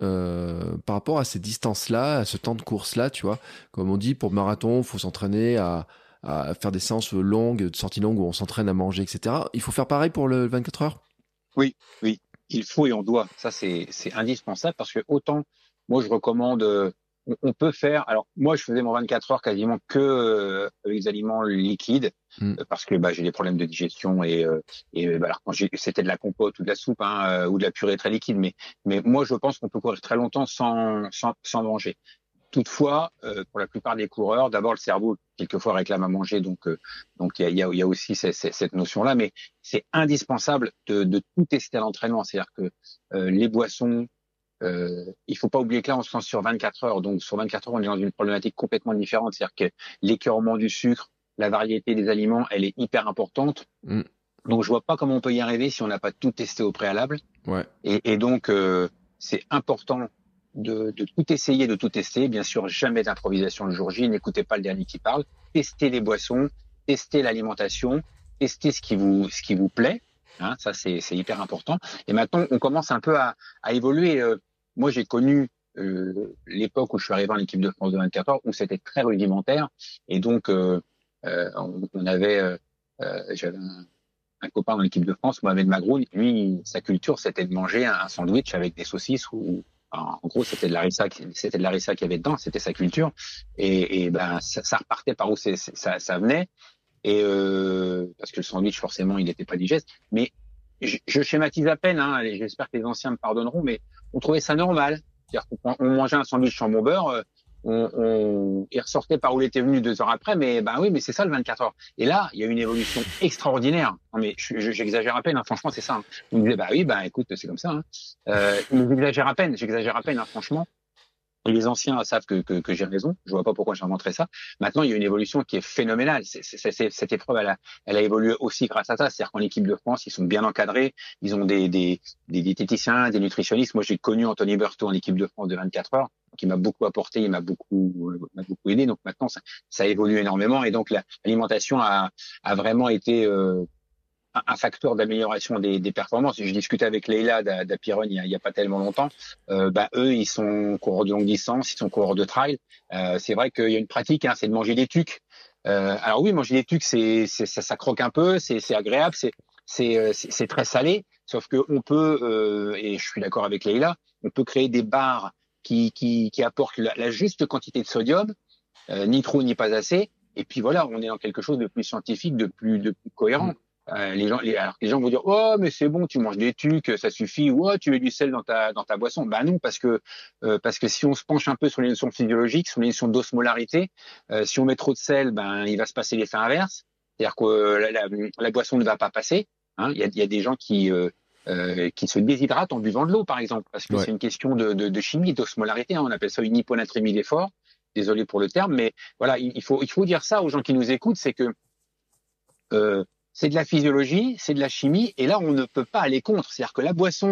Euh, par rapport à ces distances-là, à ce temps de course-là, tu vois, comme on dit pour le marathon, il faut s'entraîner à, à faire des séances longues, de sorties longues où on s'entraîne à manger, et cetera. Il faut faire pareil pour le vingt-quatre heures ? Oui, oui, il faut et on doit. Ça, c'est, c'est indispensable parce que autant, moi, je recommande, euh, on, on peut faire. Alors, moi, je faisais mon vingt-quatre heures quasiment que euh, avec des aliments liquides mm. euh, parce que bah, j'ai des problèmes de digestion et euh, et bah, alors quand j'ai, c'était de la compote ou de la soupe hein, euh, ou de la purée très liquide. Mais mais moi, je pense qu'on peut courir très longtemps sans sans sans manger. Toutefois, euh, pour la plupart des coureurs, d'abord le cerveau quelquefois réclame à manger, donc euh, donc il y a, y, a, y a aussi cette, cette notion-là, mais c'est indispensable de, de tout tester à l'entraînement. C'est-à-dire que euh, les boissons, euh, il faut pas oublier que là on se lance sur vingt-quatre heures, donc sur vingt-quatre heures on est dans une problématique complètement différente. C'est-à-dire que l'écœurement du sucre, la variété des aliments, elle est hyper importante. Mm. Donc je vois pas comment on peut y arriver si on n'a pas tout testé au préalable. Ouais. Et, et donc euh, c'est important. De, de tout essayer, de tout tester. Bien sûr, jamais d'improvisation le jour J. N'écoutez pas le dernier qui parle. Testez les boissons, testez l'alimentation, testez ce qui vous, ce qui vous plaît. Hein, ça, c'est, c'est hyper important. Et maintenant, on commence un peu à, à évoluer. Euh, moi, j'ai connu euh, l'époque où je suis arrivé en équipe de France de vingt-quatre heures, où c'était très rudimentaire. Et donc, euh, euh, on, on avait, euh, j'avais un, un copain dans l'équipe de France, Mohamed Magroun. Lui, sa culture, c'était de manger un, un sandwich avec des saucisses ou en gros, c'était de la harissa, c'était de la harissa qu'il y avait dedans, c'était sa culture, et, et ben ça, ça repartait par où c'est, ça, ça venait, et euh, parce que le sandwich forcément il n'était pas digeste. Mais je, je schématise à peine, hein, et j'espère que les anciens me pardonneront, mais on trouvait ça normal, c'est-à-dire qu'on on mangeait un sandwich jambon beurre, on, on, il ressortait par où il était venu deux heures après, mais ben oui, mais c'est ça le vingt-quatre heures. Et là, il y a une évolution extraordinaire. Non mais je, je, j'exagère à peine, hein, franchement, c'est ça. Hein. On me disait bah oui, bah écoute, c'est comme ça. Hein. Euh, j'exagère à peine, j'exagère à peine, hein, franchement. Et les anciens savent que, que, que j'ai raison. Je vois pas pourquoi j'inventerais ça. Maintenant, il y a une évolution qui est phénoménale. C'est, c'est, c'est, cette épreuve, elle a, elle a évolué aussi grâce à ça. C'est-à-dire qu'en équipe de France, ils sont bien encadrés. Ils ont des, des, des diététiciens, des nutritionnistes. Moi, j'ai connu Anthony Berthaud en équipe de France de vingt-quatre heures, qui m'a beaucoup apporté, il m'a beaucoup, euh, m'a beaucoup aidé. Donc maintenant, ça, ça évolue énormément. Et donc, la, l'alimentation a, a vraiment été euh, un facteur d'amélioration des, des performances. Je discutais avec Leïla d'Apiron il, il y a pas tellement longtemps. Euh, bah, eux, ils sont coureurs de longue distance, ils sont coureurs de trail. Euh, c'est vrai qu'il y a une pratique, hein, c'est de manger des tucs. Euh, alors oui, manger des tucs, c'est, c'est ça, ça croque un peu, c'est, c'est agréable, c'est, c'est, c'est, c'est très salé. Sauf que on peut, euh, et je suis d'accord avec Leïla, on peut créer des barres qui, qui, qui apportent la, la juste quantité de sodium, euh, ni trop ni pas assez. Et puis voilà, on est dans quelque chose de plus scientifique, de plus, de plus cohérent. Mmh. Euh, les gens, les, alors les gens vont dire oh mais c'est bon, tu manges des tucs, ça suffit, ou oh, tu mets du sel dans ta dans ta boisson. Bah non, parce que euh, parce que si on se penche un peu sur les notions physiologiques, sur les notions d'osmolarité, euh, si on met trop de sel, ben il va se passer l'effet inverse, c'est-à-dire que euh, la, la, la boisson ne va pas passer. Hein. Il y a il y a des gens qui euh, euh, qui se déshydratent en buvant de l'eau par exemple, parce que ouais. c'est une question de, de, de chimie, d'osmolarité. Hein. On appelle ça une hyponatrémie d'effort. Désolé pour le terme, mais voilà, il, il faut il faut dire ça aux gens qui nous écoutent, c'est que euh, c'est de la physiologie, c'est de la chimie, et là, on ne peut pas aller contre. C'est-à-dire que la boisson,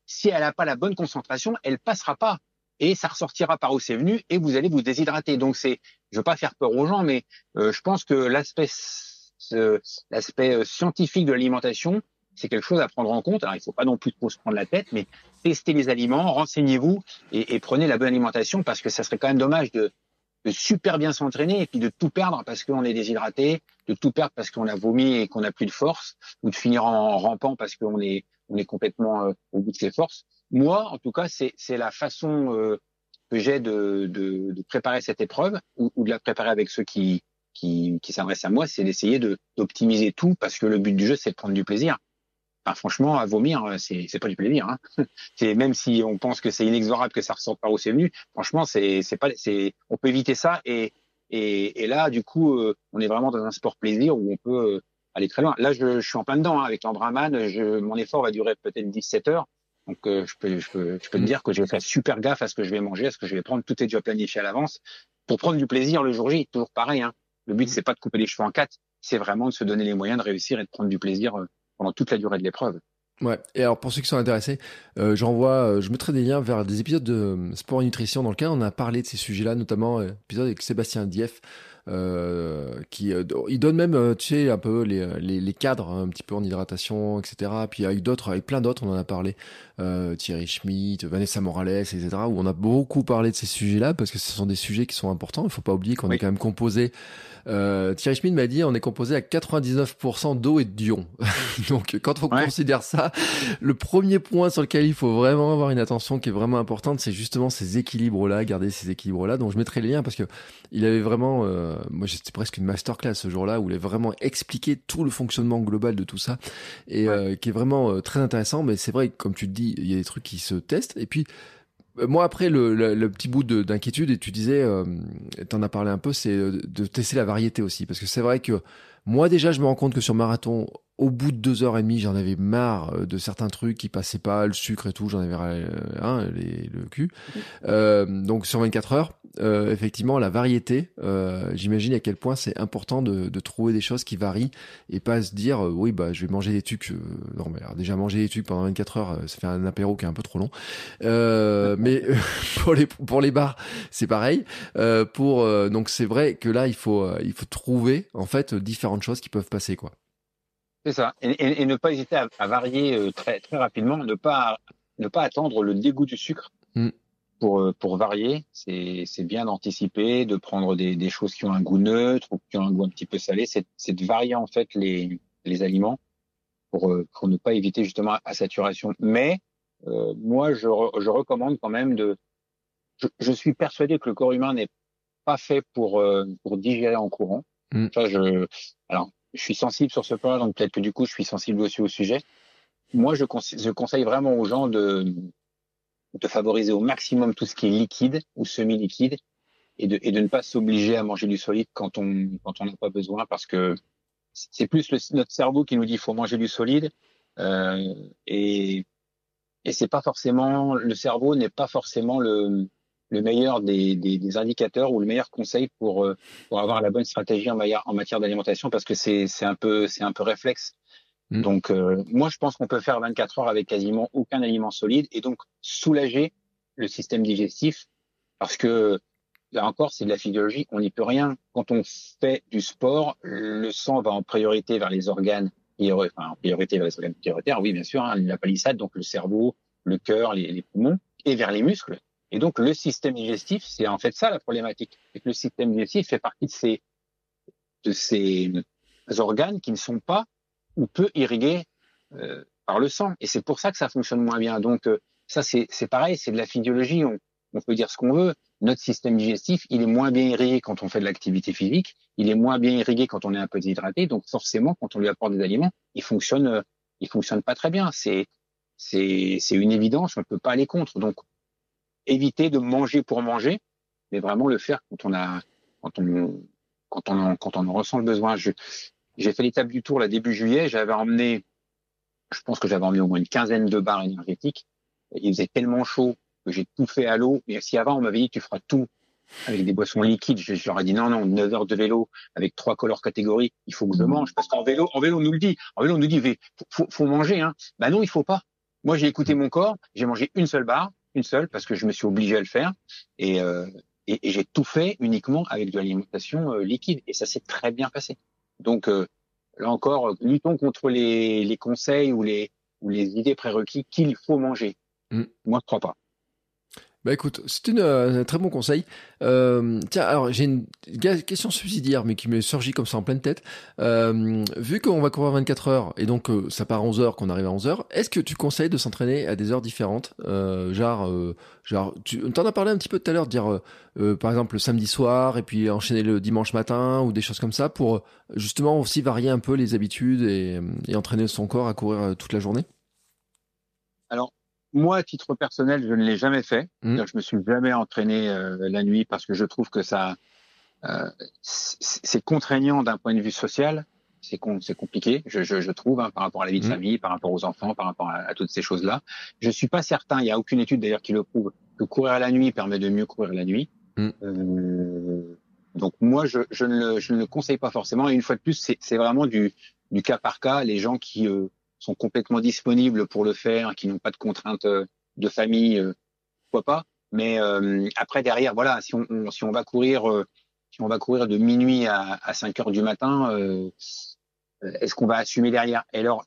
si elle n'a pas la bonne concentration, elle passera pas. Et ça ressortira par où c'est venu et vous allez vous déshydrater. Donc c'est, je veux pas faire peur aux gens, mais euh, je pense que l'aspect, ce, l'aspect scientifique de l'alimentation, c'est quelque chose à prendre en compte. Alors il faut pas non plus trop se prendre la tête, mais testez les aliments, renseignez-vous et, et prenez la bonne alimentation parce que ça serait quand même dommage de, de super bien s'entraîner et puis de tout perdre parce qu'on est déshydraté, de tout perdre parce qu'on a vomi et qu'on n'a plus de force, ou de finir en rampant parce qu'on est, on est complètement euh, au bout de ses forces. Moi, en tout cas, c'est, c'est la façon euh, que j'ai de, de, de préparer cette épreuve ou, ou de la préparer avec ceux qui, qui, qui s'adressent à moi, c'est d'essayer de, d'optimiser tout parce que le but du jeu, c'est de prendre du plaisir. Enfin, franchement, à vomir, c'est, c'est pas du plaisir. Hein. C'est, même si on pense que c'est inexorable que ça ressorte par où c'est venu, franchement, c'est, c'est pas, c'est, on peut éviter ça et, et, et là, du coup, euh, on est vraiment dans un sport plaisir où on peut euh, aller très loin. Là, je, je suis en plein dedans hein, avec l'Embrunman. Je, mon effort va durer peut-être dix-sept heures. Donc, euh, je peux, je peux, je peux te dire que je vais faire super gaffe à ce que je vais manger, à ce que je vais prendre. Tout est déjà planifié à l'avance pour prendre du plaisir le jour J. Toujours pareil. Hein. Le but, c'est pas de couper les cheveux en quatre, c'est vraiment de se donner les moyens de réussir et de prendre du plaisir euh, pendant toute la durée de l'épreuve. Ouais. Et alors pour ceux qui sont intéressés, euh, j'envoie, euh, je mettrai des liens vers des épisodes de euh, sport et nutrition dans lesquels on a parlé de ces sujets-là, notamment euh, épisode avec Sébastien Dieff. Euh, qui euh, il donne même euh, tu sais un peu les, les, les cadres hein, un petit peu en hydratation etc, puis avec d'autres, avec plein d'autres on en a parlé, euh, Thierry Schmitt, Vanessa Morales etc, où on a beaucoup parlé de ces sujets là parce que ce sont des sujets qui sont importants. Il faut pas oublier qu'on oui. est quand même composé euh, Thierry Schmitt m'a dit on est composé à quatre-vingt-dix-neuf pour cent d'eau et d'ions. Donc quand on ouais. considère ça, le premier point sur lequel il faut vraiment avoir une attention qui est vraiment importante, c'est justement ces équilibres là, garder ces équilibres là. Donc je mettrai les liens parce que il avait vraiment euh, moi c'était presque une masterclass ce jour-là où il a vraiment expliqué tout le fonctionnement global de tout ça et ouais. euh, qui est vraiment euh, très intéressant. Mais c'est vrai que comme tu te dis, il y a des trucs qui se testent et puis euh, moi après le, le, le petit bout de, d'inquiétude et tu disais, euh, t'en as parlé un peu, c'est de, de tester la variété aussi parce que c'est vrai que moi déjà je me rends compte que sur marathon au bout de deux heures et demie, j'en avais marre de certains trucs qui passaient pas, le sucre et tout, j'en avais euh, hein, les, le cul. Euh, donc sur vingt-quatre heures, euh, effectivement, la variété, euh, j'imagine à quel point c'est important de, de trouver des choses qui varient et pas se dire euh, oui bah je vais manger des trucs. Euh, non mais alors, déjà manger des trucs pendant vingt-quatre heures, ça fait un apéro qui est un peu trop long. Euh, mais pour les pour les bars, c'est pareil. Euh, pour euh, donc c'est vrai que là il faut euh, il faut trouver en fait différentes choses qui peuvent passer quoi. C'est ça, et, et, et ne pas hésiter à, à varier euh, très très rapidement, ne pas ne pas attendre le dégoût du sucre mm. pour euh, pour varier. C'est c'est bien d'anticiper, de prendre des des choses qui ont un goût neutre ou qui ont un goût un petit peu salé. C'est c'est de varier en fait les les aliments pour euh, pour ne pas éviter justement à saturation. Mais euh, moi je re, je recommande quand même de. Je, je suis persuadé que le corps humain n'est pas fait pour euh, pour digérer en courant. Mm. Ça je alors. Je suis sensible sur ce point, donc peut-être que du coup, je suis sensible aussi au sujet. Moi, je, conse- je conseille vraiment aux gens de, de favoriser au maximum tout ce qui est liquide ou semi-liquide et de, et de ne pas s'obliger à manger du solide quand on quand on n'a pas besoin, parce que c'est plus le, notre cerveau qui nous dit qu'il faut manger du solide euh, et et c'est pas forcément le cerveau n'est pas forcément le le meilleur des, des, des indicateurs ou le meilleur conseil pour pour avoir la bonne stratégie en matière en matière d'alimentation, parce que c'est c'est un peu c'est un peu réflexe. Mmh. Donc euh, moi je pense qu'on peut faire vingt-quatre heures avec quasiment aucun aliment solide et donc soulager le système digestif, parce que là encore c'est de la physiologie, on n'y peut rien. Quand on fait du sport, le sang va en priorité vers les organes enfin en priorité vers les organes prioritaires, oui bien sûr, hein, la palissade, donc le cerveau, le cœur, les, les poumons, et vers les muscles. Et donc, le système digestif, c'est en fait ça la problématique. C'est que le système digestif fait partie de ces, de ces organes qui ne sont pas ou peu irrigués euh, par le sang. Et c'est pour ça que ça fonctionne moins bien. Donc, euh, ça, c'est, c'est pareil, c'est de la physiologie. On, on peut dire ce qu'on veut. Notre système digestif, il est moins bien irrigué quand on fait de l'activité physique. Il est moins bien irrigué quand on est un peu déshydraté. Donc, forcément, quand on lui apporte des aliments, il fonctionne, euh, il fonctionne pas très bien. C'est, c'est, c'est une évidence. On ne peut pas aller contre. Donc, éviter de manger pour manger, mais vraiment le faire quand on a, quand on, quand on, en, quand on en ressent le besoin. Je, j'ai fait l'étape du tour là début juillet. J'avais emmené, je pense que j'avais emmené au moins une quinzaine de barres énergétiques. Il faisait tellement chaud que j'ai tout fait à l'eau. Et si avant on m'avait dit tu feras tout avec des boissons liquides, je, je leur ai dit non non, neuf heures de vélo avec trois couleurs catégories, il faut que je mange, parce qu'en vélo, en vélo on nous le dit, en vélo on nous dit faut, faut, faut manger, hein. Ben non, il faut pas. Moi, j'ai écouté mon corps. J'ai mangé une seule barre, une seule, parce que je me suis obligé à le faire. Et, euh, et, et j'ai tout fait uniquement avec de l'alimentation euh, liquide. Et ça s'est très bien passé. Donc, euh, là encore, luttons contre les, les conseils ou les, ou les idées prérequis qu'il faut manger. Mm. Moi, je crois pas. Bah écoute, c'est une, euh, un très bon conseil. Euh, tiens, alors j'ai une ga- question subsidiaire, mais qui m'est surgie comme ça en pleine tête. Euh, vu qu'on va courir vingt-quatre heures, et donc euh, ça part à onze heures, qu'on arrive à onze heures, est-ce que tu conseilles de s'entraîner à des heures différentes, euh, genre, euh, genre, tu t'en as parlé un petit peu tout à l'heure, de dire, euh, euh, par exemple, le samedi soir, et puis enchaîner le dimanche matin, ou des choses comme ça, pour euh, justement aussi varier un peu les habitudes et, et entraîner son corps à courir euh, toute la journée? Alors, moi, à titre personnel, je ne l'ai jamais fait. Mm. C'est-à-dire, je me suis jamais entraîné euh, la nuit parce que je trouve que ça, euh, c'est c'est contraignant d'un point de vue social. C'est con, c'est compliqué, je, je, je trouve, hein, par rapport à la vie de Mm. famille, par rapport aux enfants, par rapport à, à toutes ces choses-là. Je suis pas certain. Il y a aucune étude d'ailleurs qui le prouve que courir à la nuit permet de mieux courir la nuit. Mm. Euh, donc moi, je, je, ne le, je ne le conseille pas forcément. Et une fois de plus, c'est, c'est vraiment du, du cas par cas. Les gens qui euh, sont complètement disponibles pour le faire, qui n'ont pas de contraintes euh, de famille, euh, pourquoi pas. Mais euh, après derrière, voilà, si on, on si on va courir, euh, si on va courir de minuit à, à cinq heures du matin, euh, est-ce qu'on va assumer derrière? Et alors,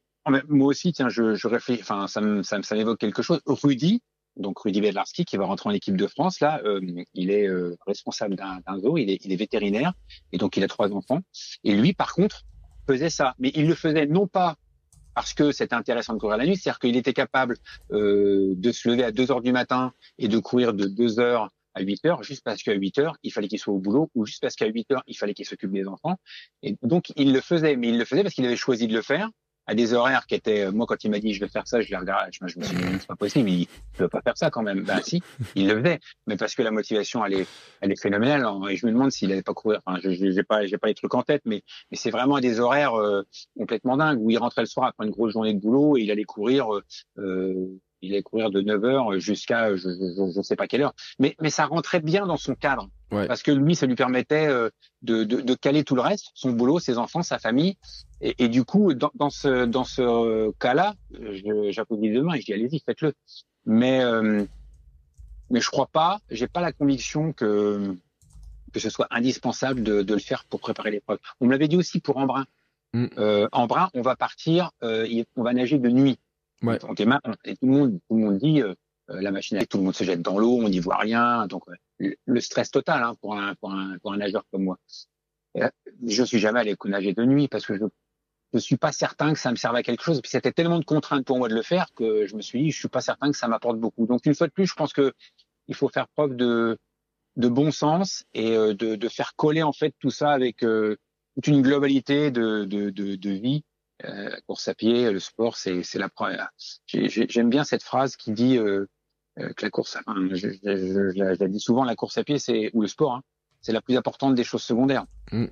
moi aussi, tiens, je, je réfléchis, enfin, ça, me, ça, me, ça m'évoque quelque chose. Rudy, donc Rudy Bedlarski, qui va rentrer en équipe de France, là, euh, il est euh, responsable d'un, d'un zoo, il est, il est vétérinaire, et donc il a trois enfants. Et lui, par contre, faisait ça, mais il le faisait non pas parce que c'était intéressant de courir la nuit, c'est-à-dire qu'il était capable euh, de se lever à deux heures du matin et de courir de deux heures à huit heures, juste parce qu'à huit heures, il fallait qu'il soit au boulot, ou juste parce qu'à huit heures, il fallait qu'il s'occupe des enfants. Et donc, il le faisait, mais il le faisait parce qu'il avait choisi de le faire à des horaires qui étaient, moi, quand il m'a dit, je vais faire ça, je l'ai regardé, je, je me suis dit, c'est pas possible, il ne veut pas faire ça quand même. Ben si, il le faisait, mais parce que la motivation, elle est, elle est phénoménale, et je me demande s'il n'allait pas courir, enfin, je j'ai pas, j'ai pas les trucs en tête, mais, mais c'est vraiment des horaires euh, complètement dingues, où il rentrait le soir après une grosse journée de boulot, et il allait courir, euh, il allait courir de neuf heures jusqu'à, je, je, je sais pas quelle heure, mais, mais ça rentrait bien dans son cadre. Ouais. Parce que lui, ça lui permettait euh, de, de, de caler tout le reste, son boulot, ses enfants, sa famille. Et, et du coup, dans, dans ce, dans ce cas-là, je, j'applaudis demain et je dis allez-y, faites-le. Mais, euh, mais je crois pas, j'ai pas la conviction que que ce soit indispensable de, de le faire pour préparer l'épreuve. On me l'avait dit aussi pour Embrun. Mm. Euh, Embrun, on va partir, euh, on va nager de nuit. Ouais. On démarre, et tout le monde, tout le monde dit. Euh, la machine, tout le monde se jette dans l'eau, on n'y voit rien, donc le, le stress total hein, pour un pour un pour un nageur comme moi. Et je suis jamais allé nager de nuit parce que je je suis pas certain que ça me serve à quelque chose. Et puis c'était tellement de contraintes pour moi de le faire que je me suis dit je suis pas certain que ça m'apporte beaucoup. Donc une fois de plus, je pense que il faut faire preuve de de bon sens et de de faire coller en fait tout ça avec euh, toute une globalité de de de, de vie. Euh, la course à pied, le sport, c'est c'est la première. J'ai, j'aime bien cette phrase qui dit euh, que la course, enfin, je, je, je, je, la, je la dis souvent, la course à pied, c'est ou le sport, hein, c'est la plus importante des choses secondaires. Mm.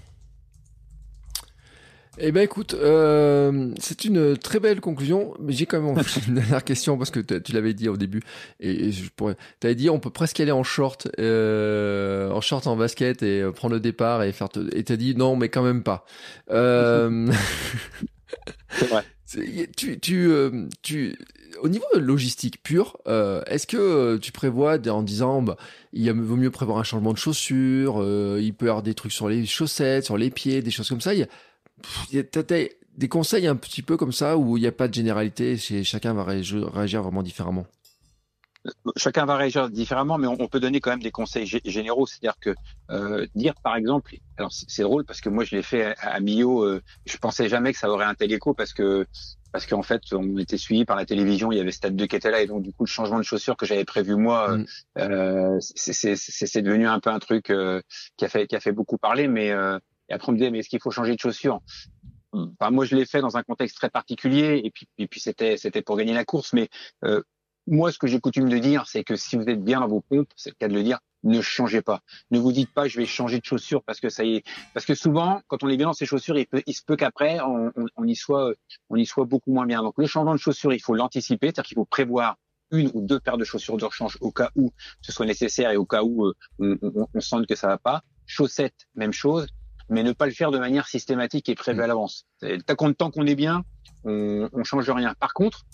Eh ben écoute, euh, c'est une très belle conclusion, mais j'ai quand même une dernière question parce que tu l'avais dit au début et, et je pourrais. T'avais dit on peut presque aller en short, euh, en short en basket et euh, prendre le départ et faire. Te... Et t'as dit non, mais quand même pas. Euh... C'est vrai. Tu, tu, euh, tu, au niveau de logistique pure, euh, est-ce que euh, tu prévois en disant, bah, il vaut mieux prévoir un changement de chaussures, euh, il peut y avoir des trucs sur les chaussettes, sur les pieds, des choses comme ça. Il y a, il y a t'as, t'as des conseils un petit peu comme ça où il n'y a pas de généralité, et chacun va réagir, réagir vraiment différemment. Chacun va réagir différemment, mais on, on peut donner quand même des conseils g- généraux. C'est-à-dire que euh, dire, par exemple, alors c'est, c'est drôle parce que moi je l'ai fait à, à Millau. Euh, je pensais jamais que ça aurait un tel écho parce que parce qu'en fait on était suivi par la télévision. Il y avait Stade deux qui était là et donc du coup le changement de chaussures que j'avais prévu moi, mmh. euh, c'est, c'est, c'est, c'est devenu un peu un truc euh, qui a fait qui a fait beaucoup parler. Mais euh, et après on me disait mais est-ce qu'il faut changer de chaussures? Enfin, moi je l'ai fait dans un contexte très particulier et puis et puis c'était c'était pour gagner la course, mais euh, moi, ce que j'ai coutume de dire, c'est que si vous êtes bien dans vos pompes, c'est le cas de le dire, ne changez pas. Ne vous dites pas, je vais changer de chaussures parce que ça y est. Parce que souvent, quand on est bien dans ses chaussures, il, peut, il se peut qu'après, on, on, on y soit, on y soit beaucoup moins bien. Donc, le changement de chaussures, il faut l'anticiper, c'est-à-dire qu'il faut prévoir une ou deux paires de chaussures de rechange au cas où ce soit nécessaire et au cas où euh, on, on, on sente que ça va pas. Chaussettes, même chose, mais ne pas le faire de manière systématique et prévue à l'avance. Tant qu'on, tant qu'on est bien, on, on change rien. Par contre,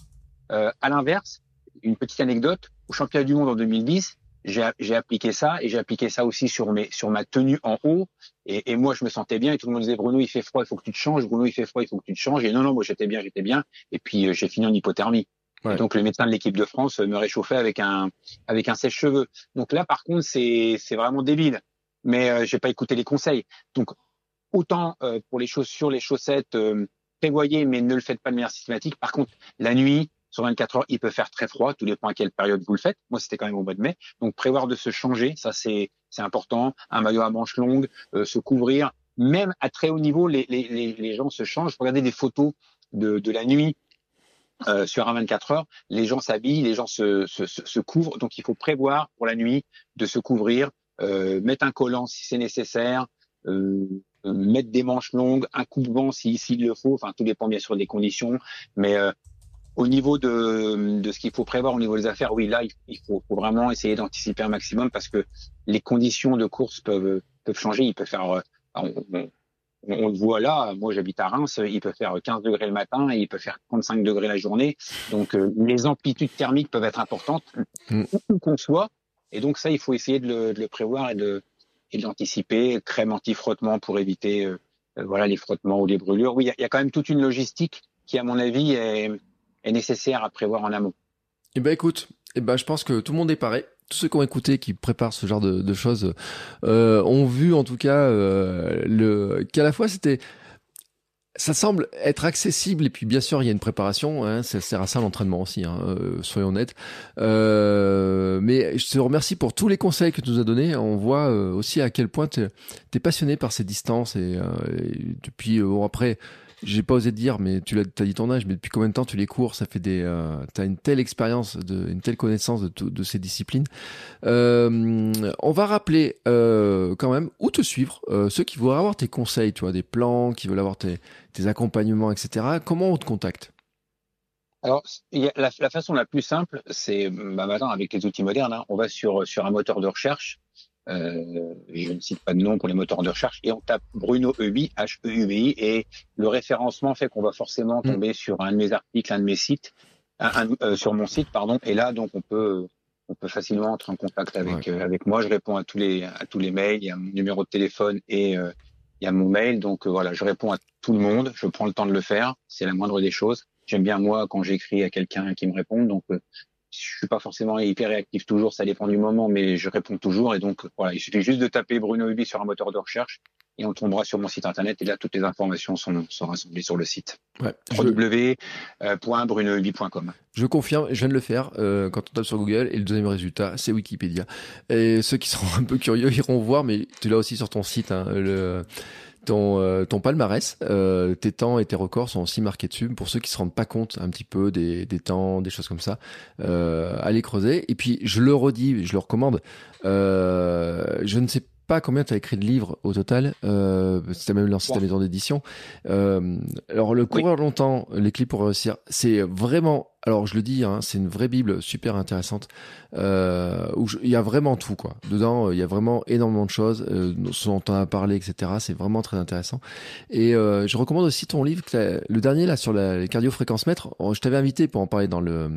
Euh, à l'inverse, une petite anecdote, au championnat du monde en deux mille dix, j'ai, j'ai appliqué ça et j'ai appliqué ça aussi sur mes, sur ma tenue en haut. Et, et moi, je me sentais bien et tout le monde disait, Bruno, il fait froid, il faut que tu te changes. Bruno, il fait froid, il faut que tu te changes. Et non, non, moi, j'étais bien, j'étais bien. Et puis, euh, j'ai fini en hypothermie. Ouais. Et donc, le médecin de l'équipe de France me réchauffait avec un, avec un sèche-cheveux. Donc là, par contre, c'est, c'est vraiment débile. Mais euh, j'ai pas écouté les conseils. Donc, autant euh, pour les chaussures, les chaussettes, euh, prévoyez, mais ne le faites pas de manière systématique. Par contre, la nuit, sur vingt-quatre heures, il peut faire très froid, tout dépend à quelle période vous le faites. Moi, c'était quand même au mois de mai. Donc, prévoir de se changer, ça, c'est, c'est important. Un maillot à manches longues, euh, se couvrir. Même à très haut niveau, les, les, les, les gens se changent. Regardez des photos de, de la nuit. Euh, sur un vingt-quatre heures, les gens s'habillent, les gens se, se, se, se couvrent. Donc, il faut prévoir pour la nuit de se couvrir, euh, mettre un collant si c'est nécessaire, euh, mettre des manches longues, un coupe-vent si, s'il le faut. Enfin, tout dépend bien sûr des conditions. Mais euh, au niveau de, de ce qu'il faut prévoir au niveau des affaires, oui, là, il, il faut, faut vraiment essayer d'anticiper un maximum parce que les conditions de course peuvent, peuvent changer. Il peut faire... Euh, on, on, On le voit là, moi j'habite à Reims, il peut faire quinze degrés le matin et il peut faire trente-cinq degrés la journée. Donc euh, les amplitudes thermiques peuvent être importantes mmh. où qu'on soit. Et donc ça, il faut essayer de le, de le prévoir et de, et de l'anticiper. Crème anti-frottement pour éviter euh, euh, voilà, les frottements ou les brûlures. Oui, il y, y a quand même toute une logistique qui, à mon avis, est, est nécessaire à prévoir en amont. Eh ben écoute, eh ben, je pense que tout le monde est pareil. Tous ceux qui ont écouté, qui préparent ce genre de, de choses, euh, ont vu en tout cas euh, le qu'à la fois c'était, ça semble être accessible et puis bien sûr il y a une préparation, hein, ça sert à ça l'entraînement aussi, hein, euh, soyons honnêtes. Euh, mais je te remercie pour tous les conseils que tu nous as donnés. On voit euh, aussi à quel point t'es, t'es passionné par ces distances et, euh, et depuis bon après. J'ai pas osé te dire, mais tu l'as, t'as dit ton âge, mais depuis combien de temps tu les cours? Ça fait des, euh, t'as une telle expérience, de, une telle connaissance de, tout, de ces disciplines. Euh, on va rappeler euh, quand même où te suivre. Euh, ceux qui voudraient avoir tes conseils, tu vois, des plans, qui veulent avoir tes, tes accompagnements, et cetera. Comment on te contacte? Alors, y a la, la façon la plus simple, c'est bah, maintenant avec les outils modernes, hein, on va sur sur un moteur de recherche. Euh, je ne cite pas de nom pour les moteurs de recherche, et on tape Bruno Heuby, H E U B I, et le référencement fait qu'on va forcément tomber mmh. sur un de mes articles, un de mes sites, un, un, euh, sur mon site, pardon, et là, donc, on peut, on peut facilement entrer en contact avec, ouais. euh, avec moi. Je réponds à tous les, à tous les mails, il y a mon numéro de téléphone et euh, il y a mon mail, donc euh, voilà, je réponds à tout le monde, je prends le temps de le faire, c'est la moindre des choses. J'aime bien, moi, quand j'écris à quelqu'un qui me répond, donc euh, je suis pas forcément hyper réactif toujours, ça dépend du moment, mais je réponds toujours. Et donc, voilà, il suffit juste de taper Bruno Heuby sur un moteur de recherche et on tombera sur mon site internet. Et là, toutes les informations sont, sont rassemblées sur le site. Ouais, w w w point bruno heuby point com. Je confirme, je viens de le faire euh, quand on tape sur Google et le deuxième résultat, c'est Wikipédia. Et ceux qui seront un peu curieux iront voir, mais tu l'as aussi sur ton site, hein, le... Ton, euh, ton palmarès, euh, tes temps et tes records sont aussi marqués dessus. Pour ceux qui se rendent pas compte un petit peu des, des temps, des choses comme ça, euh, allez creuser. Et puis, je le redis, je le recommande. Euh, je ne sais pas combien tu as écrit de livres au total. Euh, tu as même lancé ta maison d'édition. Euh, alors, le courir oui. longtemps, les clés pour réussir, c'est vraiment... Alors, je le dis, hein, c'est une vraie Bible super intéressante euh, où il y a vraiment tout, quoi. Dedans, il y a vraiment énormément de choses, euh, ce dont on a parlé, et cetera. C'est vraiment très intéressant. Et euh, je recommande aussi ton livre, le dernier là sur la, les cardio-fréquence-mètres. Je t'avais invité pour en parler dans le...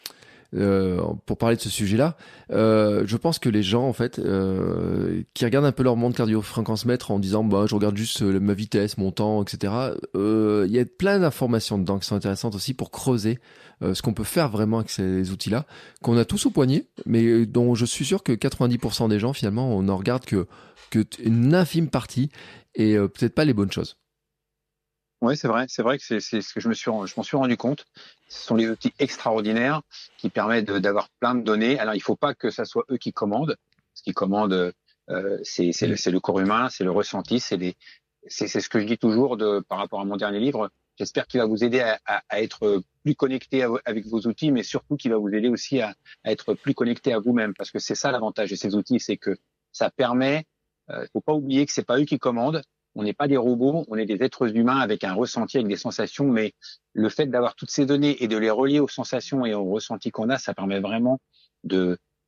Euh, pour parler de ce sujet-là, euh, je pense que les gens en fait euh, qui regardent un peu leur montre cardio-fréquence-mètre en disant bah je regarde juste euh, ma vitesse, mon temps, et cetera. Il euh, y a plein d'informations dedans qui sont intéressantes aussi pour creuser euh, ce qu'on peut faire vraiment avec ces outils-là qu'on a tous au poignet, mais dont je suis sûr que quatre-vingt-dix pour cent des gens finalement on n'en regarde que que une infime partie et euh, peut-être pas les bonnes choses. Oui, c'est vrai. C'est vrai que c'est, c'est ce que je me suis, je m'en suis rendu compte. Ce sont des outils extraordinaires qui permettent de, d'avoir plein de données. Alors, il faut pas que ça soit eux qui commandent. Ce qui commande, euh, c'est, c'est, le, c'est le corps humain, c'est le ressenti, c'est les, c'est, c'est ce que je dis toujours de, par rapport à mon dernier livre. J'espère qu'il va vous aider à, à, à être plus connecté à, avec vos outils, mais surtout qu'il va vous aider aussi à, à être plus connecté à vous-même, parce que c'est ça l'avantage de ces outils, c'est que ça permet. Il euh, faut pas oublier que c'est pas eux qui commandent. On n'est pas des robots, on est des êtres humains avec un ressenti, avec des sensations, mais le fait d'avoir toutes ces données et de les relier aux sensations et aux ressentis qu'on a, ça permet vraiment de,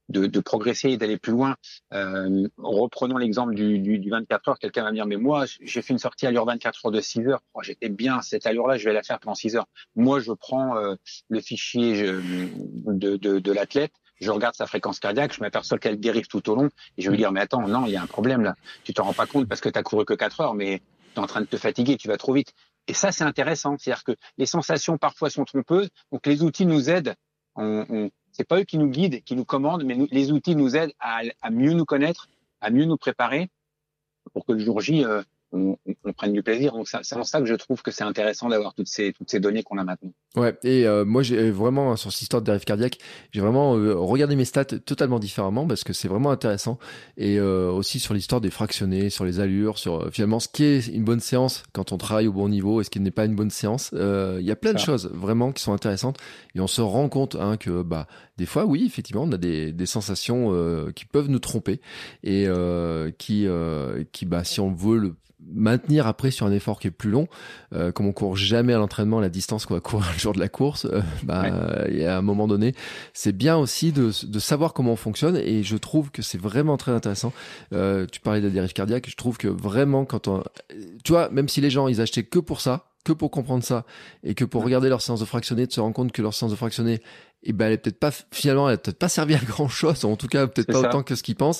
de, de progresser et d'aller plus loin. Euh, reprenons l'exemple du, du, du vingt-quatre heures. Quelqu'un va me dire, mais moi, j'ai fait une sortie à l'allure vingt-quatre heures de six heures. Oh, j'étais bien, cette allure-là, je vais la faire pendant six heures. Moi, je prends euh, le fichier je, de, de, de l'athlète, je regarde sa fréquence cardiaque, je m'aperçois qu'elle dérive tout au long, et je vais lui dire, mais attends, non, il y a un problème là. Tu t'en rends pas compte parce que tu as couru que quatre heures, mais tu es en train de te fatiguer, tu vas trop vite. Et ça, c'est intéressant. C'est-à-dire que les sensations parfois sont trompeuses, donc les outils nous aident. On, on, c'est pas eux qui nous guident, qui nous commandent, mais nous, les outils nous aident à, à mieux nous connaître, à mieux nous préparer pour que le jour J, euh, on, on, on prenne du plaisir. Donc ça, c'est en ça que je trouve que c'est intéressant d'avoir toutes ces, toutes ces données qu'on a maintenant. Ouais, et euh, moi j'ai vraiment, sur cette histoire de dérive cardiaque, j'ai vraiment euh, regardé mes stats totalement différemment parce que c'est vraiment intéressant. Et euh, aussi sur l'histoire des fractionnés, sur les allures, sur euh, finalement ce qui est une bonne séance quand on travaille au bon niveau et ce qui n'est pas une bonne séance. Euh, il y a plein de choses vraiment qui sont intéressantes et on se rend compte hein, que bah des fois, oui, effectivement, on a des, des sensations euh, qui peuvent nous tromper et euh, qui, euh, qui bah, si on veut le maintenir après sur un effort qui est plus long, euh, comme on court jamais à l'entraînement la distance qu'on va courir le jour de la course, euh, bah, ouais. Et à un moment donné, c'est bien aussi de, de savoir comment on fonctionne et je trouve que c'est vraiment très intéressant. Euh, tu parlais de la dérive cardiaque, je trouve que vraiment quand on, tu vois, même si les gens ils achetaient que pour ça, que pour comprendre ça et que pour regarder leur séance de fractionné, de se rendre compte que leur séance de fractionné, et eh ben elle est peut-être pas finalement elle a peut-être pas servi à grand chose, en tout cas peut-être c'est pas ça. Autant que ce qu'ils pensent,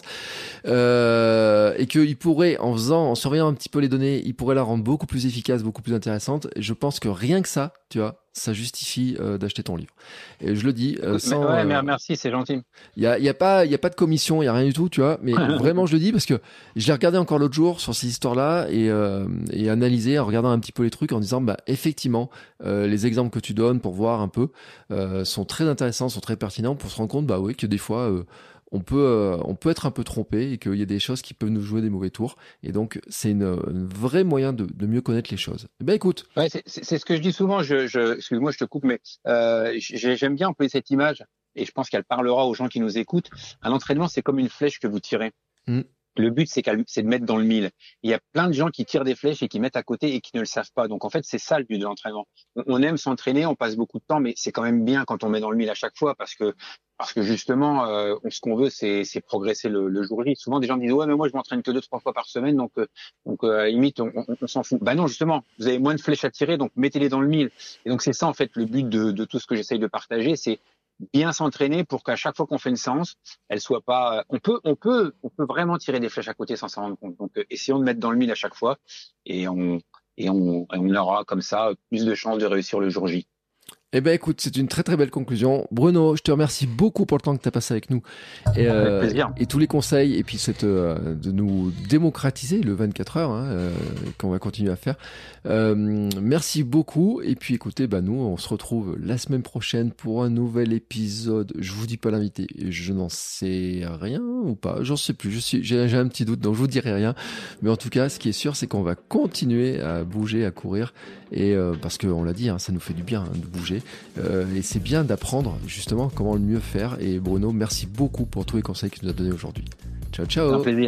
euh, et qu'ils pourraient en faisant, en surveillant un petit peu les données, ils pourraient la rendre beaucoup plus efficace, beaucoup plus intéressante. Et je pense que rien que ça, tu vois, ça justifie euh, d'acheter ton livre. Et je le dis euh, sans. Mais ouais, euh, merci, c'est gentil. Il y a, il y a pas, il y a pas de commission, il y a rien du tout, tu vois. Mais vraiment, je le dis parce que je l'ai regardé encore l'autre jour sur ces histoires-là et euh, et analysé en regardant un petit peu les trucs en disant bah effectivement euh, les exemples que tu donnes pour voir un peu euh, sont très intéressants, sont très pertinents pour se rendre compte bah oui que des fois euh, on peut euh, on peut être un peu trompé et qu'il y a des choses qui peuvent nous jouer des mauvais tours et donc c'est une, une vrai moyen de, de mieux connaître les choses. Eh ben écoute, ouais, c'est, c'est, c'est ce que je dis souvent. Je, je excuse-moi, je te coupe, mais euh, j'aime bien employer cette image et je pense qu'elle parlera aux gens qui nous écoutent. Un entraînement, c'est comme une flèche que vous tirez. Mm. Le but, c'est, c'est de mettre dans le mille. Il y a plein de gens qui tirent des flèches et qui mettent à côté et qui ne le savent pas. Donc, en fait, c'est ça le but de l'entraînement. On aime s'entraîner, on passe beaucoup de temps, mais c'est quand même bien quand on met dans le mille à chaque fois parce que, parce que justement, euh, ce qu'on veut, c'est, c'est progresser le, le jour J. Souvent, des gens me disent, ouais, mais moi, je m'entraîne que deux, trois fois par semaine, donc, euh, donc, euh, limite, on, on, on s'en fout. Bah non, justement, vous avez moins de flèches à tirer, donc mettez-les dans le mille. Et donc, c'est ça, en fait, le but de, de tout ce que j'essaye de partager, c'est bien s'entraîner pour qu'à chaque fois qu'on fait une séance, elle soit pas. On peut, on peut, on peut vraiment tirer des flèches à côté sans s'en rendre compte. Donc, euh, essayons de mettre dans le mille à chaque fois, et on, et on, on aura comme ça plus de chances de réussir le jour J. Eh ben écoute, c'est une très très belle conclusion. Bruno, je te remercie beaucoup pour le temps que tu as passé avec nous et, euh, avec plaisir. Et tous les conseils et puis cette, euh, de nous démocratiser le vingt-quatre heures hein, euh, qu'on va continuer à faire. Euh, merci beaucoup et puis écoutez, bah nous on se retrouve la semaine prochaine pour un nouvel épisode. Je vous dis pas l'invité, je n'en sais rien ou pas, j'en sais plus. Je suis, j'ai, j'ai un petit doute, donc je vous dirai rien. Mais en tout cas, ce qui est sûr, c'est qu'on va continuer à bouger, à courir et euh, parce que on l'a dit, hein, ça nous fait du bien hein, de bouger. Euh, et c'est bien d'apprendre justement comment le mieux faire. Et Bruno, merci beaucoup pour tous les conseils que tu nous as donnés aujourd'hui. Ciao, ciao. C'est un plaisir.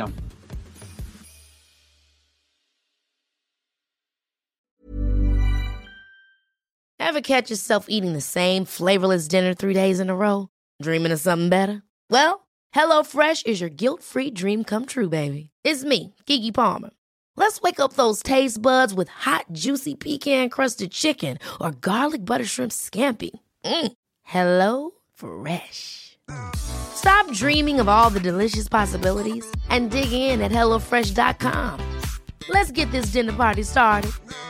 Ever catch yourself eating the same flavorless dinner three days in a row? Dreaming of something better? Well, HelloFresh is your guilt-free dream come true, baby. It's me, Keke Palmer. Let's wake up those taste buds with hot, juicy pecan-crusted chicken or garlic butter shrimp scampi. Mm. Hello Fresh. Stop dreaming of all the delicious possibilities and dig in at hello fresh dot com. Let's get this dinner party started.